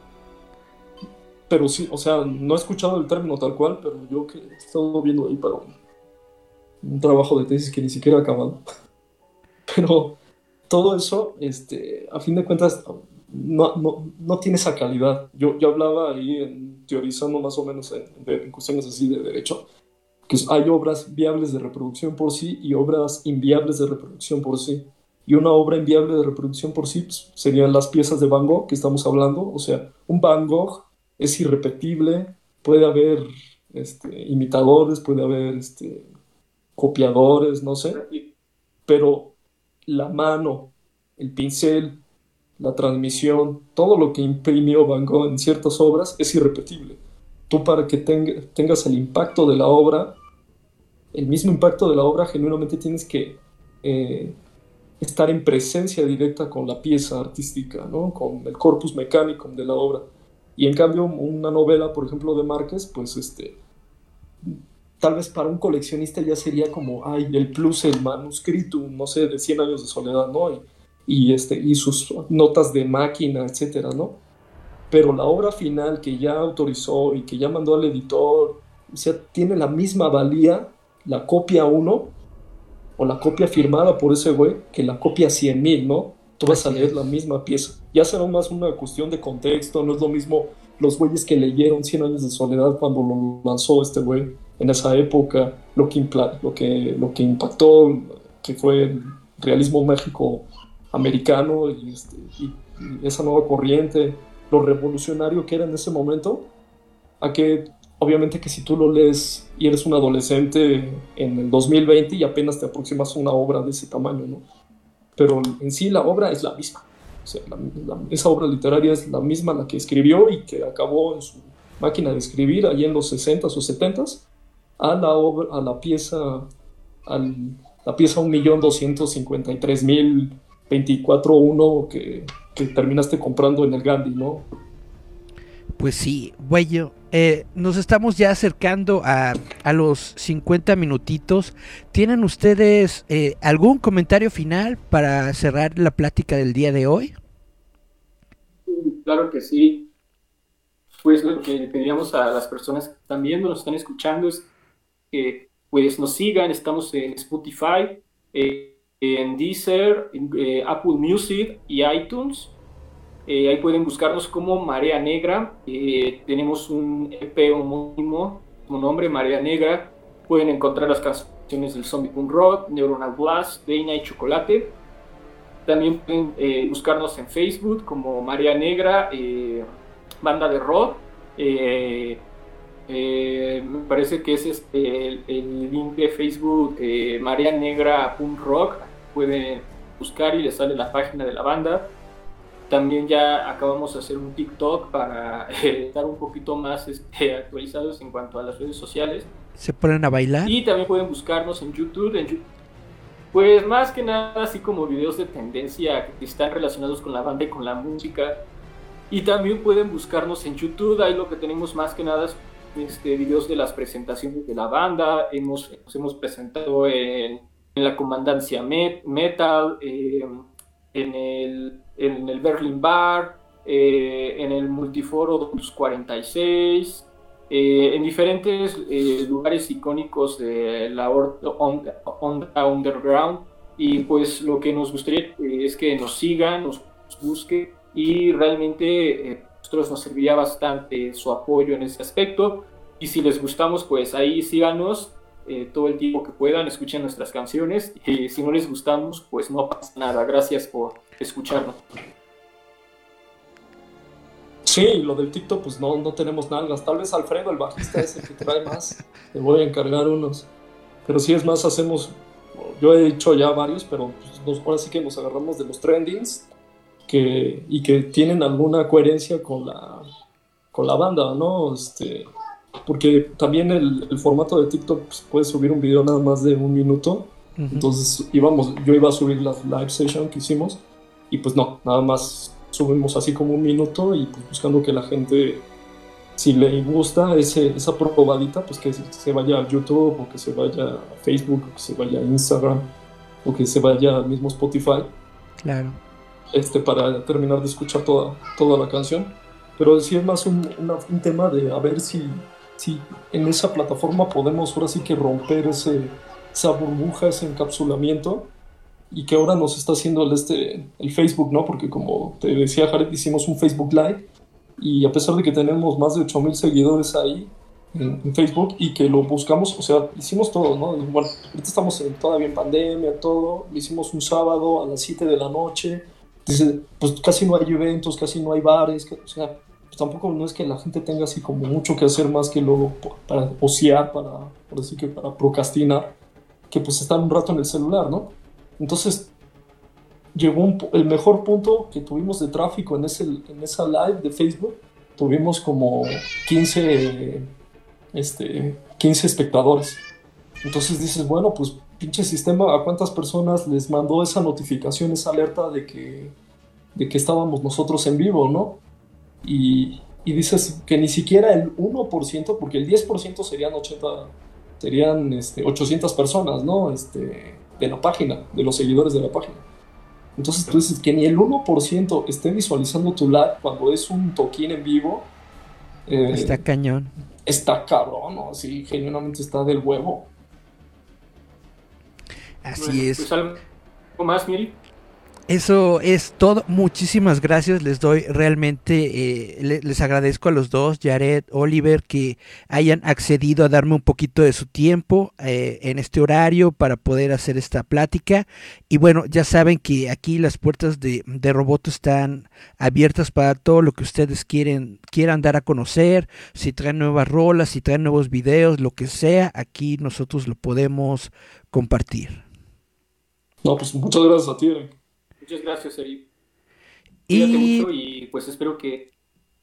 pero sí, o sea, no he escuchado el término tal cual, pero yo que he estado viendo ahí para un, un trabajo de tesis que ni siquiera he acabado. Pero todo eso, este, a fin de cuentas, no, no, no tiene esa calidad. Yo, yo hablaba ahí en, teorizando más o menos en, de- en cuestiones así de derecho, que hay obras viables de reproducción por sí y obras inviables de reproducción por sí. Y una obra inviable de reproducción por sí pues, serían las piezas de Van Gogh que estamos hablando. O sea, un Van Gogh es irrepetible, puede haber este, imitadores, puede haber este, copiadores, no sé, pero la mano, el pincel, la transmisión, todo lo que imprimió Van Gogh en ciertas obras es irrepetible. Tú para que tenga- tengas el impacto de la obra, el mismo impacto de la obra, genuinamente tienes que eh, estar en presencia directa con la pieza artística, ¿no? Con el corpus mechanicum de la obra. Y en cambio, una novela, por ejemplo, de Márquez, pues este, tal vez para un coleccionista ya sería como, ay, el plus, el manuscritum, no sé, de Cien años de soledad, ¿no? Y, y, este, y sus notas de máquina, etcétera, ¿no? Pero la obra final que ya autorizó y que ya mandó al editor, o sea, tiene la misma valía la copia uno o la copia firmada por ese güey que la copia cien mil, ¿no? Tú vas a Así leer es. la misma pieza. Ya será más una cuestión de contexto, no es lo mismo los güeyes que leyeron Cien años de soledad cuando lo lanzó este güey en esa época, lo que, impla- lo que, lo que impactó, que fue el realismo mágico americano y, este, y, y esa nueva corriente, lo revolucionario que era en ese momento, a que obviamente que si tú lo lees y eres un adolescente en el dos mil veinte y apenas te aproximas a una obra de ese tamaño, ¿no? Pero en sí la obra es la misma. O sea, la, la, esa obra literaria es la misma la que escribió y que acabó en su máquina de escribir allí en los sesentas o setentas a la obra, a la pieza, al, la pieza un millón doscientos cincuenta y tres mil veinticuatro uno que, que terminaste comprando en el Gandhi, ¿no? Pues sí, güey, eh, nos estamos ya acercando a, a los cincuenta minutitos. ¿Tienen ustedes eh, algún comentario final para cerrar la plática del día de hoy? Claro que sí. Pues lo que le pediríamos a las personas que están viendo, nos están escuchando, es que pues nos sigan. Estamos en Spotify, eh, en Deezer, en eh, Apple Music y iTunes. Eh, ahí pueden buscarnos como Marea Negra. Eh, tenemos un E P homónimo, como nombre, Marea Negra. Pueden encontrar las canciones del Zombie Punk Rock, Neuronal Blast, Deina y Chocolate. También pueden eh, buscarnos en Facebook como Marea Negra, eh, banda de rock. Eh, eh, me parece que ese es este, el, el link de Facebook, eh, Marea Negra Punk Rock. Pueden buscar y les sale la página de la banda. También ya acabamos de hacer un TikTok para eh, estar un poquito más este, actualizados en cuanto a las redes sociales. ¿Se ponen a bailar? Y también pueden buscarnos en YouTube. En YouTube Pues más que nada así como videos de tendencia que están relacionados con la banda y con la música. Y también pueden buscarnos en YouTube, ahí lo que tenemos más que nada es este, videos de las presentaciones de la banda. Hemos, nos hemos presentado en, en la Comandancia Met, Metal, eh, en, el, en el Berlin Bar, eh, en el Multiforo doscientos cuarenta y seis, eh, en diferentes eh, lugares icónicos de la onda underground. Y pues lo que nos gustaría es que nos sigan, nos busquen, y realmente eh, a nosotros nos serviría bastante su apoyo en ese aspecto. Y si les gustamos, pues ahí síganos eh, todo el tiempo que puedan, escuchen nuestras canciones. Y si no les gustamos, pues no pasa nada. Gracias por escucharnos. Sí, lo del TikTok, pues no, no tenemos nalgas. Tal vez Alfredo, el bajista, es el que trae más. Te voy a encargar unos. Pero sí, es más, hacemos... Yo he hecho ya varios, pero pues, nos, ahora sí que nos agarramos de los trendings que, y que tienen alguna coherencia con la, con la banda, ¿no? Este, porque también el, el formato de TikTok pues, puede subir un video nada más de un minuto. Uh-huh. Entonces íbamos, yo iba a subir la live session que hicimos y pues no, nada más subimos así como un minuto y pues, buscando que la gente, si le gusta ese, esa probadita, pues que se vaya a YouTube o que se vaya a Facebook o que se vaya a Instagram o que se vaya al mismo Spotify. Claro. Este, para terminar de escuchar toda, toda la canción. Pero sí es más un, una, un tema de a ver si, si en esa plataforma podemos ahora sí que romper ese, esa burbuja, ese encapsulamiento, y que ahora nos está haciendo el, este, el Facebook, ¿no? Porque como te decía Jared, hicimos un Facebook Live, y a pesar de que tenemos más de ocho mil seguidores ahí en, en Facebook, y que lo buscamos, o sea, hicimos todo, ¿no? Bueno, ahorita estamos en, todavía en pandemia, todo, lo hicimos un sábado a las siete de la noche. Dice, pues casi no hay eventos, casi no hay bares, que, o sea, pues tampoco no es que la gente tenga así como mucho que hacer más que luego para ociar, para, por así que para procrastinar, que pues están un rato en el celular, ¿no? Entonces llegó un, el mejor punto que tuvimos de tráfico en, ese, en esa live de Facebook, tuvimos como quince, este, quince espectadores. Entonces dices, bueno, pues pinche sistema, ¿a cuántas personas les mandó esa notificación, esa alerta de que, de que estábamos nosotros en vivo, ¿no? Y, y dices que ni siquiera el uno por ciento, porque el diez por ciento serían ochenta, serían este, ochocientas personas, ¿no? Este, de la página, de los seguidores de la página. Entonces tú dices que ni el uno por ciento esté visualizando tu live cuando es un toquín en vivo. Eh, está cañón. Está cabrón, ¿no? Sí, genuinamente está del huevo. Así bueno, es. Pues algo más, Miri. Eso es todo. Muchísimas gracias. Les doy realmente, eh, le, les agradezco a los dos, Jared, Oliver, que hayan accedido a darme un poquito de su tiempo eh, en este horario para poder hacer esta plática. Y bueno, ya saben que aquí las puertas de, de Roboto están abiertas para todo lo que ustedes quieren, quieran dar a conocer. Si traen nuevas rolas, si traen nuevos videos, lo que sea, aquí nosotros lo podemos compartir. No, pues muchas gracias a ti, Eric. Muchas gracias, Eric. Cuídate y... mucho y pues espero que...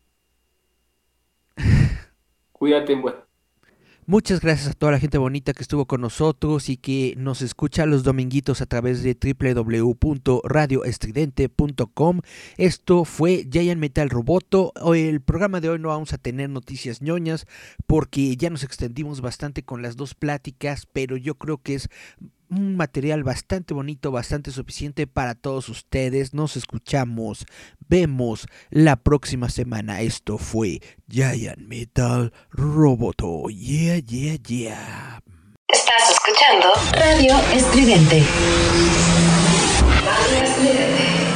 Cuídate, bueno. Muchas gracias a toda la gente bonita que estuvo con nosotros y que nos escucha los dominguitos a través de doble u doble u doble u punto radio estridente punto com. Esto fue Giant Metal Roboto. El programa de hoy no vamos a tener noticias ñoñas porque ya nos extendimos bastante con las dos pláticas, pero yo creo que es un material bastante bonito, bastante suficiente para todos ustedes. Nos escuchamos, vemos la próxima semana. Esto fue Giant Metal Roboto. Yeah, yeah, yeah. Estás escuchando Radio Estridente. Radio Estridente.